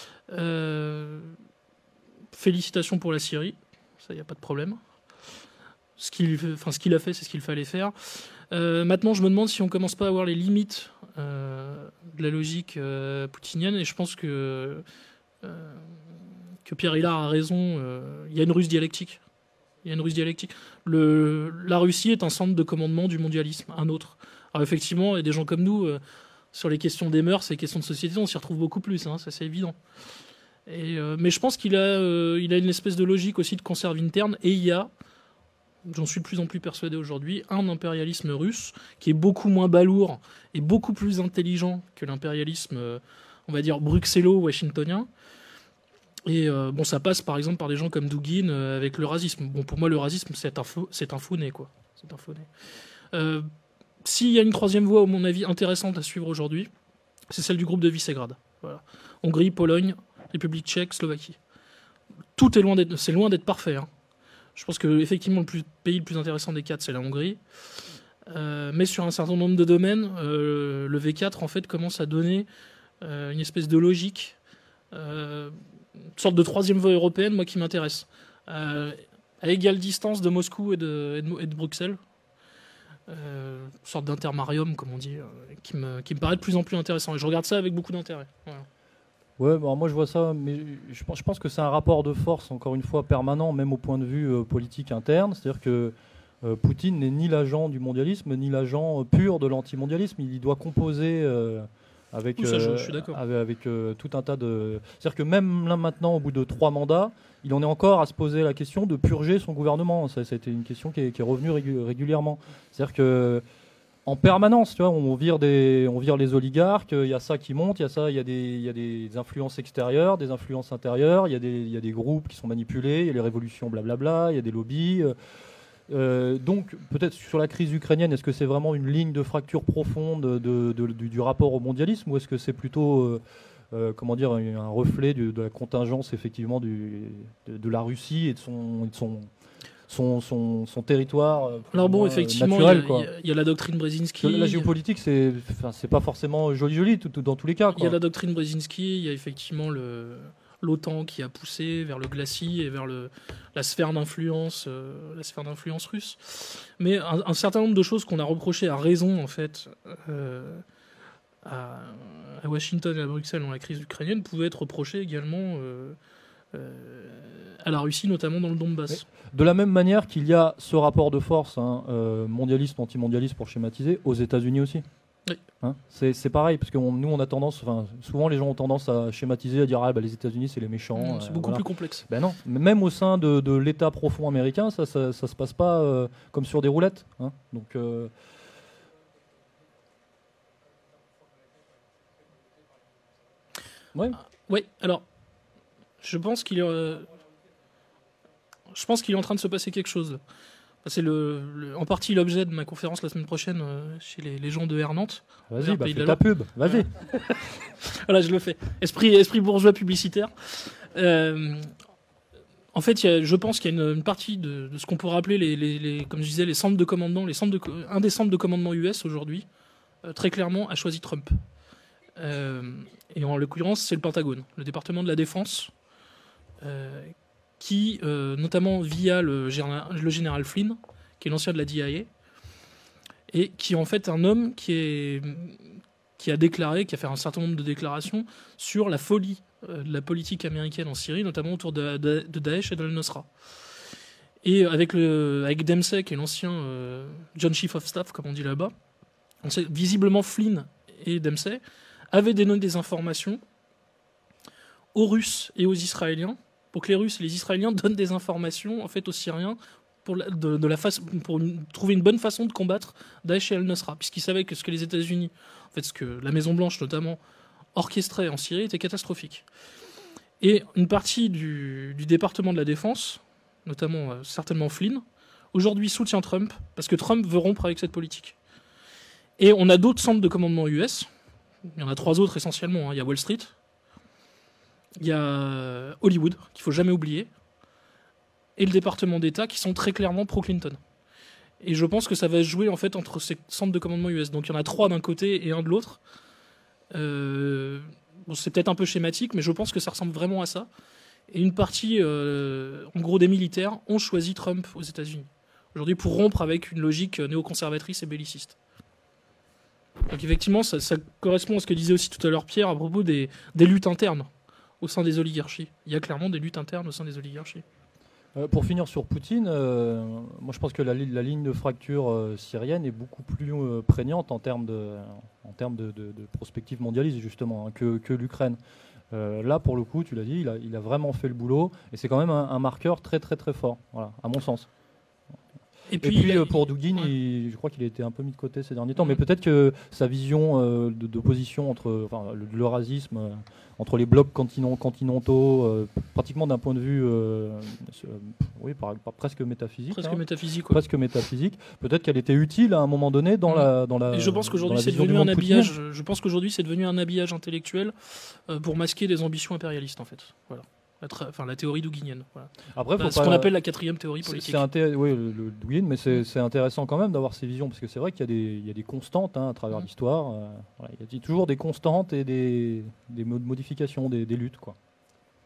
Félicitations pour la Syrie, ça, il n'y a pas de problème. Ce qu'il a fait, c'est ce qu'il fallait faire. Maintenant, je me demande si on ne commence pas à voir les limites de la logique poutinienne, et je pense que Pierre Hillard a raison. Il y a une ruse dialectique. La Russie est un centre de commandement du mondialisme, un autre. Alors effectivement, il y a des gens comme nous, sur les questions des mœurs et les questions de société, on s'y retrouve beaucoup plus, hein, ça c'est évident. Mais je pense qu'il a une espèce de logique aussi de conserve interne, et il y a, j'en suis de plus en plus persuadé aujourd'hui, un impérialisme russe qui est beaucoup moins balourd et beaucoup plus intelligent que l'impérialisme, on va dire, bruxello-washingtonien. Et ça passe par exemple par des gens comme Dugin avec le racisme. Bon, pour moi, le racisme, c'est un faux-né, quoi. C'est un faux-né. S'il y a une troisième voie, à mon avis, intéressante à suivre aujourd'hui, c'est celle du groupe de Visegrad. Voilà. Hongrie, Pologne, République tchèque, Slovaquie. C'est loin d'être parfait, hein. Je pense que effectivement le pays le plus intéressant des 4, c'est la Hongrie. Mais sur un certain nombre de domaines, le V4 en fait commence à donner une espèce de logique, une sorte de troisième voie européenne, moi qui m'intéresse, à égale distance de Moscou et de Bruxelles. sorte d'intermarium, comme on dit, qui me paraît de plus en plus intéressant. Et je regarde ça avec beaucoup d'intérêt. Voilà. Ouais, bah, moi je vois ça, mais je pense que c'est un rapport de force, encore une fois, permanent, même au point de vue politique interne. C'est-à-dire que Poutine n'est ni l'agent du mondialisme, ni l'agent pur de l'antimondialisme. Il doit composer avec, Oui, ça, je suis d'accord. avec tout un tas de... C'est-à-dire que même là maintenant, au bout de 3 mandats, il en est encore à se poser la question de purger son gouvernement. Ça a été une question qui est revenue régulièrement. C'est-à-dire que en permanence, tu vois, on vire les oligarques, il y a ça qui monte, il y a des influences extérieures, des influences intérieures, il y a des groupes qui sont manipulés, il y a les révolutions blablabla, il y a des lobbies. Donc, peut-être sur la crise ukrainienne, est-ce que c'est vraiment une ligne de fracture profonde du rapport au mondialisme, ou est-ce que c'est plutôt comment dire, un reflet de la contingence effectivement de la Russie et de son territoire Alors bon, effectivement, naturel, il y a la doctrine Brzezinski. La géopolitique, c'est pas forcément joli dans tous les cas. Il y a la doctrine Brzezinski, il y a effectivement l'OTAN qui a poussé vers le glacis et vers la sphère d'influence russe. Mais un certain nombre de choses qu'on a reprochées à raison, en fait, à Washington et à Bruxelles dans la crise ukrainienne, pouvaient être reprochées également à la Russie, notamment dans le Donbass. Oui. De la même manière qu'il y a ce rapport de force, mondialiste, anti-mondialiste pour schématiser, aux États-Unis aussi. Oui. C'est pareil, parce que nous on a tendance, souvent les gens ont tendance à schématiser, à dire les États-Unis c'est les méchants. C'est beaucoup plus complexe. Ben non, mais même au sein de l'État profond américain, ça se passe pas comme sur des roulettes. Donc ouais. Oui, alors je pense qu'il est en train de se passer quelque chose. C'est en partie l'objet de ma conférence la semaine prochaine chez les gens de Air Nantes. Vas-y, fais ta pub, vas-y. Voilà, je le fais. Esprit bourgeois publicitaire. En fait, je pense qu'il y a une partie de ce qu'on pourrait appeler, comme je disais, les centres de commandement. Un des centres de commandement US aujourd'hui, très clairement, a choisi Trump. Et en l'occurrence, c'est le Pentagone, le département de la Défense, qui, notamment via le général Flynn, qui est l'ancien de la DIA, et qui est en fait un homme qui a fait un certain nombre de déclarations sur la folie de la politique américaine en Syrie, notamment autour de Daesh et d'Al-Nusra. Et avec Dempsey, qui est l'ancien John Chief of Staff, comme on dit là-bas, on sait visiblement Flynn et Dempsey avaient donné des informations aux Russes et aux Israéliens, pour que les Russes et les Israéliens donnent des informations en fait aux Syriens pour trouver une bonne façon de combattre Daesh et Al-Nusra, puisqu'ils savaient que ce que les États-Unis, en fait, ce que la Maison-Blanche notamment orchestrait en Syrie était catastrophique. Et une partie du département de la Défense, notamment certainement Flynn, aujourd'hui soutient Trump, parce que Trump veut rompre avec cette politique. Et on a d'autres centres de commandement US, il y en a 3 autres essentiellement, il y a Wall Street, il y a Hollywood, qu'il ne faut jamais oublier, et le département d'État, qui sont très clairement pro-Clinton. Et je pense que ça va se jouer en fait entre ces centres de commandement US. Donc il y en a 3 d'un côté et 1 de l'autre. C'est peut-être un peu schématique, mais je pense que ça ressemble vraiment à ça. Et une partie, en gros, des militaires ont choisi Trump aux États-Unis aujourd'hui pour rompre avec une logique néoconservatrice et belliciste. Donc effectivement, ça correspond à ce que disait aussi tout à l'heure Pierre à propos des luttes internes au sein des oligarchies. Il y a clairement des luttes internes au sein des oligarchies. Pour finir sur Poutine, moi je pense que la ligne de fracture syrienne est beaucoup plus prégnante en termes de prospective mondialiste justement que l'Ukraine. Là pour le coup, tu l'as dit, il a vraiment fait le boulot et c'est quand même un marqueur très très très fort, voilà, à mon ssens. Et puis pour Dugin, ouais. Je crois qu'il a été un peu mis de côté ces derniers temps, mais peut-être que sa vision d'opposition entre l'eurasisme, entre les blocs continentaux, pratiquement d'un point de vue presque métaphysique. Presque métaphysique. Peut-être qu'elle était utile à un moment donné dans la. Et je pense qu'aujourd'hui c'est devenu un habillage. Je pense qu'aujourd'hui c'est devenu un habillage intellectuel pour masquer des ambitions impérialistes en fait. Voilà. La théorie douginienne. Voilà. Après, ce qu'on appelle la 4e théorie politique. Oui, le Dugin, mais c'est intéressant quand même d'avoir ces visions, parce que c'est vrai qu'il y a des constantes à travers l'histoire. Il y a toujours des constantes et des modifications, des luttes. Quoi.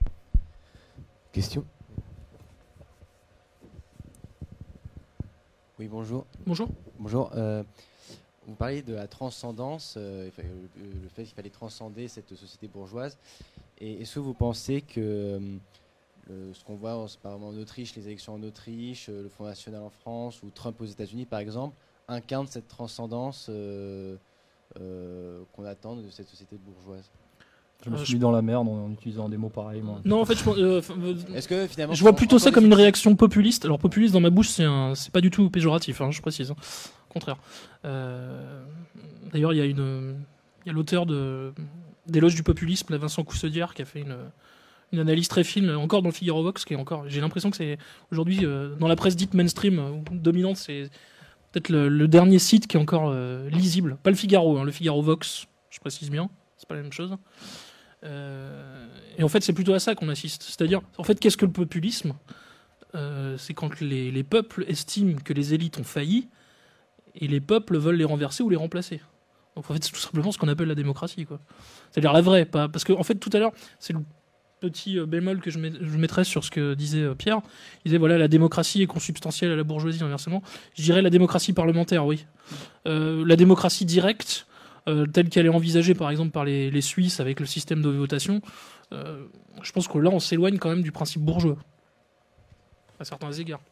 Question ? Oui, bonjour. Bonjour. Bonjour. Vous parliez de la transcendance, le fait qu'il fallait transcender cette société bourgeoise. Et est-ce que vous pensez que ce qu'on voit par exemple en Autriche, les élections en Autriche, le Front National en France ou Trump aux États-Unis par exemple, incarnent cette transcendance qu'on attend de cette société bourgeoise? Je me suis mis dans la merde en utilisant des mots pareils, moi. Non, en fait, Est-ce que finalement, je vois plutôt ça comme une réaction populiste. Alors, populiste dans ma bouche, c'est pas du tout péjoratif, hein, je précise. Au contraire. D'ailleurs, il y a l'auteur d'Éloge du populisme, Vincent Coussaudière, qui a fait une analyse très fine, encore dans le Figaro Vox, qui est encore. J'ai l'impression que c'est aujourd'hui dans la presse dite mainstream dominante, c'est peut-être le dernier site qui est encore lisible. Pas le Figaro, hein, le Figaro Vox, je précise bien. C'est pas la même chose. Et en fait, c'est plutôt à ça qu'on assiste. C'est-à-dire, en fait, qu'est-ce que le populisme? C'est quand les peuples estiment que les élites ont failli et les peuples veulent les renverser ou les remplacer. Donc, en fait, c'est tout simplement ce qu'on appelle la démocratie, quoi. C'est-à-dire la vraie, pas parce que en fait, tout à l'heure, c'est le petit bémol que je mettrais sur ce que disait Pierre. Il disait voilà, la démocratie est consubstantielle à la bourgeoisie, inversement. Je dirais la démocratie parlementaire, oui. La démocratie directe, telle qu'elle est envisagée par exemple par les Suisses avec le système de votation, je pense que là on s'éloigne quand même du principe bourgeois à certains égards.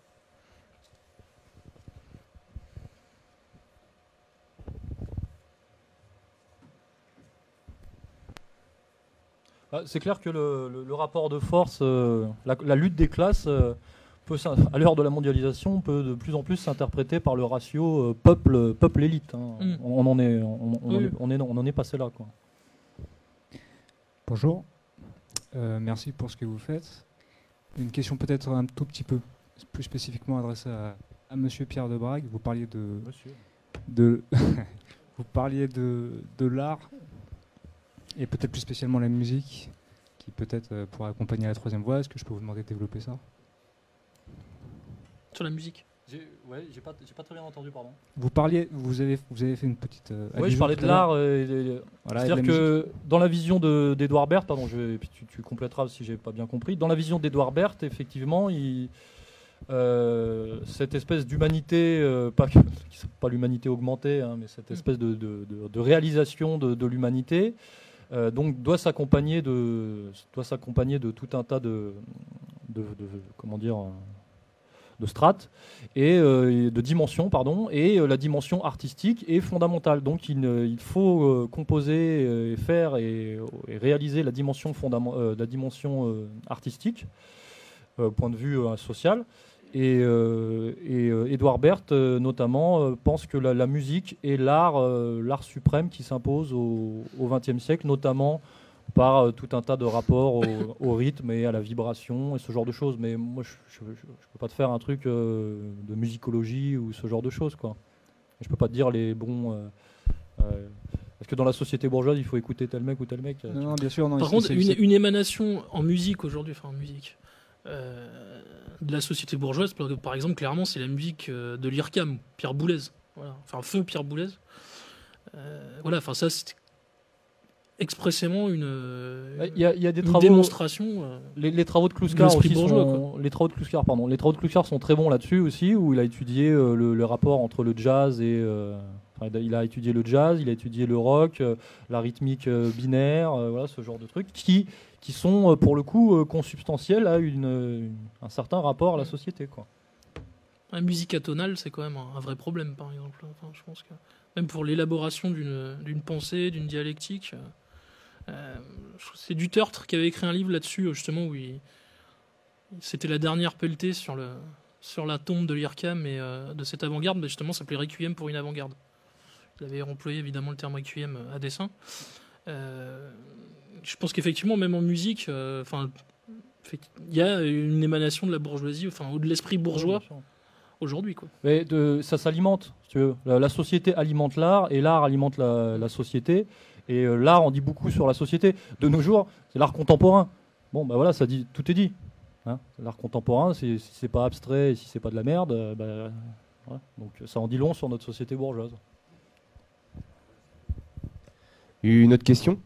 C'est clair que le rapport de force, la lutte des classes, à l'heure de la mondialisation, peut de plus en plus s'interpréter par le ratio peuple-élite. Hein. On en est passé là, quoi. Bonjour, merci pour ce que vous faites. Une question peut-être un tout petit peu plus spécifiquement adressée à Monsieur Pierre de Brague. Vous parliez vous parliez de l'art et peut-être plus spécialement la musique, qui peut-être pourrait accompagner la troisième voie. Est-ce que je peux vous demander de développer ça? Sur la musique. J'ai pas très bien entendu, pardon. Vous avez fait une petite. Oui, je parlais de l'art. Voilà, c'est-à-dire que dans la vision d'Edouard Berthe, pardon, et puis tu compléteras si j'ai pas bien compris. Dans la vision d'Edouard Berthe, effectivement, cette espèce d'humanité, pas l'humanité augmentée, hein, mais cette espèce de réalisation de l'humanité, donc doit s'accompagner de tout un tas de comment dire, de strates et de dimensions, pardon, et la dimension artistique est fondamentale. Donc il faut composer et faire et réaliser la dimension artistique au point de vue social. Et Edouard Berthe, notamment, pense que la musique est l'art suprême qui s'impose au XXe siècle, notamment par tout un tas de rapports au rythme et à la vibration et ce genre de choses. Mais moi, je ne peux pas te faire un truc de musicologie ou ce genre de choses, quoi. Je ne peux pas te dire les bons... parce que dans la société bourgeoise, il faut écouter tel mec ou tel mec. Non, bien sûr. Non, par contre, une émanation en musique aujourd'hui, enfin en musique, de la société bourgeoise, par exemple, clairement, c'est la musique de l'IRCAM, Pierre Boulez. Voilà. Enfin, feu Pierre Boulez. Voilà, enfin ça, c'était expressément une démonstration. Les travaux de Kluskar aussi les travaux de Kluskar sont très bons là-dessus aussi, où il a étudié le rapport entre le jazz et il a étudié le jazz, il a étudié le rock, la rythmique binaire, voilà, ce genre de trucs qui sont pour le coup consubstantiels à un certain rapport à la société, quoi. La musique atonale, c'est quand même un vrai problème, par exemple. Enfin, je pense que même pour l'élaboration d'une pensée, d'une dialectique, c'est Duterte qui avait écrit un livre là-dessus, justement, où c'était la dernière pelletée sur la tombe de l'IRCAM et de cette avant-garde, mais justement, ça s'appelait Requiem pour une avant-garde. Il avait employé évidemment le terme Requiem à dessein. Je pense qu'effectivement, même en musique, il y a une émanation de la bourgeoisie, ou de l'esprit bourgeois aujourd'hui, quoi. Mais ça s'alimente, si tu veux. La société alimente l'art et l'art alimente la société. Et l'art, on dit beaucoup sur la société. De nos jours, c'est l'art contemporain. Bon, bah voilà, tout est dit. Hein, l'art contemporain, si c'est pas abstrait, et si c'est pas de la merde, voilà. Donc ça en dit long sur notre société bourgeoise. Une autre question?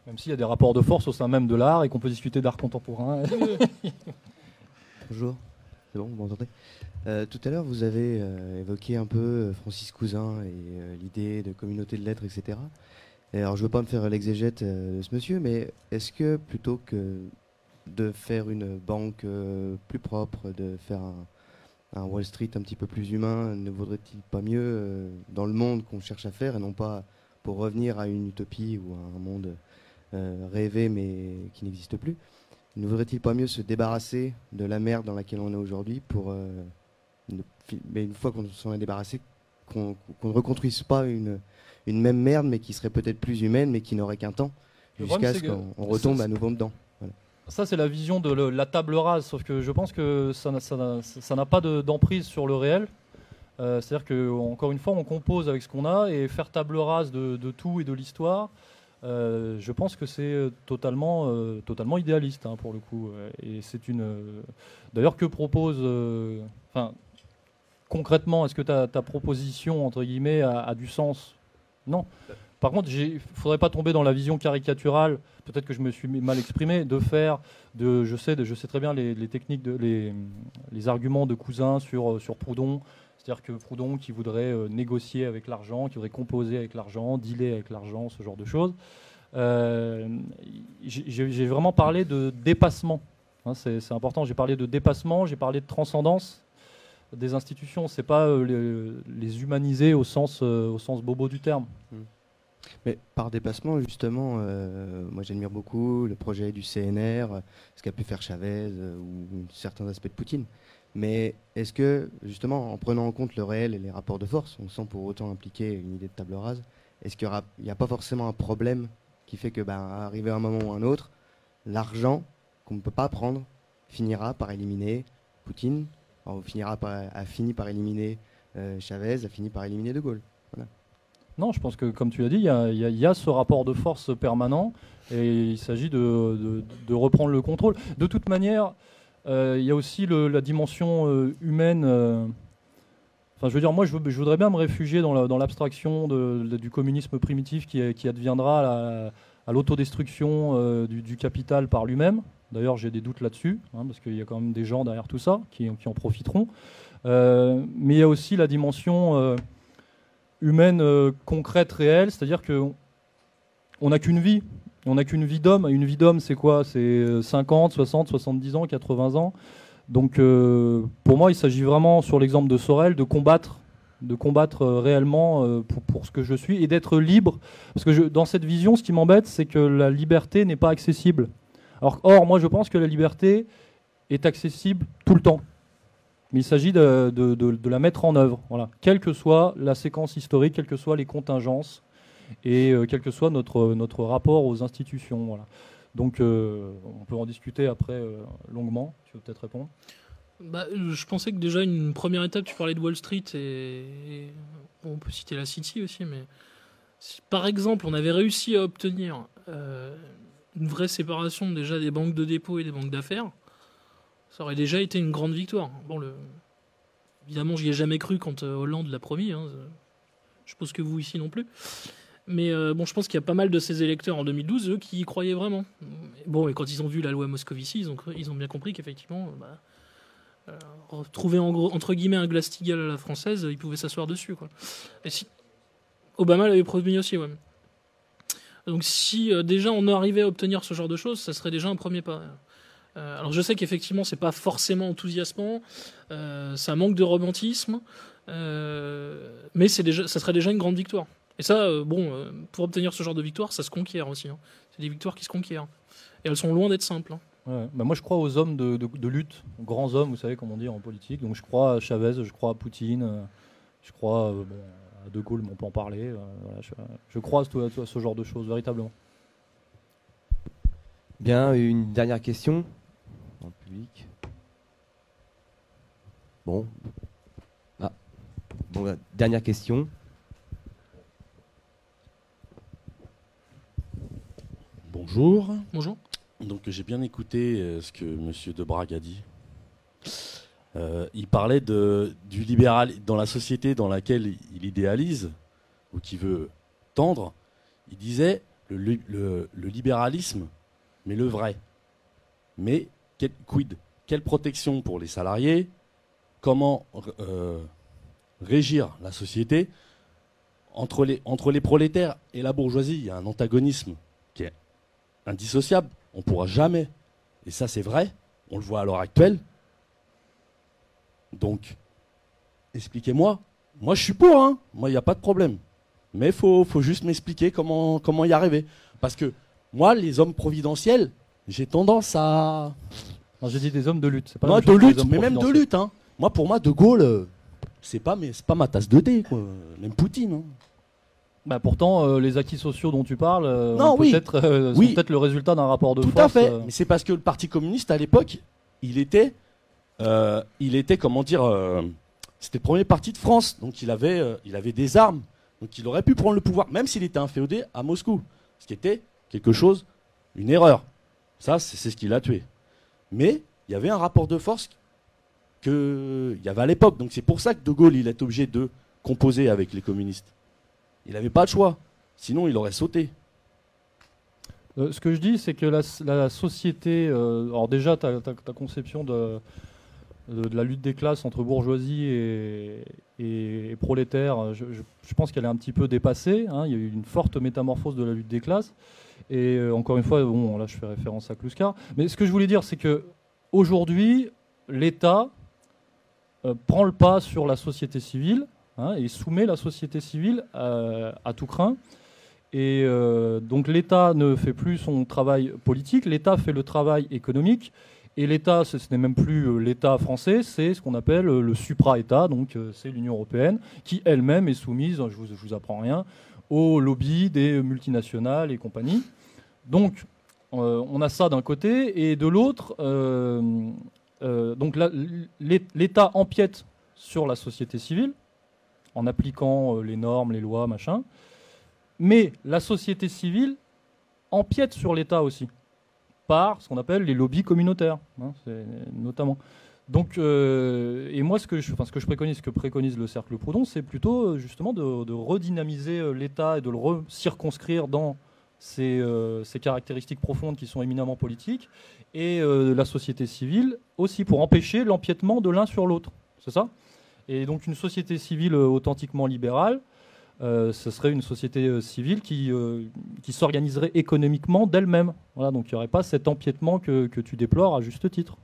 Même s'il y a des rapports de force au sein même de l'art et qu'on peut discuter d'art contemporain. Bonjour, c'est bon, vous m'entendez? Tout à l'heure, vous avez évoqué un peu Francis Cousin et l'idée de communauté de lettres, etc. Et alors, je ne veux pas me faire l'exégète de ce monsieur, mais est-ce que plutôt que de faire une banque plus propre, de faire un Wall Street un petit peu plus humain, ne vaudrait-il pas mieux dans le monde qu'on cherche à faire et non pas pour revenir à une utopie ou à un monde rêvé mais qui n'existe plus? Ne vaudrait-il pas mieux se débarrasser de la merde dans laquelle on est aujourd'hui pour, mais une fois qu'on s'en est débarrassé, qu'on ne reconstruise pas une même merde mais qui serait peut-être plus humaine mais qui n'aurait qu'un temps jusqu'à ce qu'on retombe à nouveau dedans. Voilà. Ça, c'est la vision de la table rase, sauf que je pense que ça n'a pas d'emprise sur le réel. C'est-à-dire qu'encore une fois, on compose avec ce qu'on a, et faire table rase de tout et de l'histoire, je pense que c'est totalement idéaliste, hein, pour le coup. Et c'est d'ailleurs, que propose... concrètement, est-ce que ta proposition, entre guillemets, a du sens? Non. Par contre, il ne faudrait pas tomber dans la vision caricaturale, peut-être que je me suis mal exprimé, je sais très bien les techniques, les arguments de Cousin sur Proudhon. C'est-à-dire que Proudhon qui voudrait négocier avec l'argent, qui voudrait composer avec l'argent, dealer avec l'argent, ce genre de choses. J'ai vraiment parlé de dépassement. Hein, c'est important, j'ai parlé de dépassement, j'ai parlé de transcendance des institutions. C'est pas les humaniser au sens bobo du terme. Mais par dépassement, justement, moi j'admire beaucoup le projet du CNR, ce qu'a pu faire Chavez ou certains aspects de Poutine. Mais est-ce que, justement, en prenant en compte le réel et les rapports de force, on sans pour autant impliquer une idée de table rase, est-ce qu'il n'y a pas forcément un problème qui fait que, arrivé à un moment ou à un autre, l'argent qu'on ne peut pas prendre finira par éliminer Poutine, a fini par éliminer Chavez, a fini par éliminer De Gaulle. Voilà. Non, je pense que, comme tu l'as dit, il y a ce rapport de force permanent et il s'agit de reprendre le contrôle. De toute manière, il y a aussi la dimension humaine. Enfin, je veux dire, moi, je voudrais bien me réfugier dans l'abstraction du communisme primitif qui adviendra à l'autodestruction du capital par lui-même. D'ailleurs, j'ai des doutes là-dessus, hein, parce qu'il y a quand même des gens derrière tout ça qui en profiteront. Mais il y a aussi la dimension humaine concrète, réelle, c'est-à-dire qu'on n'a qu'une vie. On n'a qu'une vie d'homme. Une vie d'homme, c'est quoi? C'est 50, 60, 70 ans, 80 ans. Donc, pour moi, il s'agit vraiment, sur l'exemple de Sorel, de combattre réellement pour ce que je suis et d'être libre. Parce que dans cette vision, ce qui m'embête, c'est que la liberté n'est pas accessible. Or, moi, je pense que la liberté est accessible tout le temps. Mais il s'agit de la mettre en œuvre, voilà. Quelle que soit la séquence historique, quelles que soient les contingences, et quel que soit notre rapport aux institutions. Voilà. Donc on peut en discuter après longuement. Tu veux peut-être répondre? Je pensais que déjà une première étape, tu parlais de Wall Street, et on peut citer la City aussi, mais si par exemple on avait réussi à obtenir une vraie séparation déjà des banques de dépôt et des banques d'affaires, ça aurait déjà été une grande victoire. Bon, évidemment, j'y ai jamais cru quand Hollande l'a promis. Hein. Je suppose que vous ici non plus. Mais je pense qu'il y a pas mal de ces électeurs en 2012, eux, qui y croyaient vraiment. Bon, et quand ils ont vu la loi Moscovici, ils ont bien compris qu'effectivement, trouver entre guillemets un Glass-Steagall à la française, ils pouvaient s'asseoir dessus, quoi. Et si Obama l'avait promis aussi, ouais. Donc si déjà on arrivait à obtenir ce genre de choses, ça serait déjà un premier pas. Alors je sais qu'effectivement c'est pas forcément enthousiasmant, ça manque de romantisme, mais ça serait déjà une grande victoire. Et ça, pour obtenir ce genre de victoire, ça se conquiert aussi. Hein. C'est des victoires qui se conquièrent. Et elles sont loin d'être simples. Hein. Ouais. Moi je crois aux hommes de lutte, aux grands hommes, vous savez comme on dit en politique. Donc je crois à Chavez, je crois à Poutine, je crois à De Gaulle, mais on peut en parler. Voilà, je crois à ce genre de choses, véritablement. Bien, une dernière question dans le public. Bon, dernière question. Bonjour. Bonjour. Donc j'ai bien écouté ce que M. Debrag a dit. Il parlait du libéral dans la société dans laquelle il idéalise ou qui veut tendre. Il disait le libéralisme, mais le vrai. Mais quid? Quelle protection pour les salariés? Comment régir la société? Entre les prolétaires et la bourgeoisie, il y a un antagonisme qui est indissociable. On ne pourra jamais, et ça c'est vrai, on le voit à l'heure actuelle. Donc, expliquez-moi. Moi je suis pour, hein. Moi il n'y a pas de problème. Mais il faut juste m'expliquer comment y arriver. Parce que moi, les hommes providentiels, j'ai tendance à... Non, j'ai dit des hommes de lutte. C'est pas Non, la même de chose que les lutte, hommes mais même de providentiels. lutte. Hein. Moi, pour moi, De Gaulle, c'est pas ma tasse de thé, quoi. Même Poutine. Hein. Bah pourtant, les acquis sociaux dont tu parles Non, oui. sont Oui. peut-être le résultat d'un rapport de Tout force. à fait. Mais c'est parce que le Parti communiste, à l'époque, il était, comment dire, c'était le premier parti de France. Donc il avait des armes. Donc il aurait pu prendre le pouvoir, même s'il était inféodé à Moscou. Ce qui était quelque chose, une erreur. Ça, c'est ce qui l'a tué. Mais il y avait un rapport de force qu'il y avait à l'époque. Donc c'est pour ça que De Gaulle, il est obligé de composer avec les communistes. Il n'avait pas de choix. Sinon, il aurait sauté. Ce que je dis, c'est que la société... alors déjà, ta conception de la lutte des classes entre bourgeoisie et prolétaires, je pense qu'elle est un petit peu dépassée. Hein. Il y a eu une forte métamorphose de la lutte des classes. Et encore une fois, bon, là je fais référence à Kluskar. Mais ce que je voulais dire, c'est que aujourd'hui, l'État prend le pas sur la société civile, hein, et soumet la société civile à tout crin. Et donc l'État ne fait plus son travail politique, l'État fait le travail économique. Et l'État, ce n'est même plus l'État français, c'est ce qu'on appelle le supra-État, donc c'est l'Union européenne, qui elle-même est soumise, je vous apprends rien, au lobby des multinationales et compagnie. Donc on a ça d'un côté, et de l'autre, donc l'État empiète sur la société civile, en appliquant les normes, les lois, machin, mais la société civile empiète sur l'État aussi, par ce qu'on appelle les lobbies communautaires, hein, notamment. Donc, et moi, ce que je préconise, ce que préconise le Cercle Proudhon, c'est plutôt justement de redynamiser l'État et de le recirconscrire dans ces caractéristiques profondes qui sont éminemment politiques, et la société civile aussi, pour empêcher l'empiètement de l'un sur l'autre. C'est ça ? Et donc une société civile authentiquement libérale, ce serait une société civile qui s'organiserait économiquement d'elle-même. Voilà, donc il n'y aurait pas cet empiètement que tu déplores à juste titre.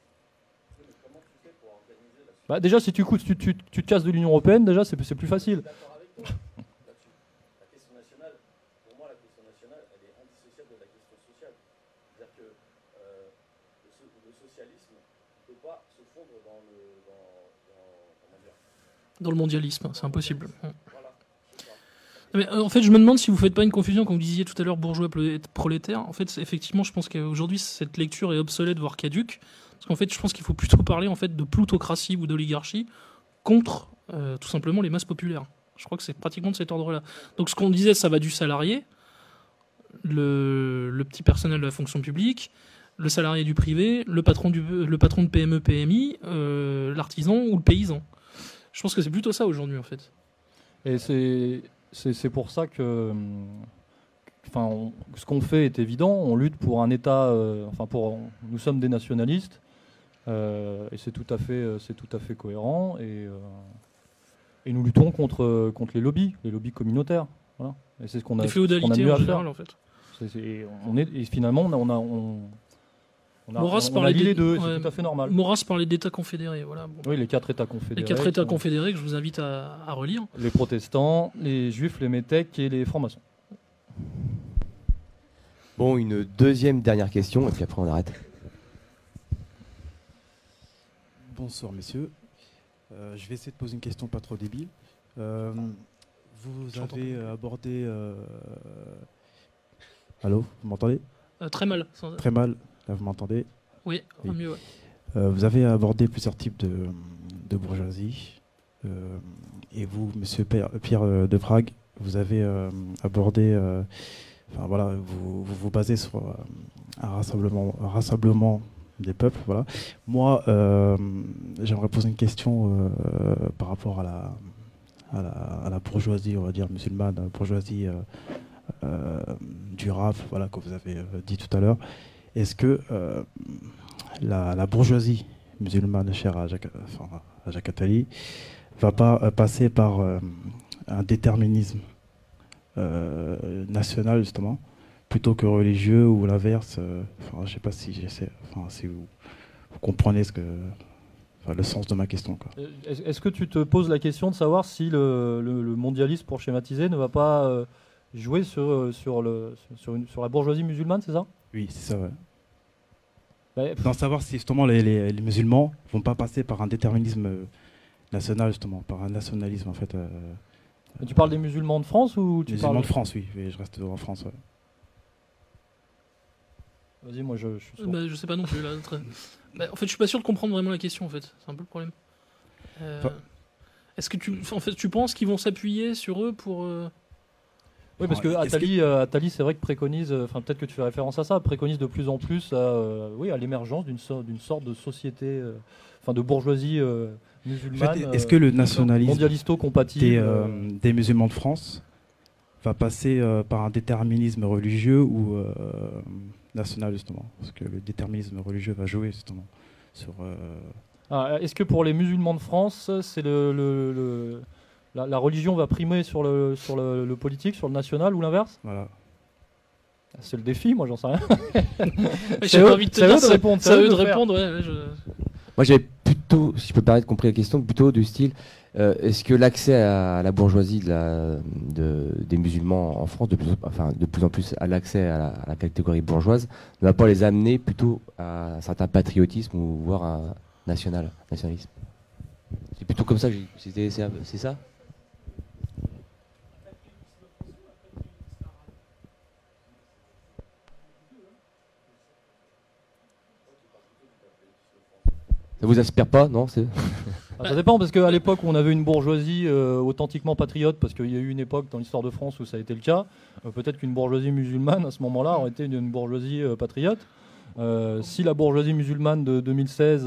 Bah, déjà, si tu te casses de l'Union européenne, déjà c'est plus facile. Dans le mondialisme, c'est impossible. Mais, en fait, je me demande si vous ne faites pas une confusion, comme vous disiez tout à l'heure, bourgeois prolétaire. En fait, effectivement, je pense qu'aujourd'hui, cette lecture est obsolète, voire caduque. Parce qu'en fait, je pense qu'il faut plutôt parler en fait, de plutocratie ou d'oligarchie contre tout simplement les masses populaires. Je crois que c'est pratiquement de cet ordre-là. Donc ce qu'on disait, ça va du salarié, le petit personnel de la fonction publique, le salarié du privé, le patron de PME, PMI, l'artisan ou le paysan. Je pense que c'est plutôt ça aujourd'hui en fait. Et c'est pour ça que ce qu'on fait est évident. On lutte pour un État. Nous sommes des nationalistes et c'est tout à fait cohérent. Et nous luttons contre les lobbies communautaires. Voilà. Et c'est ce qu'on a. Les féodalités mieux en à général faire. en fait. Et finalement, on a lié les deux. C'est tout à fait normal. Maurras parlait d'États confédérés. Voilà. Bon. Oui, les 4 États confédérés. Les 4 États confédérés que je vous invite à relire. Les protestants, les juifs, les métèques et les francs-maçons. Bon, une deuxième dernière question, et puis après on arrête. Bonsoir messieurs. Je vais essayer de poser une question pas trop débile. Vous avez abordé... Allô, vous m'entendez ? Très mal. Très mal, là vous m'entendez ? Oui, mieux, ouais. Vous avez abordé plusieurs types de bourgeoisie. Et vous, monsieur Pierre de Prague, vous avez abordé... vous vous basez sur un rassemblement des peuples. Voilà. Moi, j'aimerais poser une question par rapport à la bourgeoisie, on va dire musulmane, bourgeoisie durable, voilà, que vous avez dit tout à l'heure. Est-ce que la bourgeoisie musulmane chère à Jacques Attali va pas passer par un déterminisme national, justement, plutôt que religieux, ou l'inverse? Je ne sais pas si vous comprenez le sens de ma question, quoi. Est-ce que tu te poses la question de savoir si le mondialisme, pour schématiser, ne va pas jouer sur la bourgeoisie musulmane, c'est ça? Oui, c'est ça, ouais. D'en savoir si justement les musulmans vont pas passer par un déterminisme national, justement, par un nationalisme, en fait. Tu parles des musulmans de France ou tu musulmans parles... de France, oui, je reste en France, ouais. Vas-y, moi je suis sûr. Je sais pas non plus là. En fait, je suis pas sûr de comprendre vraiment la question. En fait, c'est un peu le problème. Est-ce que tu penses qu'ils vont s'appuyer sur eux pour Oui, parce que Attali, c'est vrai que préconise, peut-être que tu fais référence à ça, préconise de plus en plus à l'émergence d'une sorte de société, de bourgeoisie musulmane. En fait, est-ce que le nationalisme mondialisto-compatible des musulmans de France va passer par un déterminisme religieux ou national, justement? Parce que le déterminisme religieux va jouer, justement, sur... Est-ce que pour les musulmans de France, c'est la religion va primer sur le politique, sur le national, ou l'inverse? Voilà. C'est le défi, moi j'en sais rien. J'ai pas envie de te dire, de répondre. C'est à eux de répondre, Moi j'avais plutôt, si je peux me permettre, compris la question, plutôt du style, est-ce que l'accès à la bourgeoisie des musulmans en France, de plus en plus à l'accès à la catégorie bourgeoise, ne va pas les amener plutôt à un certain patriotisme ou voire un nationalisme? C'est plutôt comme ça que c'est ça? Ça vous inspire pas, non? Ça dépend, parce qu'à l'époque où on avait une bourgeoisie authentiquement patriote, parce qu'il y a eu une époque dans l'histoire de France où ça a été le cas, peut-être qu'une bourgeoisie musulmane à ce moment-là aurait été une bourgeoisie patriote. Si la bourgeoisie musulmane de 2016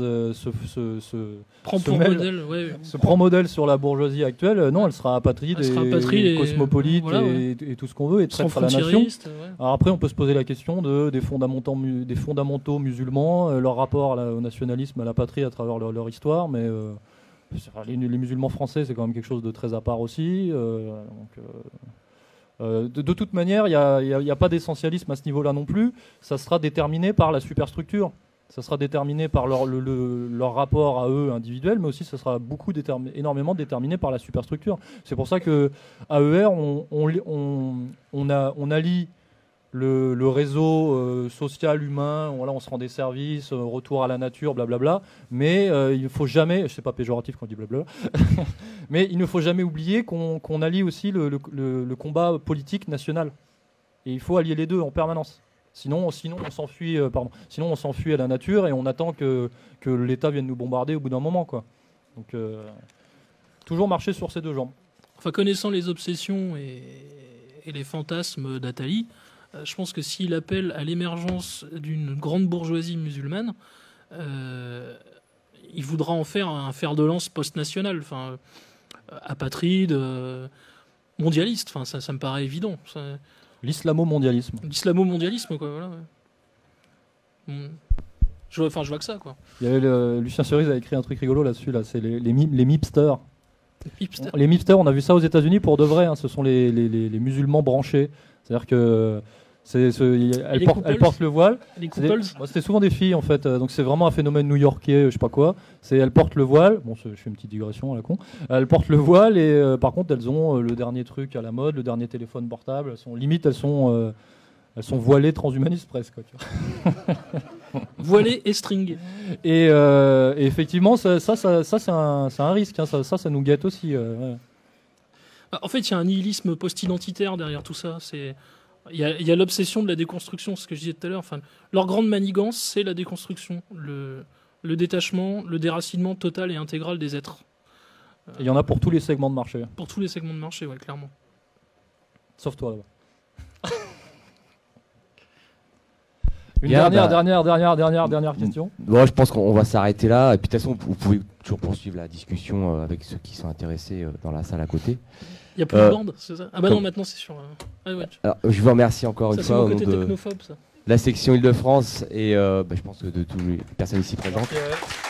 prend modèle sur la bourgeoisie actuelle, non, elle sera apatride et cosmopolite et tout ce qu'on veut, et traître à la nation. Alors après, on peut se poser la question des fondamentaux musulmans, leur rapport au nationalisme, à la patrie à travers leur histoire, mais les musulmans français, c'est quand même quelque chose de très à part aussi. De toute manière, il n'y a pas d'essentialisme à ce niveau-là non plus. Ça sera déterminé par la superstructure. Ça sera déterminé par leur rapport à eux individuel, mais aussi ça sera énormément déterminé par la superstructure. C'est pour ça que à AER, on allie le réseau social, humain, on se rend des services, retour à la nature, blablabla, mais il ne faut jamais, c'est pas péjoratif quand on dit blablabla, mais il ne faut jamais oublier qu'on allie aussi le combat politique national. Et il faut allier les deux en permanence. Sinon on s'enfuit à la nature et on attend que l'État vienne nous bombarder au bout d'un moment, quoi. Donc toujours marcher sur ces deux jambes. Enfin, connaissant les obsessions et les fantasmes d'Attali, je pense que s'il appelle à l'émergence d'une grande bourgeoisie musulmane, il voudra en faire un fer de lance post-national, apatride, mondialiste. Ça me paraît évident. L'islamo-mondialisme. L'islamo-mondialisme, quoi. Voilà. Je vois que ça, quoi. Il y avait Lucien Cerise a écrit un truc rigolo là-dessus. Là, c'est les mipsters. Les mipsters, on a vu ça aux États-Unis pour de vrai. Hein, ce sont les musulmans branchés. C'est-à-dire que elle porte le voile. C'était souvent des filles en fait, donc c'est vraiment un phénomène new-yorkais, je sais pas quoi. Elles portent le voile. Bon, je fais une petite digression à la con. Elles portent le voile et par contre elles ont le dernier truc à la mode, le dernier téléphone portable. Elles sont voilées transhumanistes presque. Quoi, tu vois. Voilées et string. Et effectivement, ça c'est un risque. Hein, ça nous guette aussi. Ouais. En fait, il y a un nihilisme post-identitaire derrière tout ça. Il y a l'obsession de la déconstruction, ce que je disais tout à l'heure. Leur grande manigance, c'est la déconstruction, le détachement, le déracinement total et intégral des êtres. Il y en a pour tous les segments de marché. Pour tous les segments de marché, ouais, clairement. Sauf toi, là-bas. Une Bien, dernière question. Bon, je pense qu'on va s'arrêter là. Et puis de toute façon, vous pouvez toujours poursuivre la discussion avec ceux qui sont intéressés dans la salle à côté. Il n'y a plus de bande, c'est ça? Ah bah non, maintenant c'est sur... Ah ouais. Alors, je vous remercie encore une Ça, fois c'est au mon nom côté de technophobe, ça. la section Île-de-France et je pense que de toutes les personnes ici présentes. Merci, ouais.